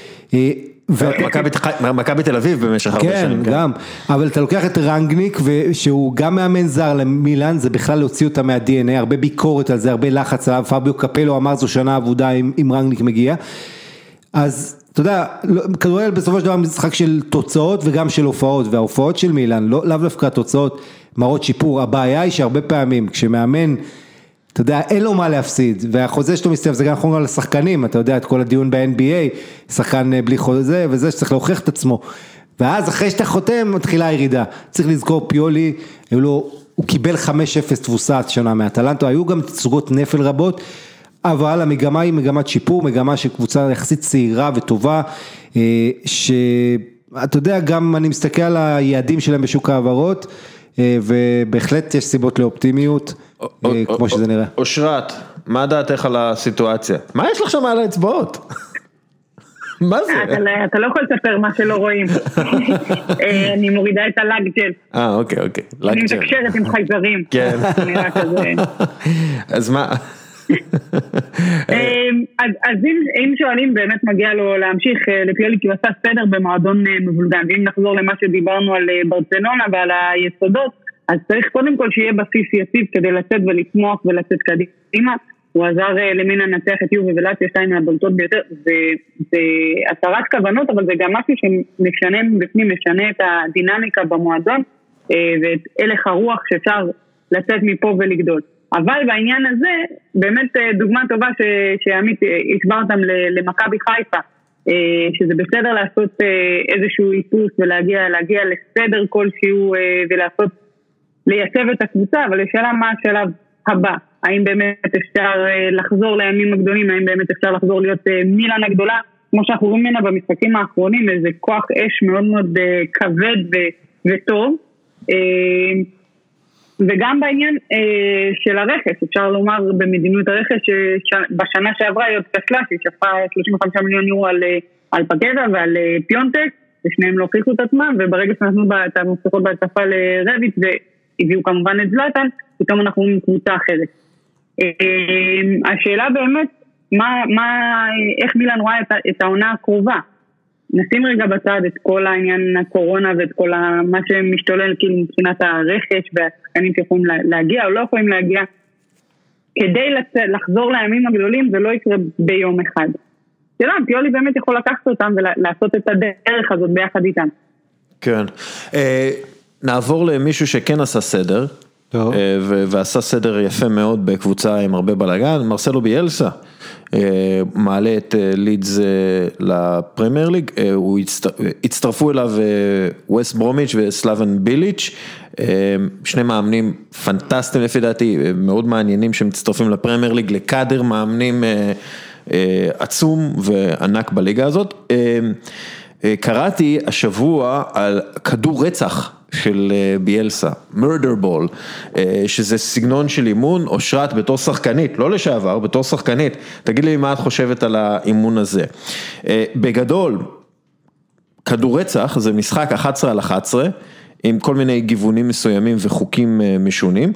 Speaker 1: מכבי תל אביב במשך הרבה שנים.
Speaker 2: כן, גם, אבל אתה לוקח את רנגניק שהוא גם מאמן זר למילאן, זה בכלל להוציא אותה מה-די אן איי, הרבה ביקורת על זה, הרבה לחץ עליו, פאביו קפלו אמר זו שנה עבודה אם רנגניק מגיע, אז אתה יודע, כדורגל בסופו של דבר משחק של תוצאות וגם של הופעות, וההופעות של מילאן, לא, לאו דווקא התוצאות מראות שיפור, הבעיה היא שהרבה פעמים כשמאמן, אתה יודע, אין לו מה להפסיד, והחוזה שלו מסתף, זה גם נכון על השחקנים, אתה יודע, את כל הדיון ב-אן בי איי, שחקן בלי חוזה, וזה שצריך להוכיח את עצמו, ואז אחרי שאתה חותם, מתחילה הירידה, צריך לזכור פיולי, לו, הוא קיבל חמש אפס תבוסה שנה מאטלנטה, היו גם תצוגות נפל רבות, אבל המגמה היא מגמת שיפור, מגמה של קבוצה יחסית צעירה וטובה, שאתה יודע, גם אני מסתכל על היעדים שלהם בשוק העברות, ובהחלט יש סיבות לאופטימיות, כמו שזה נראה.
Speaker 1: אושרת, מה דעתך על הסיטואציה? מה יש לך שם על האצבעות? מה זה?
Speaker 3: אתה לא יכול לספר מה שלא רואים. אני מורידה את הלאגג'ל.
Speaker 1: אה, אוקיי, אוקיי.
Speaker 3: אני מתקשרת עם חייזרים.
Speaker 1: כן.
Speaker 3: נראה כזה.
Speaker 1: אז מה?
Speaker 3: אז אם שואלים באמת מגיע לו להמשיך לפיולי כי הוא עשה סדר במועדון מבולגן, ואם נחזור למה שדיברנו על ברצלונה ועל היסודות, אז צריך קודם כל שיהיה בסיס יציב כדי לצאת ולצמוח ולצאת קדימה. הוא עזר למינה לנצח את יובה ולאציו, שתיים מהבולטות ביותר, זה הצהרת כוונות, אבל זה גם משהו שמשנה בפנים, משנה את הדינמיקה במועדון ואת הלך הרוח שאפשר לצאת מפה ולגדול. אבל בעניין הזה, באמת דוגמה טובה שעמית הסבר אותם למכבי חיפה, שזה בסדר לעשות איזשהו איפוס ולהגיע להגיע לסדר כלשהו ולעשות, לייצב את הקבוצה, אבל השאלה מה השלב הבא, האם באמת אפשר לחזור לימים הגדולים, האם באמת אפשר לחזור להיות מילאן הגדולה, כמו שאנחנו רואים ממנה במשחקים האחרונים, איזה כוח אש מאוד מאוד כבד וטוב, וגם בעניין אה, של הרכש, אפשר לומר במדיניות הרכש שבשנה שעברה היא עוד כשלה, שהיא שפכה שלושים וחמישה מיליון יורו על, על פקדה ועל אה, פיונטק, ושניהם לא הוכיחו את עצמם, וברגע שנתנו את המפתחות בהצפה לרביץ והביאו כמובן את זלאטן, פתאום אנחנו רואים קבוצה אחרת. אה, השאלה באמת, מה, מה, איך מילאן רואה את, את העונה הקרובה. נשים רגע בצד את כל העניין הקורונה ואת כל מה שמשתולל כאילו מבחינת הרכש והשחקנים שיכולים להגיע או לא יכולים להגיע. כדי לחזור לימים הגדולים זה לא יקרה ביום אחד. שאלה, פיולי באמת יכול לקחת אותם ולעשות את הדרך הזאת ביחד איתם.
Speaker 1: כן. נעבור למישהו שכן עשה סדר, ועשה סדר יפה מאוד בקבוצה עם הרבה בלגן, מרסלו ביאלסה, מעלה את לידס לפרמייר ליג, הצטרפו אליו ווסט ברומיץ' וסלאבן ביליץ', שני מאמנים פנטסטיים לפי דעתי, מאוד מעניינים שמצטרפים לפרמייר ליג, לקאדר מאמנים עצום וענק בליגה הזאת. קראתי השבוע על כדור רצח של ביאלסה, מרדר בול, שזה סגנון של אימון, אושרת בתור שחקנית, לא לשעבר, בתור שחקנית, תגיד לי מה את חושבת על האימון הזה. בגדול, כדור רצח זה משחק אחת עשרה על אחת עשרה, עם כל מיני גיוונים מסוימים וחוקים משונים,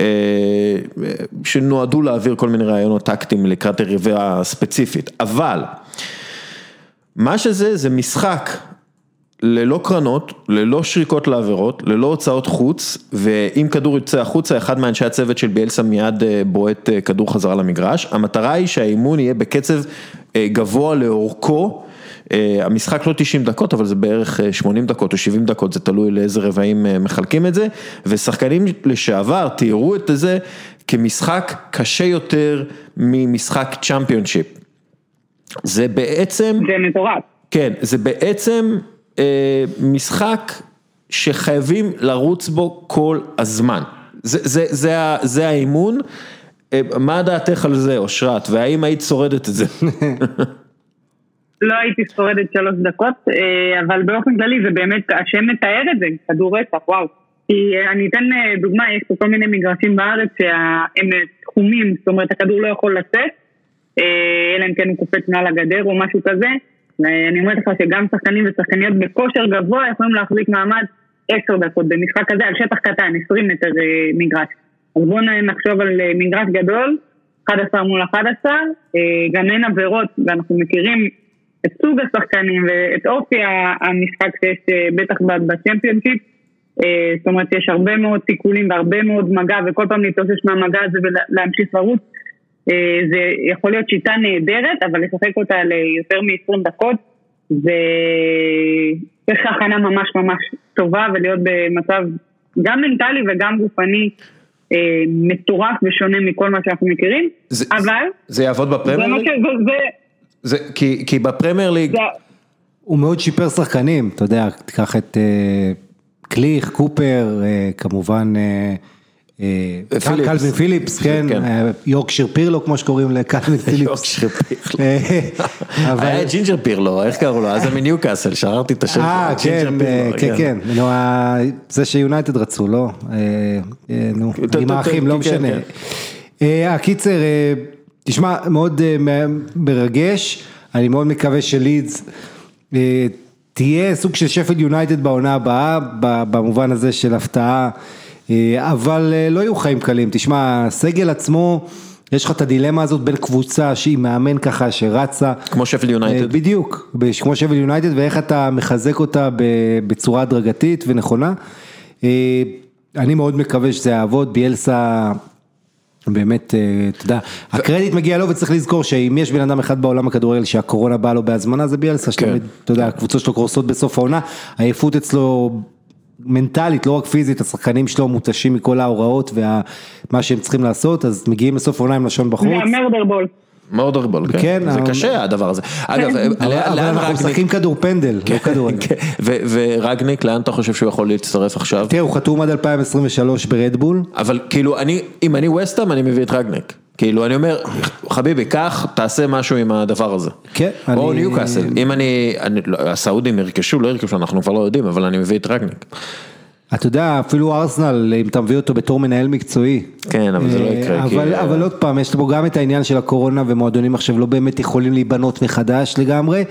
Speaker 1: שנועדו להעביר כל מיני רעיונות טקטיים לקראת היריבה ספציפית, אבל מה שזה זה משחק ללא קרנות, ללא שריקות לעבירות, ללא הוצאות חוץ, ואם כדור יוצא החוצה, אחד מאנשי הצוות של ביאלסה מיד בועט כדור חזרה למגרש. המטרה היא שהאימון יהיה בקצב גבוה לאורכו, המשחק לא תשעים דקות, אבל זה בערך שמונים דקות או שבעים דקות, זה תלוי לאיזה רבעים מחלקים את זה, ושחקנים לשעבר תיארו את זה כמשחק קשה יותר ממשחק צ'אמפיונשיפ. זה בעצם...
Speaker 3: זה מטורף.
Speaker 1: כן, זה בעצם אה, משחק שחייבים לרוץ בו כל הזמן. זה, זה, זה, זה האימון. אה, מה דעתך על זה, אושרת? והאם היית שורדת את זה?
Speaker 3: לא הייתי שורדת שלוש דקות, אבל באופן כללי זה באמת, השם מתאר את זה, כדור רצח, וואו. כי אני אתן דוגמה, יש פה כל מיני מגרשים בארץ שהם תחומים, זאת אומרת הכדור לא יכול לצאת, אלא אם כן הוא קופץ מעל הגדר או משהו כזה, ואני אומרת לך שגם שחקנים ושחקניות בכושר גבוה יכולים להחזיק מעמד עשר דקות במשחק כזה על שטח קטן, עשרים מטר מגרש. אז בואו נחשוב על מגרש גדול, אחד עשר מול אחד עשר, גם אין עבירות, ואנחנו מכירים את סוג השחקנים ואת אופי המשחק שיש בטח בצ'מפיונשיפ, זאת אומרת יש הרבה מאוד סיכולים והרבה מאוד מגע, וכל פעם להתאושש מהמגע הזה ולהמשיך לרוץ, זה יכול להיות שיטה נהדרת, אבל לשחק אותה ליותר מ-עשרים דקות, זה צריך הכנה ממש ממש טובה, ולהיות במצב גם מנטלי וגם גופני מטורף ושונה מכל מה שאנחנו מכירים,
Speaker 1: זה,
Speaker 3: אבל...
Speaker 1: זה יעבוד בפרמייר ליג?
Speaker 3: זה, זה,
Speaker 1: זה, כי, כי בפרמייר ליג...
Speaker 3: זה...
Speaker 2: הוא מאוד שיפר שחקנים, אתה יודע, תיקח את uh, קליך, קופר, uh, כמובן... Uh, קלווין פיליפס, כן, יורקשיר פירלו כמו שקוראים לקלווין פיליפס.
Speaker 1: יורקשיר פירלו. היה ג'ינג'ר פירלו, איך קראו לו? אז זה מניוקאסל, שררתי את השם.
Speaker 2: אה, כן, כן, כן. זה שיונייטד רצו, לא? נו, עם האחים, לא משנה. הקיצר, תשמע, מאוד מרגש, אני מאוד מקווה שלידס תהיה סוג של שפילד יונייטד בעונה הבאה, במובן הזה של הפתעה, אבל לא יהיו חיים קלים. תשמע, הסגל עצמו, יש לך את הדילמה הזאת בין קבוצה שהיא מאמן ככה שרצה,
Speaker 1: כמו שפילד יונייטד.
Speaker 2: בדיוק, כמו שפילד יונייטד, ואיך אתה מחזק אותה בצורה הדרגתית ונכונה. אני מאוד מקווה שזה יעבוד. ביאלסה באמת, אתה יודע, הקרדיט מגיע לו, וצריך לזכור שאם יש בן אדם אחד בעולם הכדורגל שהקורונה באה לו בהזמנה, זה ביאלסה, אתה יודע, הקבוצות שלו קורסות בסוף העונה, העייפות אצלו מנטלית, לא רק פיזית, השחקנים שלו מותשים מכל ההוראות ומה שהם צריכים לעשות, אז מגיעים לסוף העונה עם לשון בחוץ.
Speaker 3: זה המרדר בול.
Speaker 1: מרדר בול, כן. זה קשה הדבר הזה. אגב,
Speaker 2: אבל אנחנו משחקים כדור פנדל, לא כדור.
Speaker 1: ורגניק, לאן אתה חושב שהוא יכול להצטרף עכשיו?
Speaker 2: תראה, הוא חתום עד אלפיים עשרים ושלוש ברדבול. אבל
Speaker 1: כאילו, אם אני ווסטהאם, אני מביא את רגניק. כאילו, אני אומר, חביבי, כך, תעשה משהו עם הדבר הזה.
Speaker 2: כן.
Speaker 1: או ניוקאסל. אם אני, הסעודים ירכשו, לא ירכשו, אנחנו כבר לא יודעים, אבל אני מביא את רגניק.
Speaker 2: אתה יודע, אפילו ארסנל, אם אתה מביא אותו בתור מנהל מקצועי.
Speaker 1: כן, אבל זה לא יקרה.
Speaker 2: אבל, אבל עוד פעם, יש פה גם את העניין של הקורונה, ומועדונים עכשיו לא באמת יכולים להיבנות מחדש לגמרי.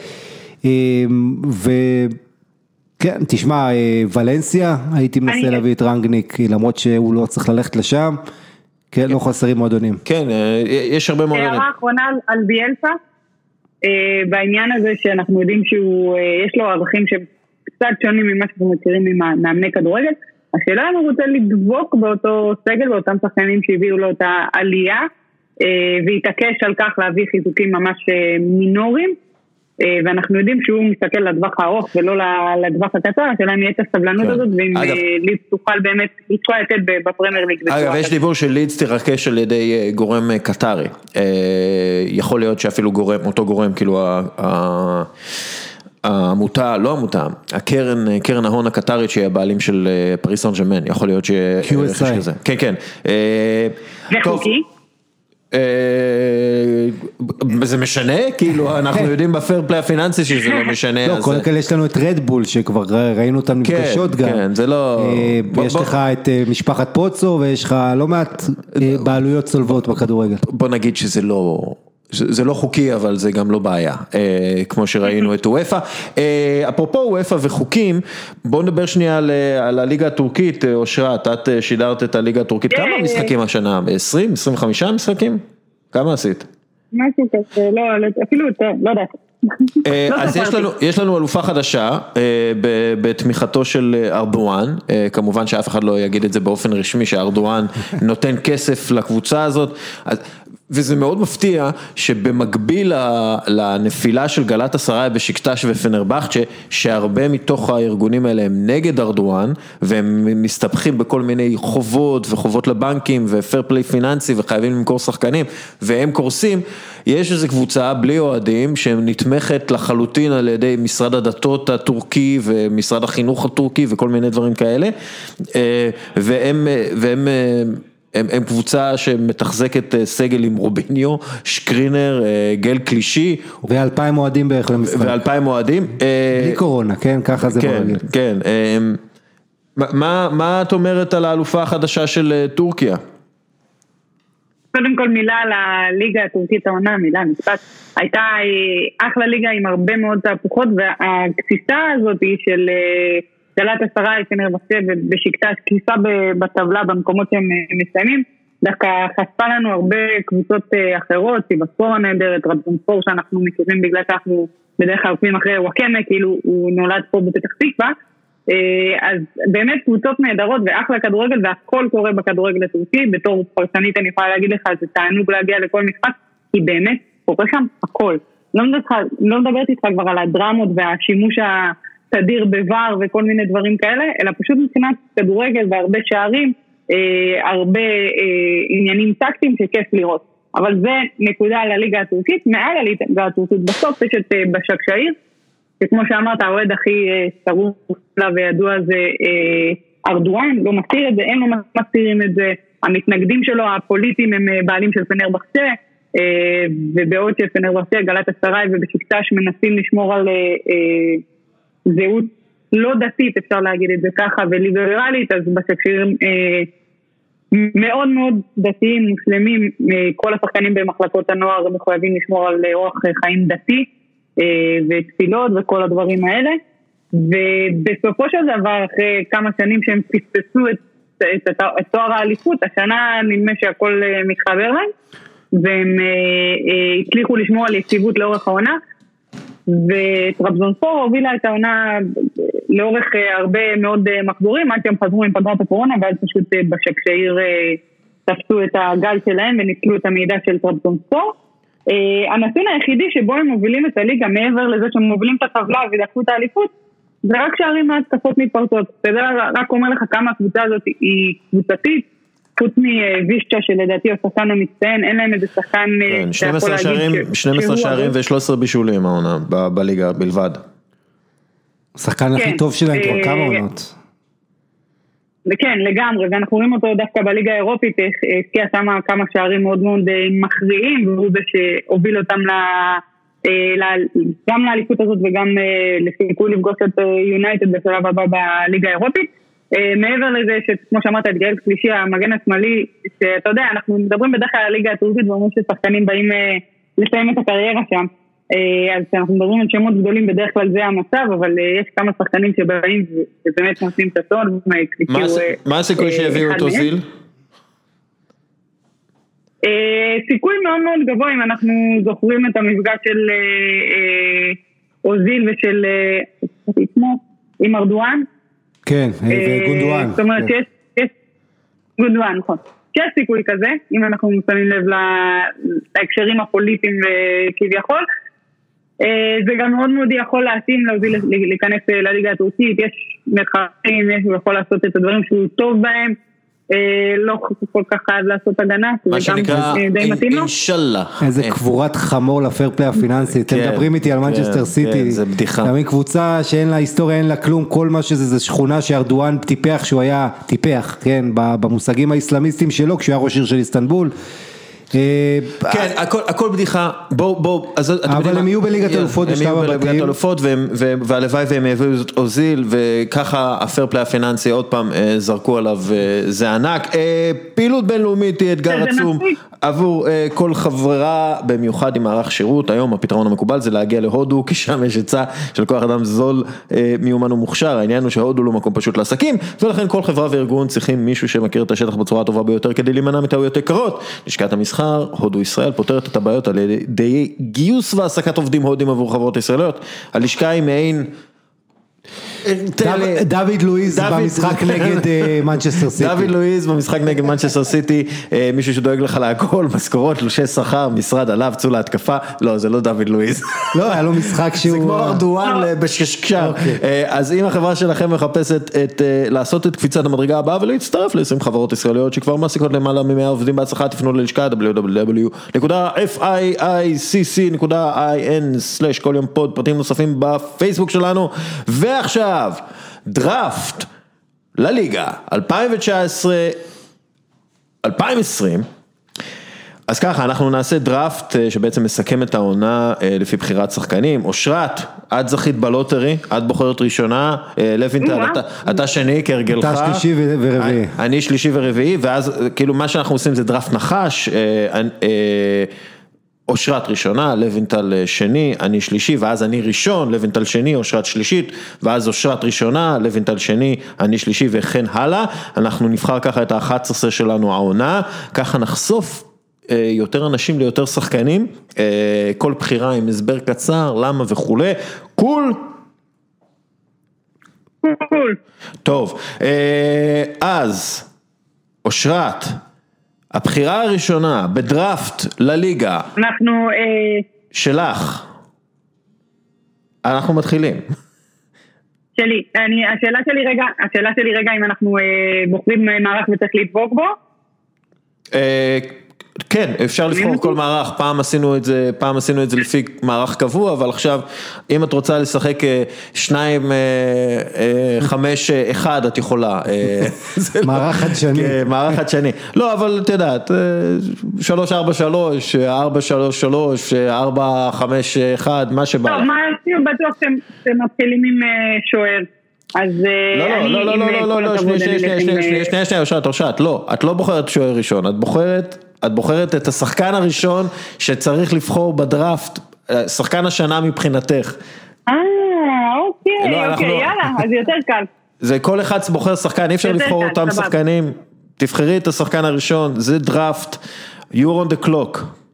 Speaker 2: וכן, תשמע, ולנסיה, הייתי מנסה להביא את רנגניק, למרות שהוא לא צריך ללכת לשם. כן, לא חסרים מועדונים.
Speaker 1: כן, יש הרבה מועדונים.
Speaker 3: הערה האחרונה על ביאלסה, בעניין הזה שאנחנו יודעים שיש לו ערכים שהם קצת שונים ממה שאנחנו מכירים ממאמני כדורגל, השאלה אם הוא רוצה לדבוק באותו סגל, באותם שחקנים שהביאו לו את העלייה, והתעקש על כך להביא חיזוקים ממש מינוריים, ואנחנו יודעים שהוא מסתכל לדווח הארוך ולא לדווח הקצר, השאלה אם יהיה את הסבלנות הזאת, ואם לידס תוכל באמת לתקוע יתד בפרמייר ליג.
Speaker 1: אגב, יש דיבור של לידס תרכש על ידי גורם קטרי, יכול להיות שאפילו גורם, אותו גורם, כאילו העמותה, לא עמותה, הקרן, קרן ההון הקטרית שהיא הבעלים של פריס סן ז'רמן, יכול להיות
Speaker 2: קיו אס איי.
Speaker 1: כן, כן.
Speaker 3: זה חוקי?
Speaker 1: זה משנה? כאילו אנחנו יודעים בפייר פליי הפיננסי שזה לא משנה.
Speaker 2: לא, קודם כל יש לנו את רדבול שכבר ראינו אותם נפגשות גם.
Speaker 1: כן, זה לא...
Speaker 2: יש לך את משפחת פוצו ויש לך לא מעט בעלויות צולבות בכדורגל.
Speaker 1: בוא נגיד שזה לא... זה לא חוקי, אבל זה גם לא בעיה, כמו שראינו את וופא. אפרופו וופא וחוקים, בואו נדבר שנייה על הליגה הטורקית, אושרת, את שידרת את הליגה הטורקית, כמה משחקים השנה? עשרים, עשרים וחמישה משחקים? כמה עשית?
Speaker 3: משהו כזה, לא, אפילו יותר, לא יודעת.
Speaker 1: אז יש לנו, יש לנו אלופה חדשה בתמיכתו של ארדואן, כמובן שאף אחד לא יגיד את זה באופן רשמי שארדואן נותן כסף לקבוצה הזאת, וזה מאוד מפתיע שבמקביל לנפילה של גלת הסראי בשקטש ופנרבחצ'ה, שהרבה מתוך הארגונים האלה הם נגד ארדואן, והם מסתבכים בכל מיני חובות וחובות לבנקים ופייר פליי פיננסי וחייבים למכור שחקנים, והם קורסים, יש איזו קבוצה בלי אוהדים שנתמכת לחלוטין על ידי משרד הדתות הטורקי ומשרד החינוך הטורקי וכל מיני דברים כאלה, והם, והם הם, הם קבוצה שמתחזקת סגל עם רוביניו, שקרינר, גל קלישי.
Speaker 2: ואלפיים מועדים בערך למשחק.
Speaker 1: ואלפיים מועדים.
Speaker 2: בלי קורונה, כן? ככה זה
Speaker 1: כן,
Speaker 2: מרגיל.
Speaker 1: כן. מה, מה את אומרת על האלופה החדשה של טורקיה?
Speaker 3: קודם כל מילה על הליגה הטורקית העונה, מילה משפט. הייתה אחלה ליגה עם הרבה מאוד תהפוכות, והקציסה הזאת של... גלת הסראי, פנרבחצ'ה בשקטש, כניסה בטבלה במקומות שהם מסיימים, דווקא חשפה לנו הרבה קבוצות אחרות, סיבספור הנהדרת, טרבזונספור שאנחנו מכירים בגלל שאנחנו בדרך כלל עוקבים אחרי וואקמה, כאילו הוא נולד פה בפתח תקווה, אז באמת קבוצות נהדרות ואחלה כדורגל, והכל קורה בכדורגל הטורקי, בתור פרשנית אני יכולה להגיד לך, זה תענוג להגיע לכל משחק, כי באמת קורה שם הכל. לא מדברת, לא מדברת איתך כבר על הדרמות והשימוש ה... תדיר בבר וכל מיני דברים כאלה, אלא פשוט מבחינת כדורגל והרבה שערים, אה, הרבה אה, עניינים טקטיים שכיף לראות. אבל זה נקודה על הליגה הטורקית, מעל הליגה הטורקית בסוף יש את אה, בשקשאיר, שכמו שאמרת, האוהד הכי אה, שרוף לה וידוע זה אה, ארדואן, לא מסתיר את זה, הם לא מסתירים את זה, המתנגדים שלו, הפוליטיים הם אה, בעלים של פנרבחצ'ה, אה, ובעוד שפנרבחצ'ה, גלת הסראי ובשקטש מנסים לשמור על... אה, אה, זהות לא דתית, אפשר להגיד את זה ככה, וליברלית, אז בשקשירים אה, מאוד מאוד דתיים, מוסלמים, אה, כל השחקנים במחלקות הנוער מחויבים לשמור על אורח חיים דתי, אה, ותפילות וכל הדברים האלה, ובסופו של דבר, אחרי כמה שנים שהם פספסו את, את, את, את תואר האליפות, השנה נדמה שהכל אה, מתחבר להם, והם אה, אה, הצליחו לשמור על יציבות לאורך העונה, וטרבזונספור הובילה את העונה לאורך הרבה מאוד מחזורים, עד שהם חזרו עם פגרת הקורונה, ואז פשוט בשקשאיר תפסו את הגל שלהם וניצלו את המידע של טרבזונספור. הנתון היחידי שבו הם מובילים את הליגה, מעבר לזה שהם מובילים את הטבלה ודחפו את האליפות, זה רק שערים מהתקפות מתפרצות. זה רק אומר לך כמה הקבוצה הזאת היא קבוצתית, חוץ מווישצ'ה שלדעתי הוא שחקן המצטיין, אין להם איזה שחקן
Speaker 1: שנים עשר שערים, שנים עשר שערים ו-שלושה עשר בישולים העונה בליגה בלבד.
Speaker 2: השחקן הכי טוב שלהם כבר כמה עונות.
Speaker 3: כן, לגמרי, ואנחנו רואים אותו דווקא בליגה האירופית, השקיע שם כמה שערים מאוד מאוד מכריעים, והוא זה שהוביל אותם גם לאליפות הזאת וגם לסיכוי לפגוש את יונייטד בשלב הבא בליגה האירופית. מעבר לזה שכמו שאמרת את גאל קלישי, המגן השמאלי, שאתה יודע, אנחנו מדברים בדרך כלל על הליגה הטורקית ואומרים ששחקנים באים לסיים את הקריירה שם, אז אנחנו מדברים על שמות גדולים, בדרך כלל זה המצב, אבל יש כמה שחקנים שבאים ובאמת נושאים את הטון.
Speaker 1: מה הסיכוי שהביאו את אוזיל?
Speaker 3: סיכוי מאוד מאוד גבוה, אם אנחנו זוכרים את המפגש של אוזיל ושל עם ארדואן.
Speaker 2: כן, וגונדואן.
Speaker 3: זאת אומרת, יש גונדואן, נכון. יש סיכוי כזה, אם אנחנו שמים לב להקשרים הפוליטיים כביכול. זה גם מאוד מאוד יכול להתאים לאוזיל להיכנס לליגה הטורקית, יש מחרים, יש, הוא יכול לעשות את הדברים שהוא טוב בהם, לא כל כך חייב לעשות הגנה,
Speaker 1: מה שנקרא אינשאללה.
Speaker 2: איזה קבורת חמור לפייר פליי הפיננסי, אתם מדברים איתי על מנצ'סטר סיטי,
Speaker 1: זה בדיחה.
Speaker 2: גם קבוצה שאין לה היסטוריה, אין לה כלום, כל מה שזה זה שכונה שארדואן טיפח, שהוא היה טיפח, כן, במושגים האסלאמיסטיים שלו, כשהוא היה ראש עיר של איסטנבול,
Speaker 1: כן, הכל בדיחה, בואו, בואו,
Speaker 2: אבל הם יהיו בליגת אלופות בשלב הבתים,
Speaker 1: והלוואי והם יביאו את אוזיל, וככה הפייר פליי הפיננסי עוד פעם זרקו עליו, זה ענק, פעילות בינלאומית היא אתגר עצום, עבור כל חברה, במיוחד עם מערך שירות, היום הפתרון המקובל זה להגיע להודו, כי שם יש היצע של כוח אדם זול, מיומן ומוכשר, העניין הוא שהודו לא מקום פשוט לעסקים, ולכן כל חברה וארגון צריכים מישהו שמכיר את השטח בצורה הטובה ביותר, כדי להימנע מטעויות יקרות. לשכת המסחר, הודו ישראל, פותרת את הבעיות על ידי גיוס והעסקת עובדים הודים עבור חברות ישראליות. הלשכה היא מעין
Speaker 2: דוד לואיז במשחק נגד מנצ'סטר סיטי.
Speaker 1: דוד לואיז במשחק נגד מנצ'סטר סיטי, מישהו שדואג לך להכל, משכורות, תלושי שכר, משרד עליו, צאו להתקפה, לא, זה לא דוד לואיז.
Speaker 2: לא, היה לו משחק שהוא...
Speaker 1: זה כמו ארדואן בשקשקשר. אז אם החברה שלכם מחפשת לעשות את קפיצת המדרגה הבאה ולהצטרף ל-עשרים חברות ישראליות שכבר מעסיקות למעלה מ-מאה עובדים בהצלחה, תפנו ללשכה דאבליו דאבליו דאבליו נקודה פייקס נקודה איי אן סלש כל יום פוד, פרטים נוספים בפייסבוק שלנו. ועכשיו דראפט לליגה אלפיים תשע עשרה אלפיים עשרים. אז ככה, אנחנו נעשה דראפט שבעצם מסכם את העונה לפי בחירת שחקנים. אושרת, את זכית בלוטרי, את בוחרת ראשונה, לוינטל, אתה שני כהרגלך.
Speaker 2: אתה שלישי ורביעי.
Speaker 1: אני שלישי ורביעי, ואז כאילו מה שאנחנו עושים זה דראפט נחש, אושרת ראשונה, לוינטל שני, אני שלישי, ואז אני ראשון, לוינטל שני, אושרת שלישית, ואז אושרת ראשונה, לוינטל שני, אני שלישי, וכן הלאה. אנחנו נבחר ככה את ה-אחת עשרה שלנו העונה, ככה נחשוף יותר אנשים ליותר שחקנים, כל בחירה עם הסבר קצר, למה וכולי. קול?
Speaker 3: קול.
Speaker 1: טוב, אז, אושרת, הבחירה הראשונה בדראפט לליגה.
Speaker 3: אנחנו...
Speaker 1: שלך. אנחנו מתחילים.
Speaker 3: שלי. אני, השאלה שלי רגע, השאלה שלי רגע אם אנחנו בוחרים מערך וצריך לדבוק בו?
Speaker 1: כן, אפשר לבחור כל מערך, פעם עשינו את זה, פעם עשינו את זה לפי מערך קבוע, אבל עכשיו, אם את רוצה לשחק שניים, חמש, אחד, את יכולה.
Speaker 2: מערך חדשני.
Speaker 1: מערך חדשני. לא, אבל את יודעת, שלוש, ארבע, שלוש, ארבע, שלוש, שלוש, ארבע, חמש, אחד, מה שבא.
Speaker 3: טוב, מה עשינו בטוח שאתם מתחילים עם שוער. אז אני...
Speaker 1: לא, לא, לא, לא, לא, שנייה, שנייה, שנייה, שנייה, שנייה, אושרת, אושרת, לא, את לא בוחרת שוער ראשון, את בוחרת... את בוחרת את השחקן הראשון שצריך לבחור בדראפט, שחקן השנה מבחינתך.
Speaker 3: אה, אוקיי, אוקיי, יאללה, אז יותר קל.
Speaker 1: זה כל אחד בוחר שחקן, אי אפשר לבחור אותם שחקנים, תבחרי את השחקן הראשון, זה דראפט, you're on the clock.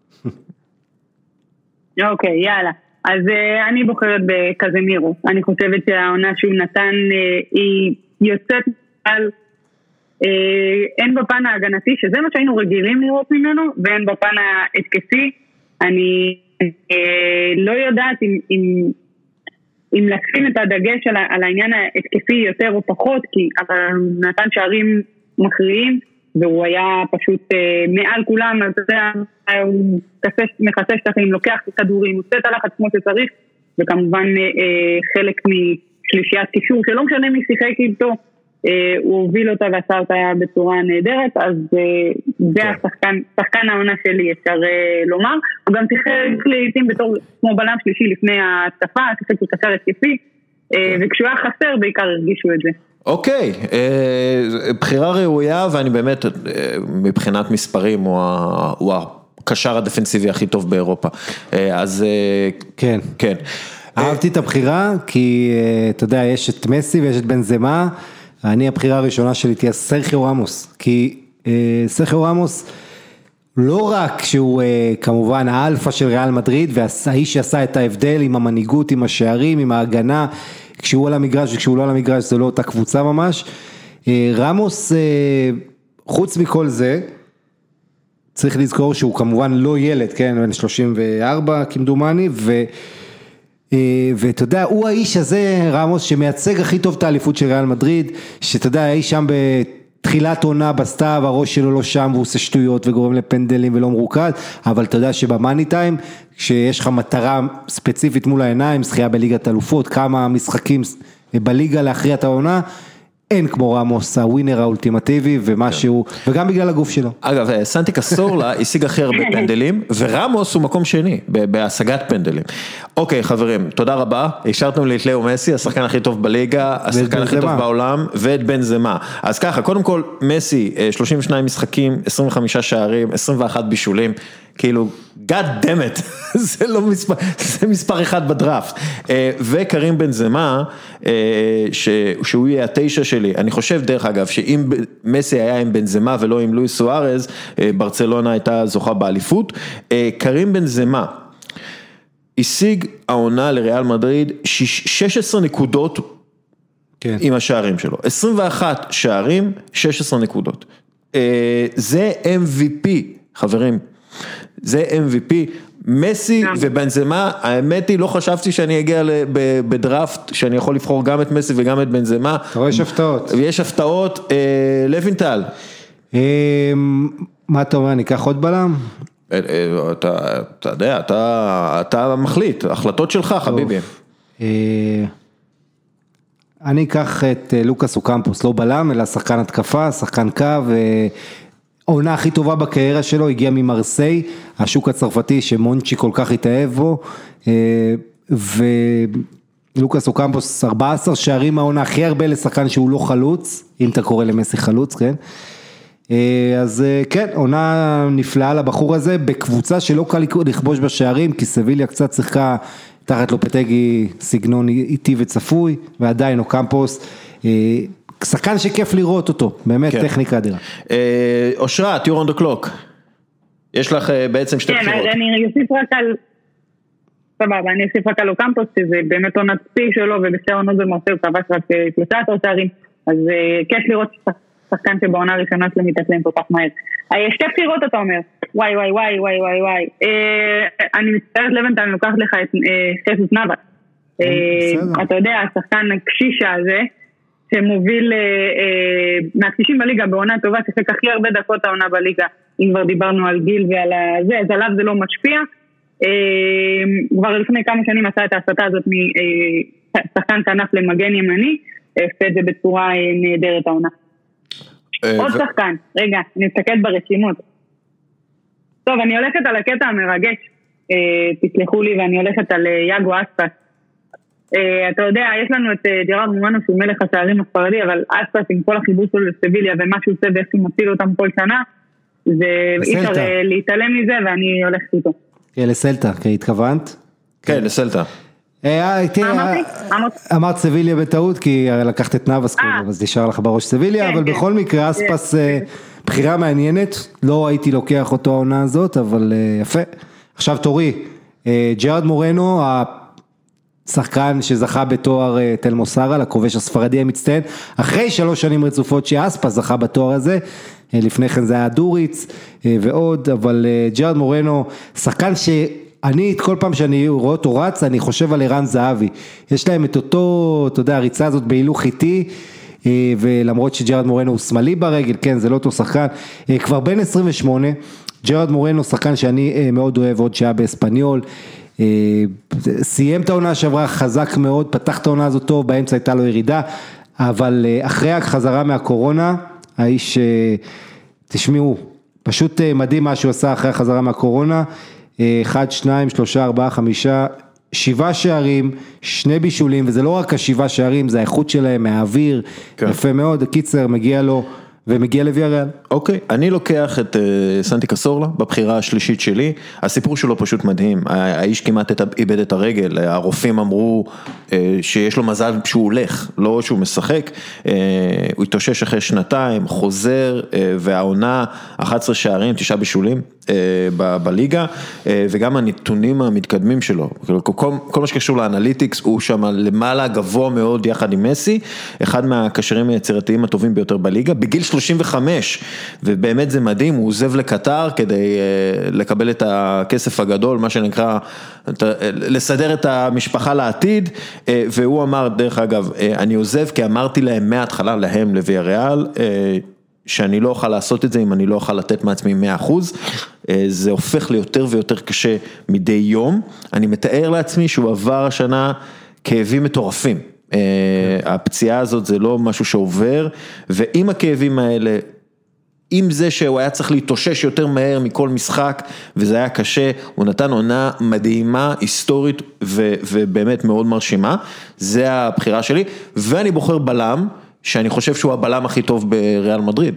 Speaker 1: אוקיי,
Speaker 3: יאללה, אז אני בוחרת בקזמירו, אני חושבת שהעונה שהוא נתן היא יוצאת על... אין בפן ההגנתי, שזה מה שהיינו רגילים לראות ממנו, ואין בפן ההתקפי. אני לא יודעת אם, אם, אם לשים את הדגש על, על העניין ההתקפי יותר או פחות, כי הוא נתן שערים מכריעים, והוא היה פשוט מעל כולם, אז אתה יודע, הוא מכסה שטחים, לוקח כדורים, עושה את הלחץ כמו שצריך, וכמובן חלק משלישיית קישור, שלא משנה מי שיחק איתו, הוא הוביל אותה ועשה אותה בצורה נהדרת, אז זה השחקן, שחקן העונה שלי, אפשר לומר. הוא גם שיחק לעתים בתור כמו בלם שלישי לפני ההתקפה, שיחק כקשר התקפי, וכשהוא היה חסר בעיקר הרגישו את זה.
Speaker 1: אוקיי, בחירה ראויה, ואני באמת, מבחינת מספרים, הוא הקשר הדפנסיבי הכי טוב באירופה. אז
Speaker 2: כן.
Speaker 1: כן.
Speaker 2: אהבתי את הבחירה, כי אתה יודע, יש את מסי ויש את בנזמה, אני הבחירה הראשונה שלי תהיה סרחיו רמוס, כי סרחיו רמוס לא רק שהוא כמובן האלפה של ריאל מדריד, והאיש שעשה את ההבדל עם המנהיגות, עם השערים, עם ההגנה, כשהוא על המגרש וכשהוא לא על המגרש, זה לא אותה קבוצה ממש. רמוס, חוץ מכל זה, צריך לזכור שהוא כמובן לא ילד, כן, בן שלושים וארבע כמדומני, ו... ואתה יודע, הוא האיש הזה, רמוס, שמייצג הכי טוב את האליפות של ריאל מדריד, שאתה יודע, האיש שם בתחילת עונה בסתיו, הראש שלו לא שם, והוא עושה שטויות וגורם לפנדלים ולא מרוכז, אבל אתה יודע שבמאני טיים, כשיש לך מטרה ספציפית מול העיניים, זכייה בליגת אלופות, כמה משחקים בליגה להכריע את העונה, אין כמו רמוס, הווינר האולטימטיבי ומשהו, וגם בגלל הגוף שלו.
Speaker 1: אגב, סנטי קסטורלה השיג הכי הרבה פנדלים, ורמוס הוא מקום שני, בהשגת פנדלים. אוקיי, חברים, תודה רבה, השארתם לי את לאו מסי, השחקן הכי טוב בליגה, השחקן הכי טוב בעולם, ואת בנזמה. אז ככה, קודם כל, מסי, שלושים ושניים משחקים, עשרים וחמישה שערים, עשרים ואחת בישולים, כאילו, God damn it, זה לא מספר, זה מספר אחד בדראפט. וקרים בנזמה, שהוא יהיה התשע שלי, אני חושב דרך אגב, שאם מסי היה עם בנזמה ולא עם לואיס סוארז, ברצלונה הייתה זוכה באליפות. קרים בנזמה, השיג העונה לריאל מדריד שש עשרה נקודות כן. עם השערים שלו, עשרים ואחת שערים, שש עשרה נקודות. זה אם וי פי, חברים, זה אם וי פי, מסי ובנזמה, האמת היא לא חשבתי שאני אגיע בדראפט, שאני יכול לבחור גם את מסי וגם את בנזמה.
Speaker 2: אתה רואה, יש הפתעות.
Speaker 1: ויש הפתעות, לוינטל.
Speaker 2: מה אתה אומר, ניקח עוד בלם?
Speaker 1: אתה יודע, אתה מחליט, החלטות שלך חביבי.
Speaker 2: אני אקח את לוקאס אוקמפוס, לא בלם, אלא שחקן התקפה, שחקן קו, העונה הכי טובה בקריירה שלו, הגיע ממרסיי, השוק הצרפתי שמונצ'י כל כך התאהב בו, ולוקאס אוקמפוס, ארבעה עשר שערים העונה הכי הרבה לשחקן שהוא לא חלוץ, אם אתה קורא למסי חלוץ, כן? אז כן, עונה נפלאה לבחור הזה, בקבוצה שלא קל לכבוש בשערים, כי סביליה קצת שיחקה תחת לופטגי סגנון איטי וצפוי, ועדיין אוקמפוס, שחקן שכיף לראות אותו, באמת טכניקה אדירה.
Speaker 1: אושרת, you're on the clock. יש לך בעצם שתי בחירות.
Speaker 3: כן, אני אוסיף רק על, סבבה, אני אוסיף רק על אוקמפוס, שזה באמת עונת פי שלו, ובשתי עונות במרסיי הוא כבש רק שלושה עשר שערים, אז כיף לראות שחקן שבעונה הראשונה שלו מתאקלם כל כך מהר. שתי בחירות אתה אומר, וואי וואי וואי וואי וואי וואי, אני מצטערת לבנטל, אני לוקחת לך את חסוס נאבס. אתה יודע, השחקן הקשישה הזה, שמוביל מהקשישים בליגה בעונה טובה, שחק הכי הרבה דקות העונה בליגה, אם כבר דיברנו על גיל ועל זה, אז עליו זה לא משפיע. כבר לפני כמה שנים עשה את ההסתה הזאת משחקן כנף למגן ימני, עושה את זה בצורה נהדרת העונה. עוד שחקן, רגע, אני מסתכלת ברשימות. טוב, אני הולכת על הקטע המרגש, תסלחו לי, ואני הולכת על יאגו אספס. אתה יודע, יש לנו את ג'רארד מורנו שהוא מלך השערים הספרדי, אבל אספס עם כל החיבוש שלו לסביליה ומה שהוא עושה ואיך הוא מציל אותם כל שנה, זה אי אפשר להתעלם מזה ואני הולכת איתו.
Speaker 2: כן, לסלטה, כי התכוונת?
Speaker 1: כן, לסלטה.
Speaker 2: אמרת סביליה בטעות, כי לקחת את נאבס, אז נשאר לך בראש סביליה, אבל בכל מקרה אספס בחירה מעניינת, לא הייתי לוקח אותו העונה הזאת, אבל יפה. עכשיו תורי, ג'רארד מורנו, שחקן שזכה בתואר תל מוסרה, לכובש הספרדי המצטיין, אחרי שלוש שנים רצופות שאספס זכה בתואר הזה, לפני כן זה היה דוריץ ועוד, אבל ג'רארד מורנו, שחקן שאני, כל פעם שאני רואה אותו רץ, אני חושב על ערן זהבי, יש להם את אותו, אתה יודע, הריצה הזאת בהילוך איטי, ולמרות שג'רארד מורנו הוא שמאלי ברגל, כן, זה לא אותו שחקן, כבר בין עשרים ושמונה, ג'רארד מורנו שחקן שאני מאוד אוהב, עוד שעה באספניול, סיים את העונה שעברה חזק מאוד, פתח את העונה הזאת טוב, באמצע הייתה לו ירידה, אבל אחרי החזרה מהקורונה, האיש, תשמעו, פשוט מדהים מה שהוא עשה אחרי החזרה מהקורונה, אחד, שניים, שלושה, ארבעה, חמישה, שבעה שערים, שני בישולים, וזה לא רק השבעה שערים, זה האיכות שלהם, מהאוויר, כן. יפה מאוד, קיצר, מגיע לו, ומגיע לוויאריאל.
Speaker 1: אוקיי, אני לוקח את סנטי קסורלה בבחירה השלישית שלי, הסיפור שלו פשוט מדהים, האיש כמעט איבד את הרגל, הרופאים אמרו שיש לו מזל שהוא הולך, לא שהוא משחק, הוא התאושש אחרי שנתיים, חוזר, והעונה אחת עשרה שערים, תשעה בישולים בליגה, וגם הנתונים המתקדמים שלו, כל, כל מה שקשור לאנליטיקס, הוא שם למעלה גבוה מאוד יחד עם מסי, אחד מהקשרים היצירתיים הטובים ביותר בליגה, בגיל שלושים וחמש, ובאמת זה מדהים, הוא עוזב לקטר כדי לקבל את הכסף הגדול, מה שנקרא, לסדר את המשפחה לעתיד, והוא אמר, דרך אגב, אני עוזב כי אמרתי להם מההתחלה, להם, לוויאריאל, שאני לא אוכל לעשות את זה אם אני לא אוכל לתת מעצמי מאה אחוז, זה הופך ליותר ויותר קשה מדי יום, אני מתאר לעצמי שהוא עבר השנה כאבים מטורפים, הפציעה הזאת זה לא משהו שעובר, ועם הכאבים האלה, עם זה שהוא היה צריך להתאושש יותר מהר מכל משחק, וזה היה קשה, הוא נתן עונה מדהימה, היסטורית, ו- ובאמת מאוד מרשימה, זה הבחירה שלי, ואני בוחר בלם, שאני חושב שהוא הבלם הכי טוב בריאל מדריד.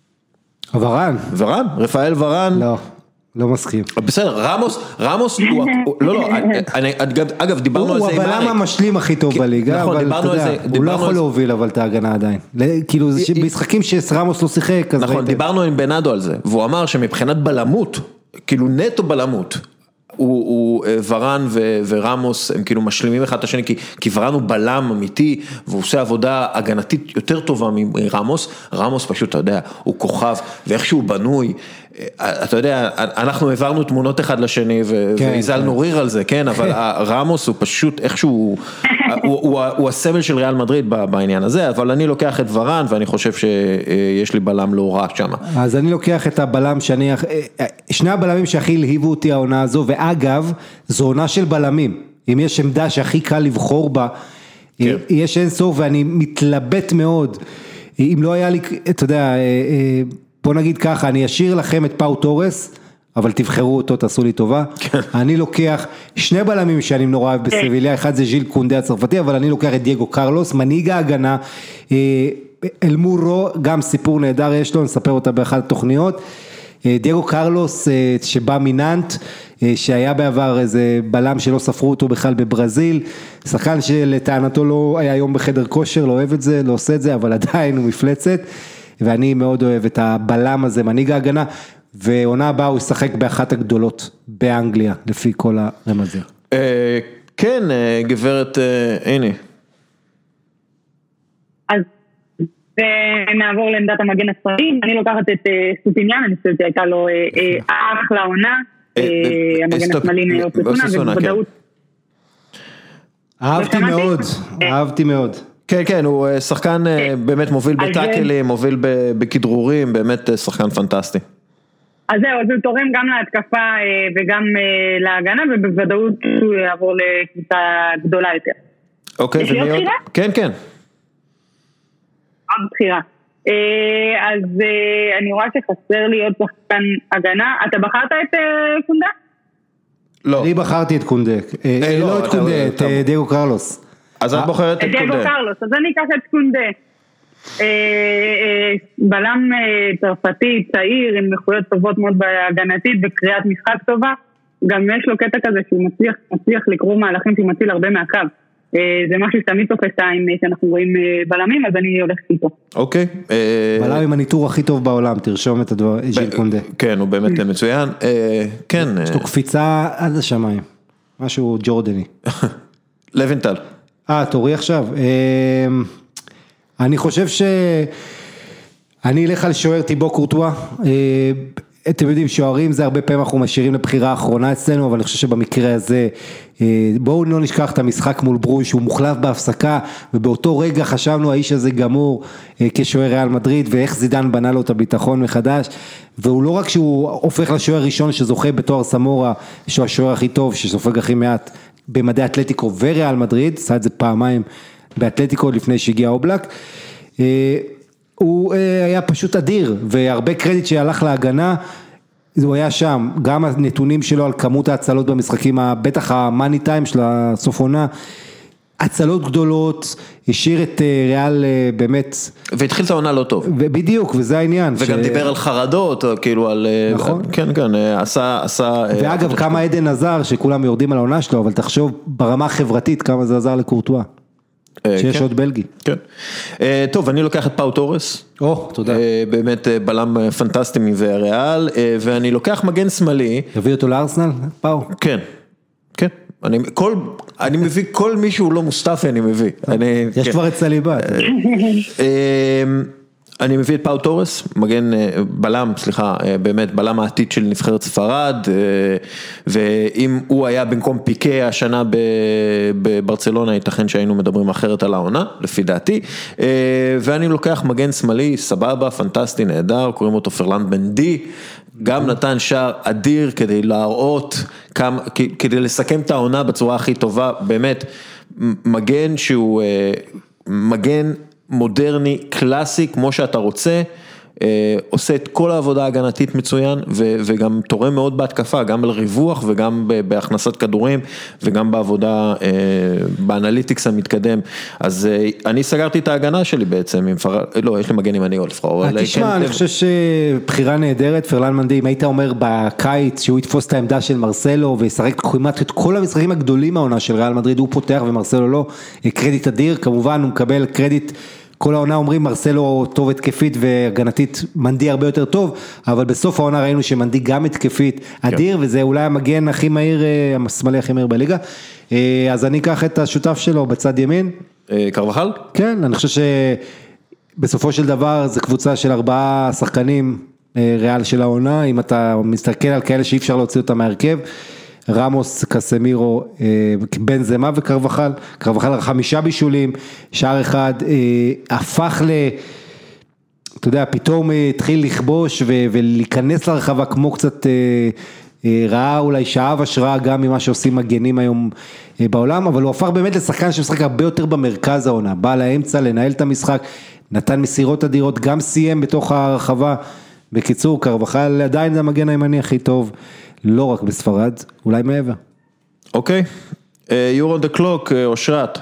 Speaker 2: ורן.
Speaker 1: ורן, רפאל ורן.
Speaker 2: לא, לא מסכים.
Speaker 1: בסדר, רמוס, רמוס, הוא, לא, לא, אני, אגב, דיברנו על זה עם אריק.
Speaker 2: הוא הבלם המשלים הכי טוב בליגה, אבל אתה יודע, הוא לא יכול להוביל אבל את ההגנה עדיין. כאילו, משחקים שרמוס לא שיחק.
Speaker 1: נכון, דיברנו עם בנאדו על זה, והוא אמר שמבחינת בלמות, כאילו נטו בלמות, הוא, הוא ורן ו, ורמוס הם כאילו משלימים אחד את השני, כי, כי ורן הוא בלם אמיתי, והוא עושה עבודה הגנתית יותר טובה מרמוס, רמוס פשוט, אתה יודע, הוא כוכב, ואיכשהו בנוי, אתה יודע, אנחנו העברנו תמונות אחד לשני, והזלנו ריר על זה, כן, אבל רמוס הוא פשוט איכשהו, הוא הסמל של ריאל מדריד בעניין הזה, אבל אני לוקח את ורן, ואני חושב שיש לי בלם לא רע שם.
Speaker 2: אז אני לוקח את הבלם שאני, שני הבלמים שהכי הלהיבו אותי העונה הזו, ואגב, זו עונה של בלמים, אם יש עמדה שהכי קל לבחור בה, יש אין סוף, ואני מתלבט מאוד, אם לא היה לי, אתה יודע, בוא נגיד ככה, אני אשאיר לכם את פאו טורס, אבל תבחרו אותו, תעשו לי טובה. אני לוקח שני בלמים שאני נורא אוהב בסביליה, אחד זה ז'יל קונדה הצרפתי, אבל אני לוקח את דייגו קרלוס, מנהיג ההגנה, אל מורו, גם סיפור נהדר יש לו, נספר אותה באחת התוכניות. דייגו קרלוס שבא מננט, שהיה בעבר איזה בלם שלא ספרו אותו בכלל בברזיל, שחקן שלטענתו לא היה היום בחדר כושר, לא אוהב את זה, לא עושה את זה, אבל עדיין הוא מפלצת. ואני מאוד אוהב את הבלם הזה, מנהיג ההגנה, ועונה הבאה הוא ישחק באחת הגדולות באנגליה, לפי כל הרמזים.
Speaker 1: כן, גברת, הנה.
Speaker 3: אז נעבור לעמדת המגן הספרדי, אני לוקחת את סוטיניאן, אני חושבת שהייתה לו אחלה עונה, המגן השמאלי נאור ססונה, ובוודאות.
Speaker 2: אהבתי מאוד, אהבתי מאוד.
Speaker 1: כן, כן, הוא שחקן באמת מוביל בטאקלים, מוביל בכדרורים, באמת שחקן פנטסטי.
Speaker 3: אז זהו, אז הוא תורם גם להתקפה וגם להגנה, ובוודאות הוא יעבור לקבוצה גדולה יותר.
Speaker 1: אוקיי,
Speaker 3: יש לי עוד בחירה?
Speaker 1: כן, כן.
Speaker 3: עוד בחירה. אז אני רואה שחסר לי עוד שחקן הגנה. אתה בחרת את קונדה?
Speaker 1: לא.
Speaker 2: אני בחרתי את קונדה. לא את קונדה, את דייגו קרלוס.
Speaker 1: אז את בוחרת את קונדה.
Speaker 3: דייגו קרלוס, אז אני אקח את קונדה. בלם צרפתי, צעיר, עם איכויות טובות מאוד בהגנתית, וקריאת משחק טובה. גם יש לו קטע כזה שהוא מצליח, מצליח לקרוא מהלכים שמציל הרבה מהקו. זה משהו שתמיד תופס עין שאנחנו רואים בלמים, אז אני הולכת איתו.
Speaker 1: אוקיי.
Speaker 2: בלם עם הניטור הכי טוב בעולם, תרשום את הדבר, ז'יל קונדה.
Speaker 1: כן, הוא באמת מצוין. כן.
Speaker 2: יש לו קפיצה עד השמיים. משהו ג'ורדני.
Speaker 1: לוינטל.
Speaker 2: אה, תורי עכשיו. אני חושב ש... אני אלך על שוער טיבו קורטואה. אתם יודעים, שוערים זה הרבה פעמים אנחנו משאירים לבחירה האחרונה אצלנו, אבל אני חושב שבמקרה הזה, בואו לא נשכח את המשחק מול ברוי, שהוא מוחלף בהפסקה, ובאותו רגע חשבנו, האיש הזה גמור כשוער ריאל מדריד, ואיך זידן בנה לו את הביטחון מחדש, והוא לא רק שהוא הופך לשוער ראשון שזוכה בתואר סמורה, שהוא השוער הכי טוב, שסופג הכי מעט במדעי אתלטיקו וריאל מדריד, עשה את זה פעמיים באתלטיקו לפני שהגיע אובלק, הוא היה פשוט אדיר, והרבה קרדיט שהלך להגנה, הוא היה שם, גם הנתונים שלו על כמות ההצלות במשחקים, בטח המאני טיים של הסוף עונה, הצלות גדולות, השאיר את ריאל באמת.
Speaker 1: והתחיל את העונה לא טוב.
Speaker 2: בדיוק, וזה העניין.
Speaker 1: וגם ש... דיבר על חרדות, כאילו על... נכון. כן, כן, עשה... עשה
Speaker 2: ואגב, כמה ש... עדן עזר, שכולם יורדים על העונה שלו, אבל תחשוב ברמה החברתית, כמה זה עזר לקורטואה. שיש
Speaker 1: כן.
Speaker 2: עוד בלגי.
Speaker 1: כן. טוב, אני לוקח את פאו טורס.
Speaker 2: או, תודה.
Speaker 1: באמת בלם פנטסטי מוויאריאל, ואני לוקח מגן שמאלי.
Speaker 2: יביא אותו לארסנל, פאו?
Speaker 1: כן, כן. אני, כל, אני מביא כל מישהו לא מוסטפי, אני מביא. אני,
Speaker 2: יש
Speaker 1: כן.
Speaker 2: כבר את סליבה.
Speaker 1: אני מביא את פאו טורס, מגן בלם, סליחה, באמת בלם העתיד של נבחרת ספרד, ואם הוא היה במקום פיקה השנה בברצלונה, ייתכן שהיינו מדברים אחרת על העונה, לפי דעתי, ואני לוקח מגן שמאלי, סבבה, פנטסטי, נהדר, קוראים אותו פרלנד בנדי, גם נתן שער אדיר כדי להראות, כדי לסכם את העונה בצורה הכי טובה, באמת, מגן שהוא מגן מודרני, קלאסי, כמו שאתה רוצה, עושה את כל העבודה ההגנתית מצוין, וגם תורם מאוד בהתקפה, גם על ריווח וגם בהכנסת כדורים, וגם בעבודה, באנליטיקס המתקדם. אז אני סגרתי את ההגנה שלי בעצם, לא, יש לי מגן ימני או לבחור.
Speaker 2: תשמע, אני חושב שבחירה נהדרת, פרלן מנדי, אם היית אומר בקיץ, שהוא יתפוס את העמדה של מרסלו, וישחק כמעט את כל המשחקים הגדולים מהעונה של ריאל מדריד, הוא פותח ומרסלו לא, קרדיט אדיר, כמובן הוא מקבל קרדיט, כל העונה אומרים מרסלו טוב התקפית והגנתית מנדי הרבה יותר טוב, אבל בסוף העונה ראינו שמנדי גם התקפית אדיר, כן. וזה אולי המגן הכי מהיר, השמאלי הכי מהיר בליגה, אז אני אקח את השותף שלו בצד ימין.
Speaker 1: קרבחל?
Speaker 2: כן, אני חושב שבסופו של דבר זה קבוצה של ארבעה שחקנים ריאל של העונה, אם אתה מסתכל על כאלה שאי אפשר להוציא אותם מהרכב, רמוס, קסמירו, בנזמה וקרבחל, קרבחל חמישה בישולים, שער אחד, הפך ל, אתה יודע, פתאום התחיל לכבוש ולהיכנס לרחבה כמו קצת, ראה אולי שאהב השראה גם ממה שעושים מגנים היום בעולם, אבל הוא הפך באמת לשחקן שמשחק הרבה יותר במרכז העונה, בא לאמצע לנהל את המשחק, נתן מסירות אדירות, גם סיים בתוך הרחבה, בקיצור, קרבחל עדיין זה המגן הימני הכי טוב, לא רק בספרד, אולי מעבר.
Speaker 1: אוקיי, you're on the clock, אושרת.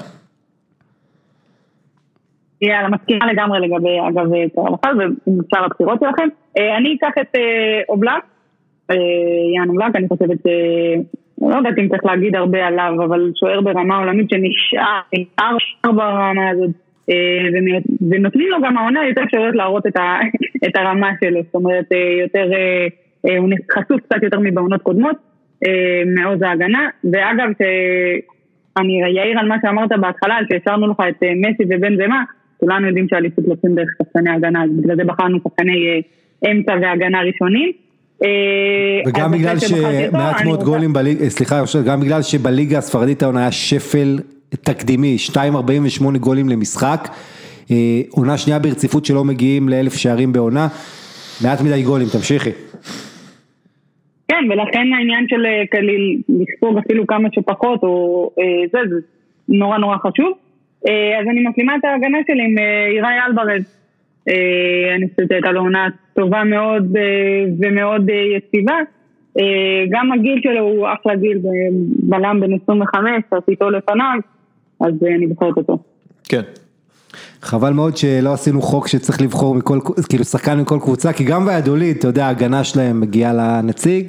Speaker 3: יאללה, מסכימה לגמרי לגבי, אגב, קרבחל, ובשאר הבחירות שלכם. אני אקח את אובלק, יאן אובלק, אני חושבת, לא יודעת אם צריך להגיד הרבה עליו, אבל שוער ברמה עולמית שנשאר, נשאר ברמה הזאת, ונותנים לו גם העונה יותר אפשרויות להראות את הרמה שלו, זאת אומרת, יותר... הוא חשוף קצת יותר מבעונות קודמות, מעוז ההגנה, ואגב, אני יעיר על מה שאמרת בהתחלה, שהשארנו לך את מסי ובנזמה, כולנו יודעים שהאליפות לוקחים דרך שחקני ההגנה, אז בגלל זה בחרנו שחקני אמצע והגנה ראשונים.
Speaker 2: וגם בגלל שמעט מאוד גולים בליגה, סליחה, גם בגלל שבליגה הספרדית העונה היה שפל תקדימי, שתיים ארבעים ושמונה גולים למשחק, עונה שנייה ברציפות שלא מגיעים לאלף שערים בעונה, מעט מדי גולים, תמשיכי.
Speaker 3: כן, ולכן העניין של כליל לספוג אפילו כמה שפחות, או זה, זה נורא נורא חשוב. אז אני משלימה את ההגנה שלי עם איראי אלברז. אני חושבת הייתה לו עונה טובה מאוד ומאוד יציבה. גם הגיל שלו הוא אחלה גיל, בלם בן עשרים וחמש, עשיתו לפניו, אז אני בוחרת אותו.
Speaker 1: כן.
Speaker 2: חבל מאוד שלא עשינו חוק שצריך לבחור מכל, כאילו שחקן מכל קבוצה, כי גם והדולית, אתה יודע, ההגנה שלהם מגיעה לנציג.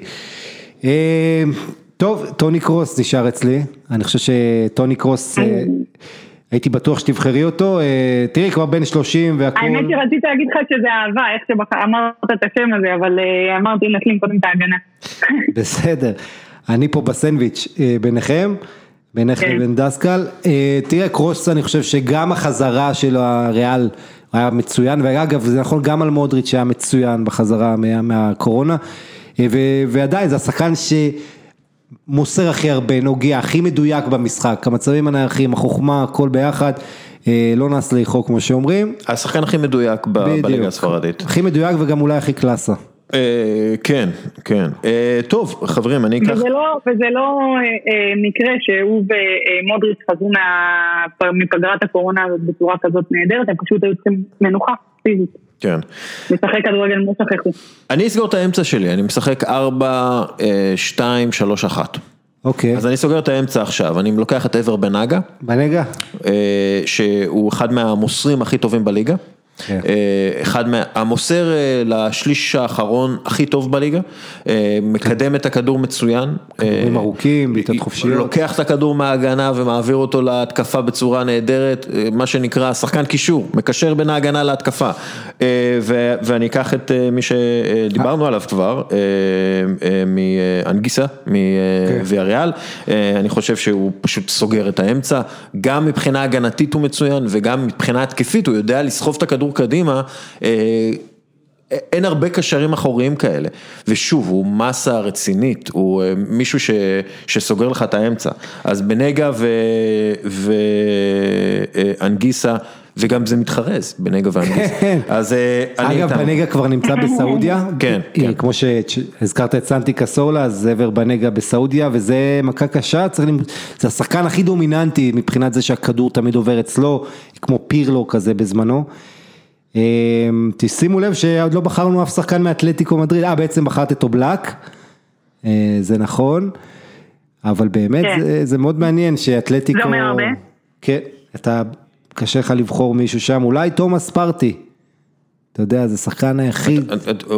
Speaker 2: טוב, טוני קרוס נשאר אצלי, אני חושב שטוני קרוס, הייתי בטוח שתבחרי אותו, תראי כבר בין שלושים והכל.
Speaker 3: האמת שרציתי להגיד לך שזה אהבה, איך שאמרת את השם הזה, אבל אמרתי נשלים קודם את ההגנה.
Speaker 2: בסדר, אני פה בסנדוויץ' ביניכם, בינך לבין דסקל, תראה קרוס, אני חושב שגם החזרה של הריאל היה מצוין, ואגב זה נכון גם על מודריץ' שהיה מצוין בחזרה מהקורונה, ועדיין זה השחקן שמוסר הכי הרבה, נוגע, הכי מדויק במשחק, המצבים הנייחים, החוכמה, הכל ביחד, לא נס ליחו כמו שאומרים.
Speaker 1: השחקן הכי מדויק בליגה הספרדית.
Speaker 2: הכי מדויק וגם אולי הכי קלאסה.
Speaker 1: כן, כן. טוב, חברים, אני אקח...
Speaker 3: וזה לא מקרה שהוא ומודריץ' חזרו מפגרת הקורונה הזאת בצורה כזאת נהדרת, הם פשוט היו צריכים מנוחה פיזית.
Speaker 1: כן.
Speaker 3: משחק כדורגל לא שכחו.
Speaker 1: אני אסגור את האמצע שלי, אני משחק ארבע, שתיים, שלוש, אחת.
Speaker 2: אוקיי.
Speaker 1: אז אני סוגר את האמצע עכשיו, אני לוקח את עבר בנגה.
Speaker 2: בנגה?
Speaker 1: שהוא אחד מהמוסרים הכי טובים בליגה. אחד מהמוסר לשליש האחרון הכי טוב בליגה, מקדם את הכדור מצוין,
Speaker 2: כדורים ארוכים, בעיטות חופשיות,
Speaker 1: לוקח את הכדור מההגנה ומעביר אותו להתקפה בצורה נהדרת, מה שנקרא שחקן קישור, מקשר בין ההגנה להתקפה, ואני אקח את מי שדיברנו עליו כבר, מאנגיסה, מוויאריאל, אני חושב שהוא פשוט סוגר את האמצע, גם מבחינה הגנתית הוא מצוין, וגם מבחינה התקפית הוא יודע לסחוב את הכדור קדימה, אין הרבה קשרים אחוריים כאלה, ושוב, הוא מסה רצינית, הוא מישהו ש, שסוגר לך את האמצע, אז בנגה ו, ואנגיסה, וגם זה מתחרז, בנגה ואנגיסה. אז
Speaker 2: אגב, בנגה כבר נמצא בסעודיה,
Speaker 1: כן, כן.
Speaker 2: כמו שהזכרת את סנטי קסולה, אז עבר בנגה בסעודיה, וזה מכה קשה, זה השחקן הכי דומיננטי, מבחינת זה שהכדור תמיד עובר אצלו, כמו פירלו כזה בזמנו, תשימו לב שעוד לא בחרנו אף שחקן מאתלטיקו מדריד, אה בעצם בחרת את אובלק, זה נכון, אבל באמת זה, זה מאוד מעניין שאתלטיקו,
Speaker 3: לא מהרבה,
Speaker 2: כן, אתה קשה לך לבחור מישהו שם, אולי תומאס פרטי, אתה יודע, זה שחקן היחיד,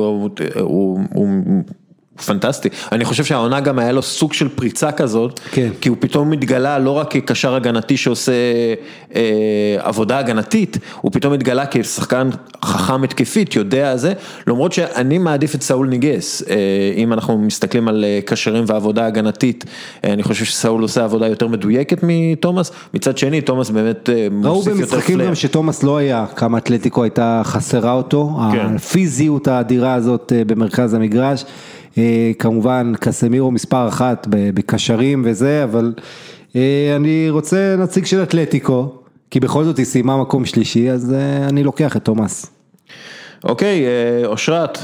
Speaker 1: הוא פנטסטי, אני חושב שהעונה גם היה לו סוג של פריצה כזאת,
Speaker 2: כן.
Speaker 1: כי הוא פתאום מתגלה לא רק כקשר הגנתי שעושה אה, עבודה הגנתית, הוא פתאום מתגלה כשחקן חכם התקפית, יודע זה, למרות שאני מעדיף את סאול ניגס, אה, אם אנחנו מסתכלים על קשרים ועבודה הגנתית, אה, אני חושב שסאול עושה עבודה יותר מדויקת מתומאס, מצד שני תומאס באמת אה, מוסיף יותר פלר.
Speaker 2: ראו במשחקים גם שתומאס לא היה, כמה אתלטיקו הייתה חסרה אותו, כן. הפיזיות האדירה הזאת אה, במרכז המגרש, כמובן קסמירו מספר אחת בקשרים וזה, אבל אני רוצה נציג של אתלטיקו, כי בכל זאת היא סיימה מקום שלישי, אז אני לוקח את תומאס.
Speaker 1: אוקיי, אושרת.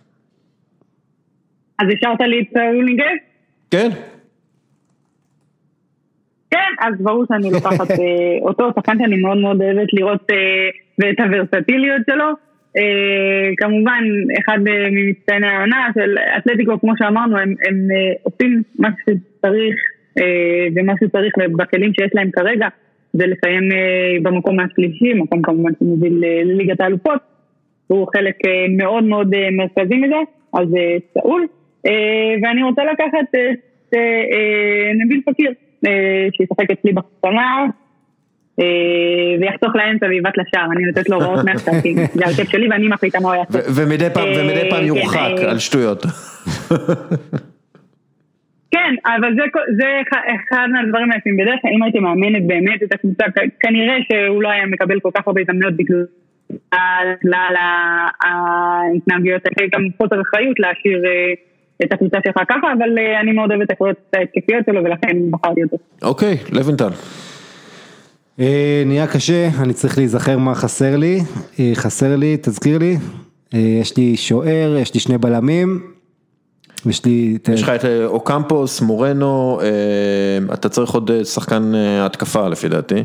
Speaker 3: אז השארת לי את סאול ניגס?
Speaker 1: כן.
Speaker 3: כן, אז ברור שאני לוקחת אותו, שחקן שאני מאוד מאוד אוהבת לראות ואת הוורסטיליות שלו, כמובן אחד ממצטייני העונה של אתלטיקו, כמו שאמרנו, הם, הם עושים מה שצריך ומה שצריך בכלים שיש להם כרגע, זה לסיים במקום השלישי, מקום כמובן שמוביל לליגת האלופות, הוא חלק מאוד מאוד מרכזי מזה, אז סאול, ואני רוצה לקחת את נביל פקיר, שישחק אצלי בחצונה, ויחתוך לאמצע ויבט לשער, אני נותנת לו הוראות מעכשיו, כי זה הרכב שלי ואני מחליטה מה הוא יעשה.
Speaker 1: ומדי פעם, ומדי פעם יורחק על שטויות.
Speaker 3: כן, אבל זה אחד מהדברים היפים בדרך כלל, אם הייתי מאמנת באמת את הקבוצה, כנראה שהוא לא היה מקבל כל כך הרבה הזדמנויות בגלל ההתנהגויות, גם חוסר אחריות להשאיר את הקבוצה שלך ככה, אבל אני מאוד אוהבת את ההתקפיות שלו ולכן בחרתי אותו.
Speaker 1: אוקיי, לוינטל.
Speaker 2: נהיה קשה, אני צריך להיזכר מה חסר לי, חסר לי, תזכיר לי, יש לי שוער, יש לי שני בלמים, יש לי...
Speaker 1: יש לך את אוקמפוס, מורנו, אתה צריך עוד שחקן התקפה לפי דעתי,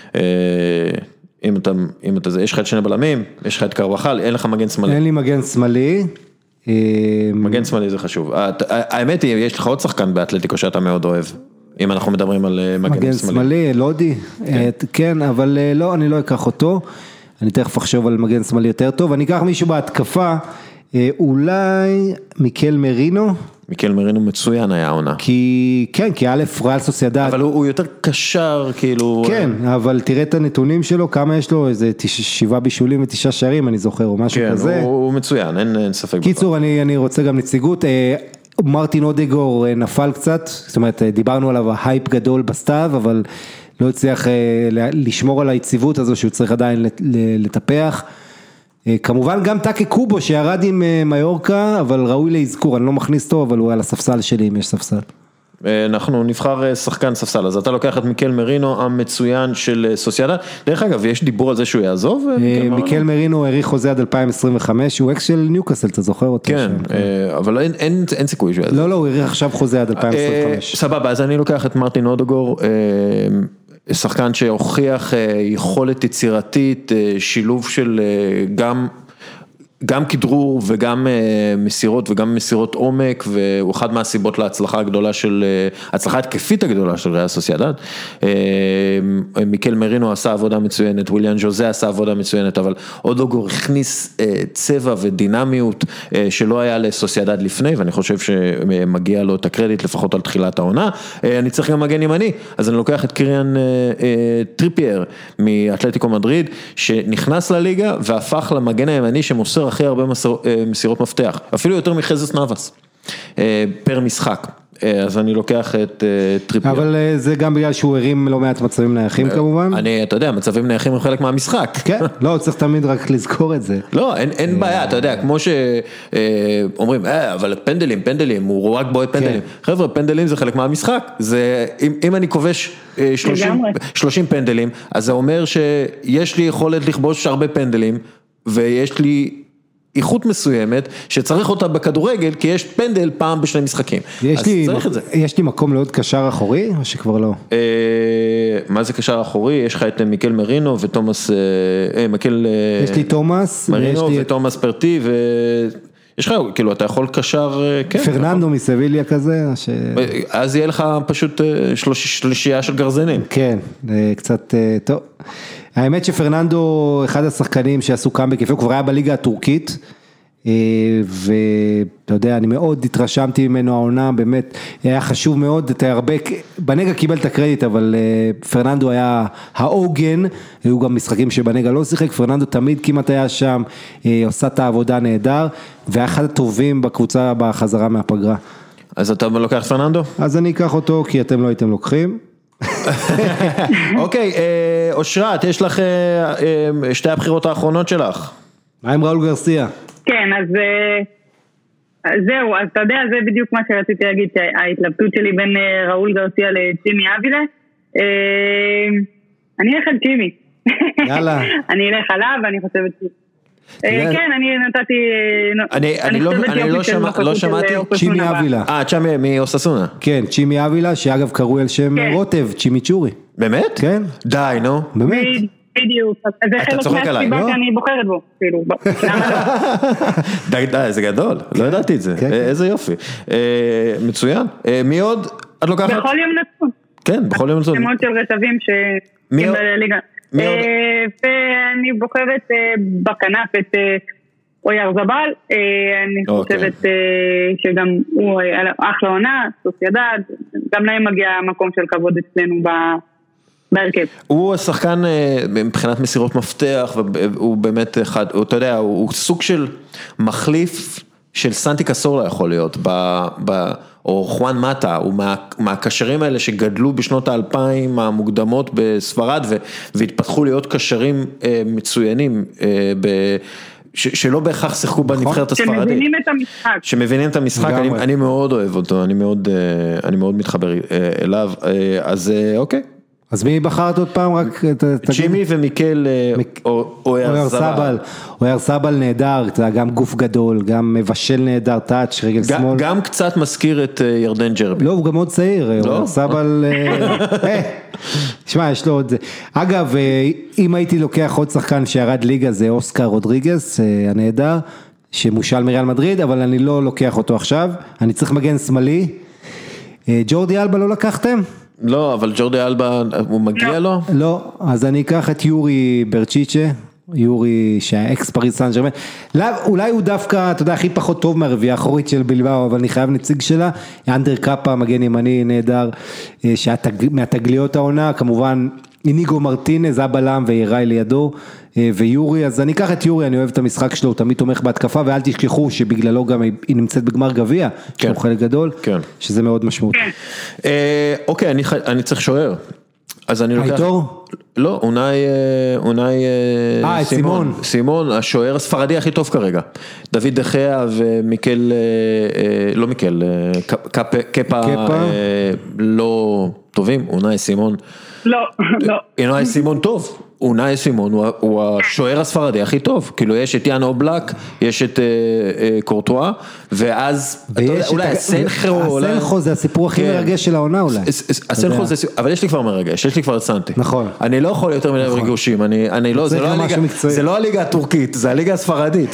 Speaker 1: אם אתה, אם אתה זה, יש לך את שני בלמים, יש לך את קרבחל, אין לך מגן שמאלי.
Speaker 2: אין לי מגן שמאלי.
Speaker 1: מגן שמאלי זה חשוב, האמת היא, יש לך עוד שחקן באתלטיקו שאתה מאוד אוהב. אם אנחנו מדברים על מגן,
Speaker 2: מגן שמאלי, לודי, כן. כן, אבל לא, אני לא אקח אותו, אני תכף אחשוב על מגן שמאלי יותר טוב, אני אקח מישהו בהתקפה, אולי מיקל מרינו.
Speaker 1: מיקל מרינו מצוין היה עונה.
Speaker 2: כי, כן, כי א' ריאל סוסיידד.
Speaker 1: אבל הוא, הוא יותר קשר, כאילו.
Speaker 2: כן, אבל תראה את הנתונים שלו, כמה יש לו, איזה שבעה בישולים ותשעה שערים, אני זוכר, או משהו
Speaker 1: כן,
Speaker 2: כזה.
Speaker 1: כן, הוא, הוא מצוין, אין, אין ספק.
Speaker 2: קיצור, אני, אני רוצה גם נציגות, מרטין אודגור נפל קצת, זאת אומרת, דיברנו עליו הייפ גדול בסתיו, אבל לא הצליח לשמור על היציבות הזו, שהוא צריך עדיין לטפח. כמובן גם טאקה קובו שירד עם מיורקה, אבל ראוי להזכור, אני לא מכניס טוב, אבל הוא על הספסל שלי, אם יש ספסל.
Speaker 1: אנחנו נבחר שחקן ספסל, אז אתה לוקח את מיקל מרינו המצוין של סוסיידד, דרך אגב, יש דיבור על זה שהוא יעזוב?
Speaker 2: מיקל מרינו העריך חוזה עד אלפיים עשרים וחמש, הוא אקס של ניוקאסל, אתה זוכר אותו?
Speaker 1: כן, אבל אין סיכוי שהוא יעזוב.
Speaker 2: לא, לא, הוא העריך עכשיו חוזה עד אלפיים עשרים וחמש.
Speaker 1: סבבה, אז אני לוקח את מרטין אודגור, שחקן שהוכיח יכולת יצירתית, שילוב של גם גם כדרור וגם מסירות וגם מסירות עומק, והוא אחד מהסיבות להצלחה הגדולה של, הצלחה התקפית הגדולה של ריאל סוסיידד. מיקל מרינו עשה עבודה מצוינת, וויליאן ז'וזה עשה עבודה מצוינת, אבל אודוגור הכניס צבע ודינמיות שלא היה לסוסיידד לפני, ואני חושב שמגיע לו את הקרדיט לפחות על תחילת העונה. אני צריך גם מגן ימני, אז אני לוקח את קיריאן טריפייר מאתלטיקו מדריד, שנכנס לליגה והפך למגן הימני שמוסר הכי הרבה מסירות מפתח, אפילו יותר מחזס נאבס, פר משחק. אז אני לוקח את טריפייר.
Speaker 2: אבל זה גם בגלל שהוא הרים לא מעט מצבים נייחים כמובן.
Speaker 1: אני, אתה יודע, מצבים נייחים הם חלק מהמשחק.
Speaker 2: כן, לא, צריך תמיד רק לזכור את זה.
Speaker 1: לא, אין, אין בעיה, אתה יודע, כמו שאומרים, אה, אבל פנדלים, פנדלים, הוא רק בועט פנדלים. חבר'ה, פנדלים זה חלק מהמשחק. זה, אם, אם אני כובש שלושים פנדלים, אז זה אומר שיש לי יכולת לכבוש הרבה פנדלים, ויש לי איכות מסוימת שצריך אותה בכדורגל, כי יש פנדל פעם בשני משחקים.
Speaker 2: יש לי, יש לי מקום לעוד קשר אחורי, או שכבר לא?
Speaker 1: מה זה קשר אחורי? יש לך את מיקל מרינו ותומאס, מיקל...
Speaker 2: יש לי תומאס.
Speaker 1: מרינו ותומאס פרטי, ויש לך, כאילו, אתה יכול קשר...
Speaker 2: פרננדו מסביליה כזה,
Speaker 1: אז יהיה לך פשוט שלישייה של גרזנים.
Speaker 2: כן, קצת טוב. האמת שפרננדו אחד השחקנים שעשו קאמבק יפה, הוא כבר היה בליגה הטורקית, ואתה יודע, אני מאוד התרשמתי ממנו העונה, באמת היה חשוב מאוד, אתה הרבה, בנגה קיבל את הקרדיט, אבל פרננדו היה העוגן, היו גם משחקים שבנגה לא שיחק, פרננדו תמיד כמעט היה שם, עושה את העבודה נהדר, והיה אחד הטובים בקבוצה בחזרה מהפגרה.
Speaker 1: אז אתה לוקח פרננדו?
Speaker 2: אז אני אקח אותו, כי אתם לא הייתם לוקחים.
Speaker 1: אוקיי, אושרת, יש לך שתי הבחירות האחרונות שלך.
Speaker 2: מה עם ראול גרסיה?
Speaker 3: כן, אז זהו, אז אתה יודע, זה בדיוק מה שרציתי להגיד, ההתלבטות שלי בין ראול גרסיה לצ'ימי אבילה. אני אלך על צ'ימי.
Speaker 2: יאללה.
Speaker 3: אני אלך עליו, ואני חושבת ש... כן, אני נתתי...
Speaker 1: אני לא שמעתי...
Speaker 2: צ'ימי אבילה.
Speaker 1: אה, צ'ימי מאוססונה.
Speaker 2: כן, צ'ימי אבילה, שאגב קראו על שם רוטב, צ'ימי צ'ורי.
Speaker 1: באמת?
Speaker 2: כן.
Speaker 1: די, נו.
Speaker 2: באמת.
Speaker 3: בדיוק, זה חלק מהסיבה שאני בוחרת בו, כאילו,
Speaker 1: די, די, זה גדול, לא ידעתי את זה, איזה יופי. מצוין. מי עוד? את לוקחת?
Speaker 3: בכל יום נתון.
Speaker 1: כן, בכל יום נתון.
Speaker 3: שמות של רטבים שהם בליגה. ואני בוחרת בכנף את אויר זבל, אני חושבת שגם הוא אחלה עונה, סוסיידד, גם להם מגיע מקום של כבוד אצלנו בהרכב.
Speaker 1: הוא השחקן מבחינת מסירות מפתח, והוא באמת אחד, אתה יודע, הוא סוג של מחליף של סנטי קסורלה יכול להיות, או חואן מטה, הוא מהקשרים האלה שגדלו בשנות האלפיים המוקדמות בספרד, והתפתחו להיות קשרים מצוינים, שלא בהכרח שיחקו בנבחרת הספרדית.
Speaker 3: שמבינים את המשחק.
Speaker 1: שמבינים את המשחק, אני מאוד אוהב אותו, אני מאוד מתחבר אליו, אז אוקיי.
Speaker 2: אז מי בחרת עוד פעם רק?
Speaker 1: צ'ימי ומיקל אויר סבל.
Speaker 2: אויר סבל נהדר, גם גוף גדול, גם מבשל נהדר, טאץ', רגל שמאל.
Speaker 1: גם קצת מזכיר את ירדן ג'רבי.
Speaker 2: לא, הוא גם מאוד צעיר, אויר סבל, תשמע, יש לו עוד זה. אגב, אם הייתי לוקח עוד שחקן שירד ליגה, זה אוסקר רודריגס, הנהדר, שמושל מריאל מדריד, אבל אני לא לוקח אותו עכשיו, אני צריך מגן שמאלי. ג'ורדי אלבה לא לקחתם?
Speaker 1: לא, אבל ג'ורדי אלבה, הוא מגיע לו?
Speaker 2: לא, אז אני אקח את יורי ברצ'יצ'ה, יורי שהאקס פריז סן ז'רמן, אולי הוא דווקא, אתה יודע, הכי פחות טוב מהרביעייה האחורית של בלבאו, אבל אני חייב נציג שלה, אנדר קאפה, מגן ימני נהדר, מהתגליות העונה, כמובן, איניגו מרטינז, הבלם ויראי לידו, ויורי, אז אני אקח את יורי, אני אוהב את המשחק שלו, הוא תמיד תומך בהתקפה, ואל תשכחו שבגללו גם היא נמצאת בגמר גביע, שהוא חלק גדול, שזה מאוד משמעותי.
Speaker 1: אוקיי, אני צריך שוער, אז אני לוקח...
Speaker 2: הייתור?
Speaker 1: לא, אונאי סימון, סימון, השוער הספרדי הכי טוב כרגע, דוד דחיה ומיקל, לא מיקל, קפה לא טובים, אונאי סימון,
Speaker 3: לא, לא.
Speaker 1: אונאי סימון טוב. אונאי סימון הוא השוער הספרדי הכי טוב, כאילו יש את יאן אובלק, יש את קורטואה, ואז אולי הסנחו,
Speaker 2: הסנחו זה הסיפור הכי מרגש של העונה אולי.
Speaker 1: הסנחו זה, אבל יש לי כבר מרגש, יש לי כבר את סנטי.
Speaker 2: נכון.
Speaker 1: אני לא יכול יותר מדי רגושים, אני לא, זה לא הליגה הטורקית, זה הליגה הספרדית.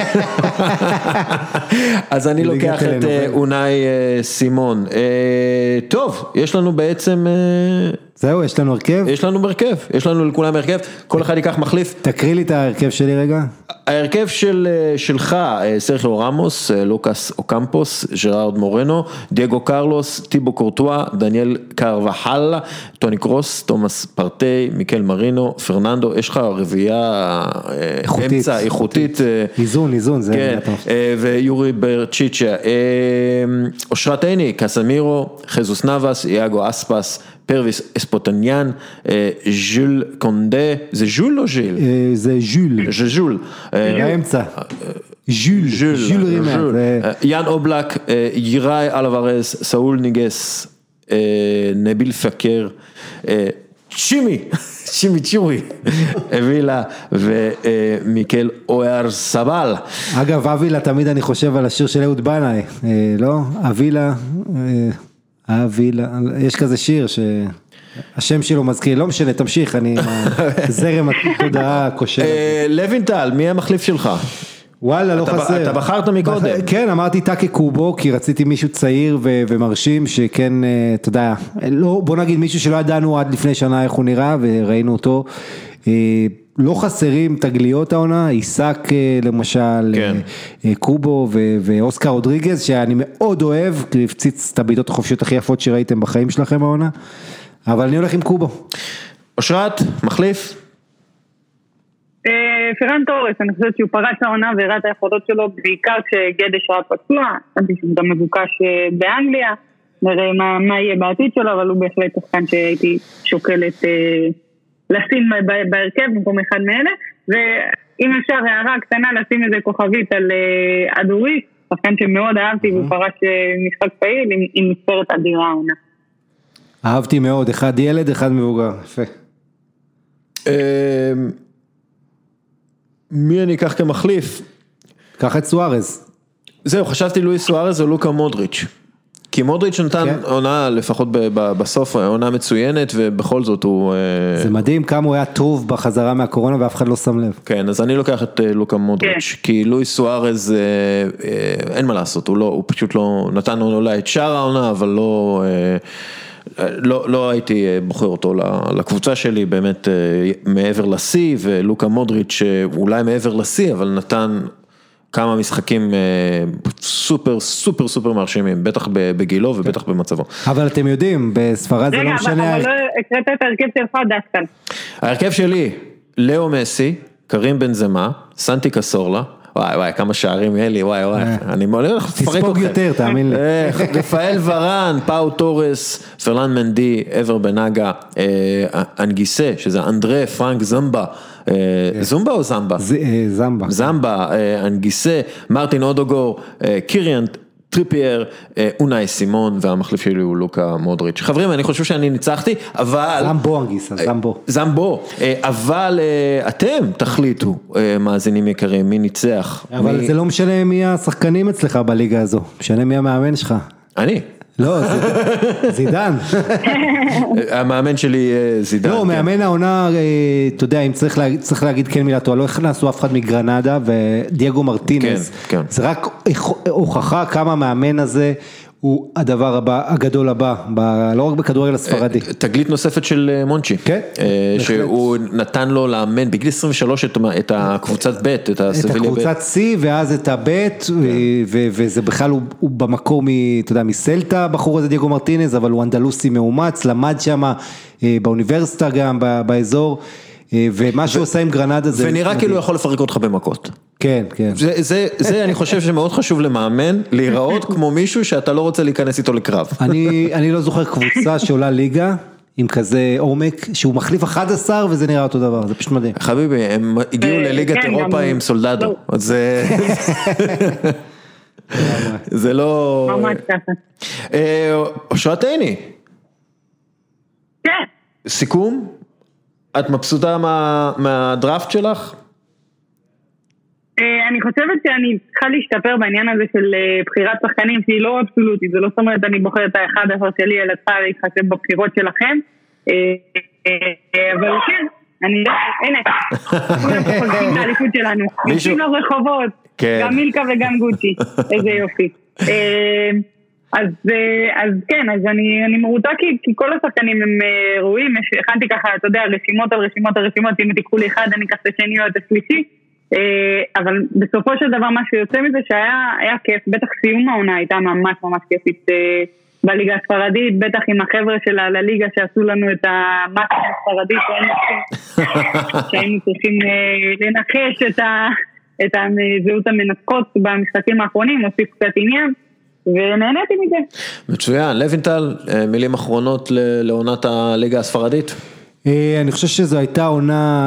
Speaker 1: אז אני לוקח את אונאי סימון. טוב, יש לנו בעצם...
Speaker 2: זהו, יש לנו הרכב?
Speaker 1: יש לנו הרכב, יש לנו לכולם הרכב, כל אחד ייקח מחליף.
Speaker 2: תקריא לי את ההרכב שלי רגע.
Speaker 1: ההרכב של, שלך, סרחיו רמוס, לוקאס אוקמפוס, ג'רארד מורנו, דייגו קרלוס, טיבו קורטואה, דניאל קרבחל, טוני קרוס, תומאס פרטי, מיקל מרינו, פרננדו, יש לך רביעייה אמצע, איכותית.
Speaker 2: איזון, איזון, זה
Speaker 1: כן, ויורי ברצ'יצ'ה, אושרת עיני, קסמירו, חזוס נבס, יאגו אספס, פרוויס אספוטניאן, ז'ול קונדה, זה ז'ול או ז'יל?
Speaker 2: זה ז'ול.
Speaker 1: זה ז'ול.
Speaker 2: באמצע. ז'ול, ז'ול רימר.
Speaker 1: יאן אובלק, ייראי אלוורז, סאול ניגס, נביל פקר, צ'ימי, צ'ימי צ'ורי, אבילה ומיקל אוהר סבל.
Speaker 2: אגב, אבילה תמיד אני חושב על השיר של אהוד בנאי, לא? אבילה... אבילה, יש כזה שיר שהשם שלו מזכיר, לא משנה, תמשיך, אני זרם התודעה כושל.
Speaker 1: לוינטל, מי המחליף שלך?
Speaker 2: וואלה, לא חסר.
Speaker 1: אתה בחרת מקודם.
Speaker 2: כן, אמרתי טאקי קובו, כי רציתי מישהו צעיר ומרשים, שכן, אתה יודע, בוא נגיד מישהו שלא ידענו עד לפני שנה איך הוא נראה, וראינו אותו. לא חסרים תגליות העונה, איסק למשל, כן. קובו ואוסקר רודריגז, שאני מאוד אוהב, כי הפציץ את הבעיטות החופשיות הכי יפות שראיתם בחיים שלכם העונה, אבל אני הולך עם קובו.
Speaker 1: אושרת, מחליף?
Speaker 3: פרן תורס, אני חושבת שהוא פרץ העונה והראה את היכולות שלו, בעיקר כשגדש ראה פצוע, חשבתי שהוא גם מבוקש באנגליה, נראה מה, מה יהיה בעתיד שלו, אבל הוא בהחלט שחקן שהייתי שוקלת... לשים בהרכב במקום אחד מאלה, ואם אפשר הערה קטנה לשים איזה כוכבית על אדורי, שחקן שמאוד אהבתי, והוא פרש משחק פעיל עם מספרת אדירה העונה.
Speaker 2: אהבתי מאוד, אחד ילד, אחד מבוגר, יפה.
Speaker 1: מי אני אקח כמחליף?
Speaker 2: קח את סוארז.
Speaker 1: זהו, חשבתי לואיס סוארז או לוקה מודריץ'. כי מודריץ' נתן עונה, לפחות בסוף, עונה מצוינת, ובכל זאת הוא...
Speaker 2: זה מדהים כמה הוא היה טוב בחזרה מהקורונה, ואף אחד לא שם לב.
Speaker 1: כן, אז אני לוקח את לוקה מודריץ', כי לואיס סוארז, אין מה לעשות, הוא פשוט לא, נתן אולי את שאר העונה, אבל לא... לא, לא הייתי בוחר אותו לקבוצה שלי, באמת מעבר לסי, ולוקה מודריץ' אולי מעבר לסי, אבל נתן... כמה משחקים סופר סופר סופר מרשימים, בטח בגילו ובטח במצבו.
Speaker 2: אבל אתם יודעים, בספרד זה לא משנה...
Speaker 3: רגע, אבל לא הקראת את ההרכב שלך דווקא.
Speaker 1: ההרכב שלי, לאו מסי, קרים בנזמה, סנטי קסורלה, וואי וואי, כמה שערים אלי, וואי וואי, אני הולך לפרק אתכם.
Speaker 2: תספוג יותר, תאמין לי.
Speaker 1: רפאל ורן, פאו טורס, פרלן מנדי, עבר בנגה, אנגיסה, שזה אנדרה פרנק זמבה, זומבה או זמבה?
Speaker 2: זמבה.
Speaker 1: זמבה, אנגיסה, מרטין אודוגור, קיריאן טריפייר, אונאי סימון, והמחליף שלי הוא לוקה מודריץ'. חברים, אני חושב שאני ניצחתי, אבל...
Speaker 2: זמבו אנגיסה, זמבו.
Speaker 1: זמבו, אבל אתם תחליטו, מאזינים יקרים, מי ניצח.
Speaker 2: אבל זה לא משנה מי השחקנים אצלך בליגה הזו, משנה מי המאמן שלך.
Speaker 1: אני.
Speaker 2: לא, זידן.
Speaker 1: המאמן שלי זידן.
Speaker 2: לא, מאמן העונה, אתה יודע, אם צריך להגיד כן מילה טובה, לא הכנסו אף אחד מגרנדה ודייגו מרטינס. זה רק הוכחה כמה המאמן הזה הוא הדבר הבא, הגדול הבא, לא רק בכדורגל הספרדי.
Speaker 1: תגלית נוספת של מונצ'י.
Speaker 2: כן.
Speaker 1: שהוא נתן לו לאמן בגיל עשרים ושלוש את הקבוצת ב', את
Speaker 2: הסביליה ב'. את הקבוצת C ואז את הב', וזה בכלל הוא במקור, אתה יודע, מסלטה, בחור הזה דייגו מרטינז, אבל הוא אנדלוסי מאומץ, למד שם באוניברסיטה גם, באזור, ומה שהוא עושה עם גרנדה זה...
Speaker 1: ונראה כאילו יכול לפרק אותך במכות.
Speaker 2: כן, כן.
Speaker 1: זה, זה, זה אני חושב שמאוד חשוב למאמן, להיראות כמו מישהו שאתה לא רוצה להיכנס איתו לקרב.
Speaker 2: אני, אני לא זוכר קבוצה שעולה ליגה, עם כזה עומק, שהוא מחליף אחד עשר וזה נראה אותו דבר, זה פשוט מדהים.
Speaker 1: חביבי, הם הגיעו לליגת אירופה עם סולדדו, אז זה... זה לא...
Speaker 3: ממש ככה.
Speaker 1: אושרת עיני.
Speaker 3: כן.
Speaker 1: סיכום? את מבסוטה מה, מהדראפט שלך?
Speaker 3: אני חושבת שאני צריכה להשתפר בעניין הזה של בחירת שחקנים שהיא לא אבסולוטית, זה לא זאת אומרת אני בוחרת את האחד עשר שלי, אלא צריכה להתחשב בבחירות שלכם, אבל כן, אני, הנה, כולם פה חולקים את האליפות שלנו, יוצאים לרחובות, גם מילקה וגם גוצ'י, איזה יופי. אז, אז כן, אז אני, אני מרוצה כי, כי כל השחקנים הם ראויים, הכנתי ככה, אתה יודע, רשימות על רשימות על רשימות, אם תיקחו לי אחד, אני אקח את השני או את השלישי, אבל בסופו של דבר מה שיוצא מזה שהיה כיף, בטח סיום העונה הייתה ממש ממש כיפית בליגה הספרדית, בטח עם החבר'ה של הליגה שעשו לנו את המאקה הספרדית, שהיינו צריכים לנחש את, ה, את הזהות המנצחות במשחקים האחרונים, הוסיף קצת עניין, ונהניתי מזה.
Speaker 1: מצוין, לוינטל, מילים אחרונות לעונת הליגה הספרדית?
Speaker 2: אני חושב שזו הייתה עונה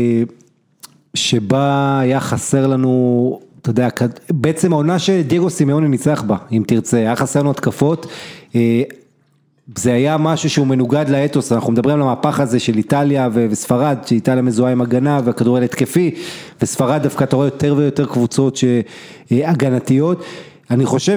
Speaker 2: שבה היה חסר לנו, אתה יודע, בעצם העונה שדייגו סימאוני ניצח בה, אם תרצה, היה חסר לנו התקפות, זה היה משהו שהוא מנוגד לאתוס, אנחנו מדברים על המהפך הזה של איטליה וספרד, שאיטליה מזוהה עם הגנה והכדורגל התקפי, וספרד דווקא אתה רואה יותר ויותר קבוצות הגנתיות, אני חושב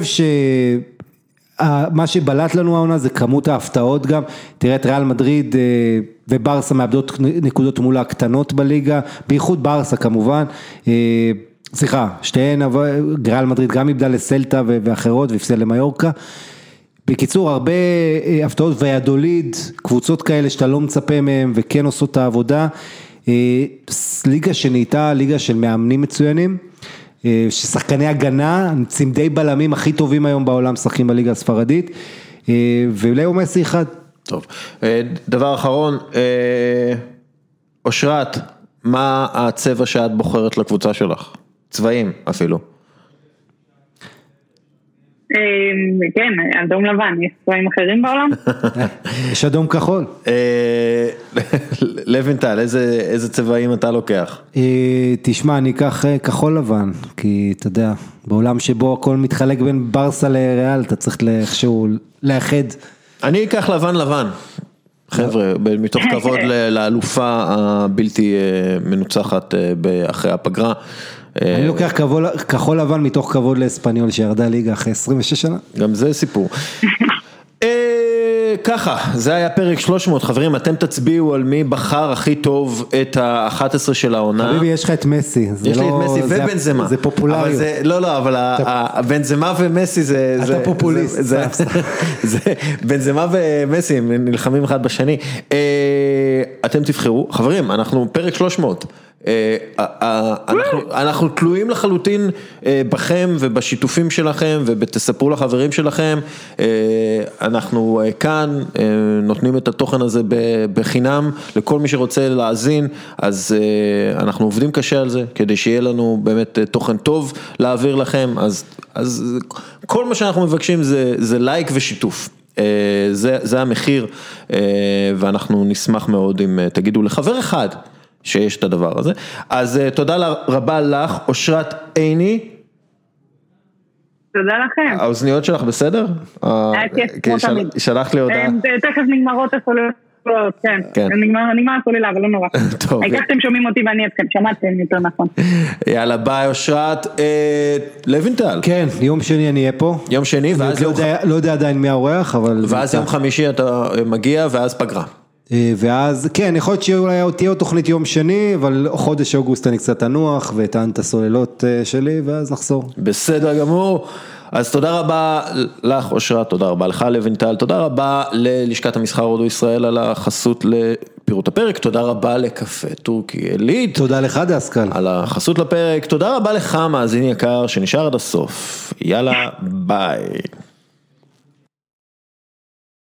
Speaker 2: שמה שבלט לנו העונה זה כמות ההפתעות גם, תראה את ריאל מדריד וברסה מאבדות נקודות מול הקטנות בליגה, בייחוד ברסה כמובן, סליחה, שתיהן, ריאל מדריד גם איבדה לסלטה ואחרות והפסידה למיורקה, בקיצור הרבה הפתעות, ויאדוליד, קבוצות כאלה שאתה לא מצפה מהם וכן עושות את העבודה, ליגה שנהייתה ליגה של מאמנים מצוינים, ששחקני הגנה, צמדי בלמים הכי טובים היום בעולם שחקים בליגה הספרדית, ולאו מסי אחד.
Speaker 1: טוב, דבר אחרון, אושרת, מה הצבע שאת בוחרת לקבוצה שלך? צבעים אפילו.
Speaker 3: כן, אדום לבן, יש צבעים אחרים בעולם?
Speaker 2: יש אדום כחול.
Speaker 1: לוינטל, איזה צבעים אתה לוקח?
Speaker 2: תשמע, אני אקח כחול לבן, כי אתה יודע, בעולם שבו הכל מתחלק בין ברסה לריאל, אתה צריך איכשהו לאחד.
Speaker 1: אני אקח לבן לבן. חבר'ה, מתוך כבוד לאלופה הבלתי מנוצחת אחרי הפגרה.
Speaker 2: אני לוקח כחול לבן מתוך כבוד לאספניול שירדה ליגה אחרי עשרים ושש שנה.
Speaker 1: גם זה סיפור. ככה, זה היה פרק שלוש מאות, חברים, אתם תצביעו על מי בחר הכי טוב את ה-אחת עשרה של העונה.
Speaker 2: חביבי, יש לך את מסי.
Speaker 1: יש לי את מסי ובנזמה.
Speaker 2: זה פופולריות.
Speaker 1: לא, לא, אבל בנזמה ומסי זה...
Speaker 2: אתה פופוליסט.
Speaker 1: בנזמה ומסי, הם נלחמים אחד בשני. אתם תבחרו, חברים, אנחנו פרק שלוש מאות. אנחנו, אנחנו תלויים לחלוטין בכם ובשיתופים שלכם ובתספרו לחברים שלכם, אנחנו כאן נותנים את התוכן הזה בחינם לכל מי שרוצה להאזין, אז אנחנו עובדים קשה על זה כדי שיהיה לנו באמת תוכן טוב להעביר לכם, אז, אז כל מה שאנחנו מבקשים זה, זה לייק ושיתוף. זה, זה המחיר, ואנחנו נשמח מאוד אם תגידו לחבר אחד שיש את הדבר הזה. אז תודה רבה לך, אושרת עיני.
Speaker 3: תודה לכם.
Speaker 1: האוזניות שלך בסדר?
Speaker 3: היה כיף, כמו תמיד.
Speaker 1: שלחת לי הודעה.
Speaker 3: תכף נגמרות הסוללות, כן. נגמר הסוללה, אבל לא נורא. טוב. העיקר שומעים אותי ואני אתכם, שמעתם יותר נכון.
Speaker 1: יאללה, ביי אושרת. לוינטל.
Speaker 2: כן, יום שני אני אהיה פה.
Speaker 1: יום שני, ואז...
Speaker 2: לא יודע עדיין מי האורח, אבל...
Speaker 1: ואז יום חמישי אתה מגיע, ואז פגרה.
Speaker 2: ואז, כן, יכול להיות שאולי תהיה עוד תוכנית יום שני, אבל חודש אוגוסט אני קצת אנוח, ואתן את הסוללות שלי, ואז נחזור.
Speaker 1: בסדר גמור. אז תודה רבה לך, אושרת, תודה רבה לך, לוינטל, תודה רבה ללשכת המסחר הודו ישראל על החסות לפירוט הפרק, תודה רבה לקפה טורקי עילית.
Speaker 2: תודה לך דסקל.
Speaker 1: על החסות לפרק, תודה רבה לך, מאזין יקר, שנשאר עד הסוף. יאללה, ביי.